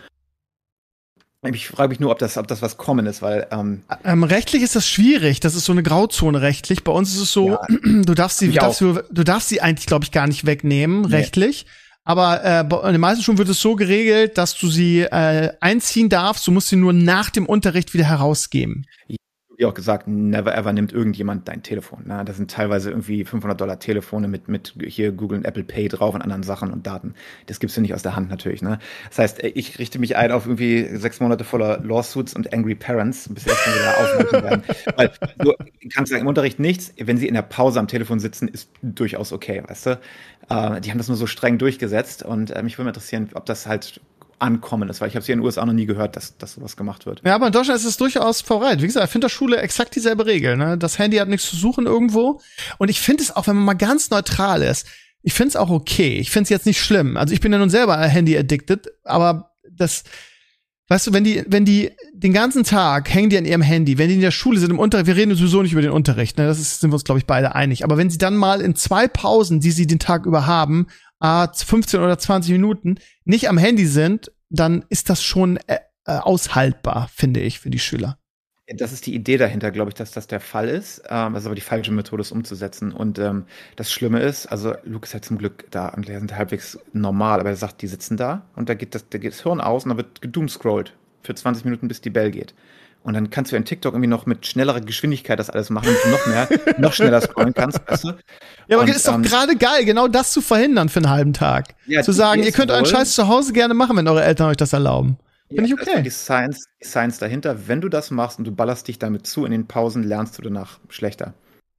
Ich frage mich nur, ob das, ob das was Kommendes, weil ähm, Ähm, rechtlich ist das schwierig. Das ist so eine Grauzone rechtlich. Bei uns ist es so, Ja, du darfst sie, ich darfst du, du darfst sie eigentlich, glaube ich, gar nicht wegnehmen, Nee. rechtlich. Aber äh, bei- in den meisten Schulen wird es so geregelt, dass du sie äh, einziehen darfst. Du musst sie nur nach dem Unterricht wieder herausgeben. wie auch gesagt, never ever nimmt irgendjemand dein Telefon. Ne? Das sind teilweise irgendwie fünfhundert Dollar Telefone mit, mit hier Google und Apple Pay drauf und anderen Sachen und Daten. Das gibst du nicht aus der Hand natürlich. Ne? Das heißt, ich richte mich ein auf irgendwie sechs Monate voller Lawsuits und Angry Parents, bis sie erstmal wieder aufhalten werden. Weil du kannst sagen, im Unterricht nichts. Wenn sie in der Pause am Telefon sitzen, ist durchaus okay, weißt du? Äh, die haben das nur so streng durchgesetzt und äh, mich würde mal interessieren, ob das halt ankommen ist, weil ich habe es hier in den U S A noch nie gehört, dass, dass sowas gemacht wird. Ja, aber in Deutschland ist es durchaus verweilt. Wie gesagt, ich finde der Schule exakt dieselbe Regel. Ne? Das Handy hat nichts zu suchen irgendwo. Und ich finde es auch, wenn man mal ganz neutral ist, ich finde es auch okay. Ich finde es jetzt nicht schlimm. Also ich bin ja nun selber Handy-addicted, aber das, weißt du, wenn die, wenn die den ganzen Tag hängen die an ihrem Handy, wenn die in der Schule sind, im Unterricht, wir reden sowieso nicht über den Unterricht, ne? Das ist, sind wir uns, glaube ich, beide einig. Aber wenn sie dann mal in zwei Pausen, die sie den Tag über haben, ah, fünfzehn oder zwanzig Minuten, nicht am Handy sind, dann ist das schon äh, äh, aushaltbar, finde ich, für die Schüler. Das ist die Idee dahinter, glaube ich, dass das der Fall ist. Ähm, das ist aber die falsche Methode, es umzusetzen. Und ähm, das Schlimme ist, also Luke ist ja zum Glück da und Lea sind halbwegs normal, aber er sagt, die sitzen da und da geht das, da geht das Hirn aus und dann wird gedoomscrollt für zwanzig Minuten, bis die Bell geht. Und dann kannst du in TikTok irgendwie noch mit schnellerer Geschwindigkeit das alles machen, damit du noch mehr, noch schneller scrollen kannst, weißt du? Ja, aber Und, ist doch ähm, gerade geil, genau das zu verhindern für einen halben Tag. Ja, zu die sagen, Idee ihr ist könnt euren wohl- Scheiß zu Hause gerne machen, wenn eure Eltern euch das erlauben. Finde ich Ja, das ist okay. Die Science, die Science dahinter, wenn du das machst und du ballerst dich damit zu in den Pausen, lernst du danach schlechter.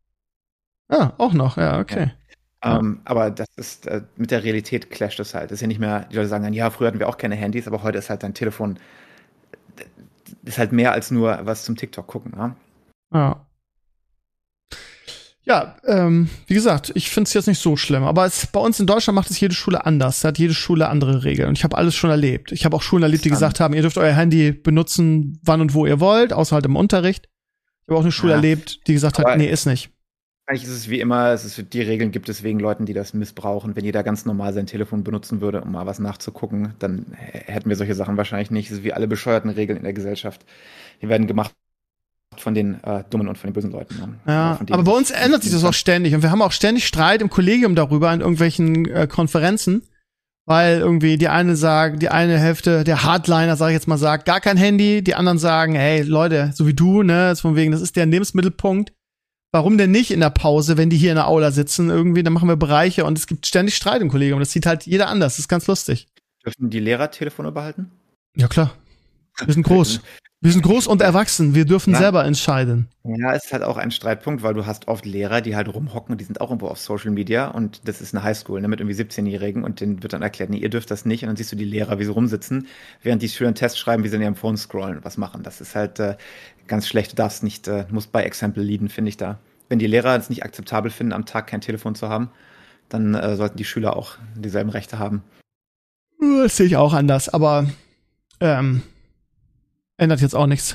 Ah, auch noch, ja, okay. Ja. Ähm, aber das ist, äh, mit der Realität clasht das halt. Das ist ja nicht mehr, die Leute sagen dann, ja, früher hatten wir auch keine Handys, aber heute ist halt dein Telefon, d- ist halt mehr als nur was zum TikTok gucken. Ne? Ja. Ja, ähm, wie gesagt, ich finde es jetzt nicht so schlimm, aber es, bei uns in Deutschland macht es jede Schule anders. Da hat jede Schule andere Regeln. Und ich habe alles schon erlebt. Ich habe auch Schulen erlebt, die Interessant. gesagt haben, ihr dürft euer Handy benutzen, wann und wo ihr wollt, außer halt im Unterricht. Ich habe auch eine Schule Ja. erlebt, die gesagt hat, Aber- nee, ist nicht. Wahrscheinlich ist es wie immer, es ist, die Regeln gibt es wegen Leuten, die das missbrauchen. Wenn jeder ganz normal sein Telefon benutzen würde, um mal was nachzugucken, dann hätten wir solche Sachen wahrscheinlich nicht. Es ist wie alle bescheuerten Regeln in der Gesellschaft. Die werden gemacht von den äh, dummen und von den bösen Leuten. Ne? Ja, denen, aber bei uns ändert sich das auch ständig. Und wir haben auch ständig Streit im Kollegium darüber in irgendwelchen äh, Konferenzen. Weil irgendwie die eine sagt, die eine Hälfte der Hardliner, sag ich jetzt mal, sagt, gar kein Handy. Die anderen sagen, hey, Leute, so wie du, ne, ist von wegen, das ist der Lebensmittelpunkt. Warum denn nicht in der Pause, wenn die hier in der Aula sitzen irgendwie, dann machen wir Bereiche und es gibt ständig Streit im Kollegium. Das sieht halt jeder anders. Das ist ganz lustig. Dürfen die Lehrer Telefone behalten? Ja, klar. Wir sind groß. Wir sind groß und erwachsen. Wir dürfen ja. selber entscheiden. Ja, es ist halt auch ein Streitpunkt, weil du hast oft Lehrer, die halt rumhocken und die sind auch irgendwo auf Social Media und das ist eine Highschool, ne, mit irgendwie siebzehnjährigen und denen wird dann erklärt, nee, ihr dürft das nicht und dann siehst du die Lehrer, wie sie rumsitzen, während die Schüler einen Test schreiben, wie sie in ihrem Phone scrollen und was machen. Das ist halt äh, ganz schlecht. Du darfst nicht, äh, musst bei Example leaden, finde ich da. Wenn die Lehrer es nicht akzeptabel finden, am Tag kein Telefon zu haben, dann äh, sollten die Schüler auch dieselben Rechte haben. Das sehe ich auch anders, aber ähm, ändert jetzt auch nichts.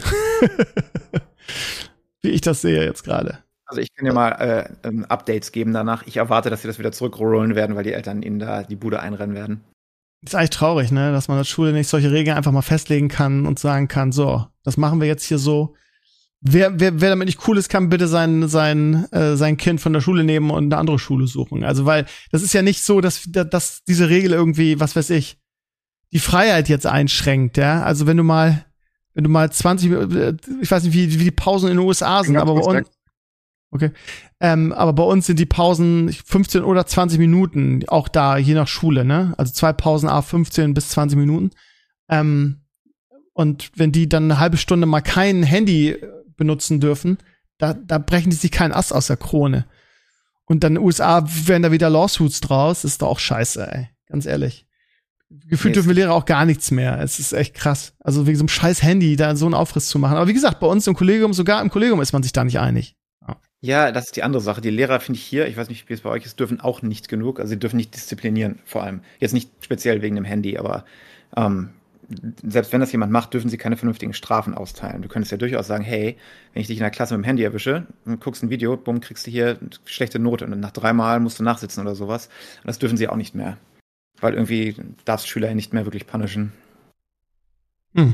Wie ich das sehe jetzt gerade. Also ich kann dir mal äh, ähm, Updates geben danach. Ich erwarte, dass sie das wieder zurückrollen werden, weil die Eltern ihnen da die Bude einrennen werden. Das ist eigentlich traurig, ne, dass man als Schule nicht solche Regeln einfach mal festlegen kann und sagen kann, so, das machen wir jetzt hier so. Wer, wer, wer damit nicht cool ist, kann bitte sein, sein, äh, sein Kind von der Schule nehmen und eine andere Schule suchen. Also, weil das ist ja nicht so, dass, dass diese Regel irgendwie, was weiß ich, die Freiheit jetzt einschränkt, ja. Also, wenn du mal, wenn du mal zwanzig, ich weiß nicht, wie, wie die Pausen in den U S A sind, aber bei uns, okay, ähm, aber bei uns sind die Pausen fünfzehn oder zwanzig Minuten, auch da, je nach Schule, ne. Also zwei Pausen, a fünfzehn bis zwanzig Minuten. Ähm, und wenn die dann eine halbe Stunde mal kein Handy benutzen dürfen, da, da brechen die sich keinen Ast aus der Krone. Und dann in den U S A werden da wieder Lawsuits draus. Das ist doch auch scheiße, ey. Ganz ehrlich. Gefühlt dürfen wir Lehrer auch gar nichts mehr. Es ist echt krass. Also wegen so einem scheiß Handy da so einen Aufriss zu machen. Aber wie gesagt, bei uns im Kollegium, sogar im Kollegium ist man sich da nicht einig. Ja, ja, das ist die andere Sache. Die Lehrer, finde ich hier, ich weiß nicht, wie es bei euch ist, dürfen auch nicht genug. Also sie dürfen nicht disziplinieren, vor allem. Jetzt nicht speziell wegen dem Handy, aber ähm, selbst wenn das jemand macht, dürfen sie keine vernünftigen Strafen austeilen. Du könntest ja durchaus sagen, hey, wenn ich dich in der Klasse mit dem Handy erwische, guckst ein Video, bumm, kriegst du hier eine schlechte Note und dann nach dreimal musst du nachsitzen oder sowas. Und das dürfen sie auch nicht mehr. Weil irgendwie darfst Schüler ja nicht mehr wirklich punishen. Hm.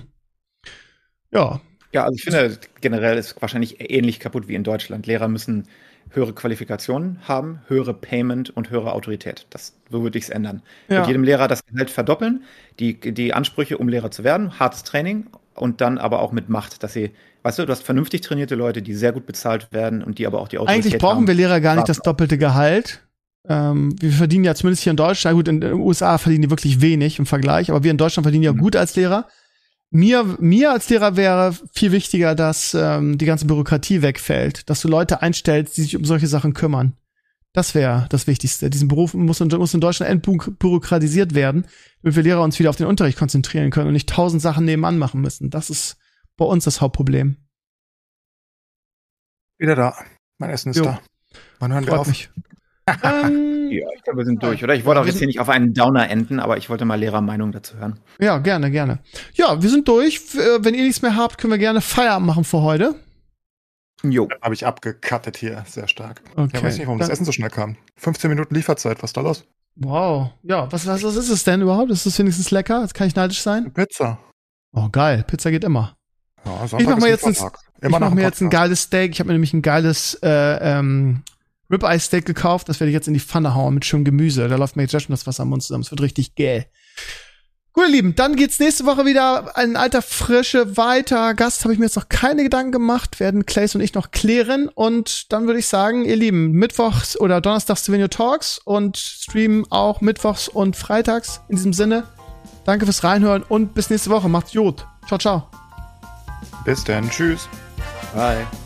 Ja. Ja, also ich finde, generell ist wahrscheinlich ähnlich kaputt wie in Deutschland. Lehrer müssen höhere Qualifikationen haben, höhere Payment und höhere Autorität. Das, so würde ich es ändern. Ja. Mit jedem Lehrer das Gehalt verdoppeln, die, die Ansprüche, um Lehrer zu werden, hartes Training und dann aber auch mit Macht, dass sie, weißt du, du hast vernünftig trainierte Leute, die sehr gut bezahlt werden und die aber auch die Autorität haben. Eigentlich brauchen wir Lehrer gar nicht das doppelte Gehalt. Ähm, wir verdienen ja zumindest hier in Deutschland, gut, in den U S A verdienen die wirklich wenig im Vergleich, aber wir in Deutschland verdienen ja mhm. gut als Lehrer. Mir, mir als Lehrer wäre viel wichtiger, dass ähm, die ganze Bürokratie wegfällt, dass du Leute einstellst, die sich um solche Sachen kümmern. Das wäre das Wichtigste. Diesen Beruf muss in, muss in Deutschland entbürokratisiert werden, damit wir Lehrer uns wieder auf den Unterricht konzentrieren können und nicht tausend Sachen nebenan machen müssen. Das ist bei uns das Hauptproblem. Wieder da. Mein Essen ist jo. da. Wann hören wir auf? Mich. ähm, ja, ich glaube, wir sind durch, oder? Ich wollte auch jetzt hier nicht auf einen Downer enden, aber ich wollte mal Lehrermeinung dazu hören. Ja, gerne, gerne. Ja, wir sind durch. Wenn ihr nichts mehr habt, können wir gerne Feierabend machen für heute. Jo. Habe ich abgecuttet hier, sehr stark. Okay. Ja, weiß nicht, warum das Essen so schnell kam. fünfzehn Minuten Lieferzeit, was ist da los? Wow. Ja, was, was, was ist es denn überhaupt? Ist das wenigstens lecker? Jetzt kann ich neidisch sein? Pizza. Oh, geil. Pizza geht immer. Ja, ich mach mir jetzt, ein, ich mach mir jetzt ein geiles Steak. Ich habe mir nämlich ein geiles äh, ähm, Ribeye-Steak gekauft. Das werde ich jetzt in die Pfanne hauen mit schönem Gemüse. Da läuft mir jetzt schon das Wasser am Mund zusammen. Es wird richtig geil. Gut, ihr Lieben, dann geht's nächste Woche wieder in alter Frische weiter. Gast habe ich mir jetzt noch keine Gedanken gemacht, werden Clays und ich noch klären. Und dann würde ich sagen, ihr Lieben, mittwochs oder donnerstags Souvenir Talks und streamen auch mittwochs und freitags. In diesem Sinne, danke fürs Reinhören und bis nächste Woche. Macht's gut. Ciao, ciao. Bis dann. Tschüss. Bye.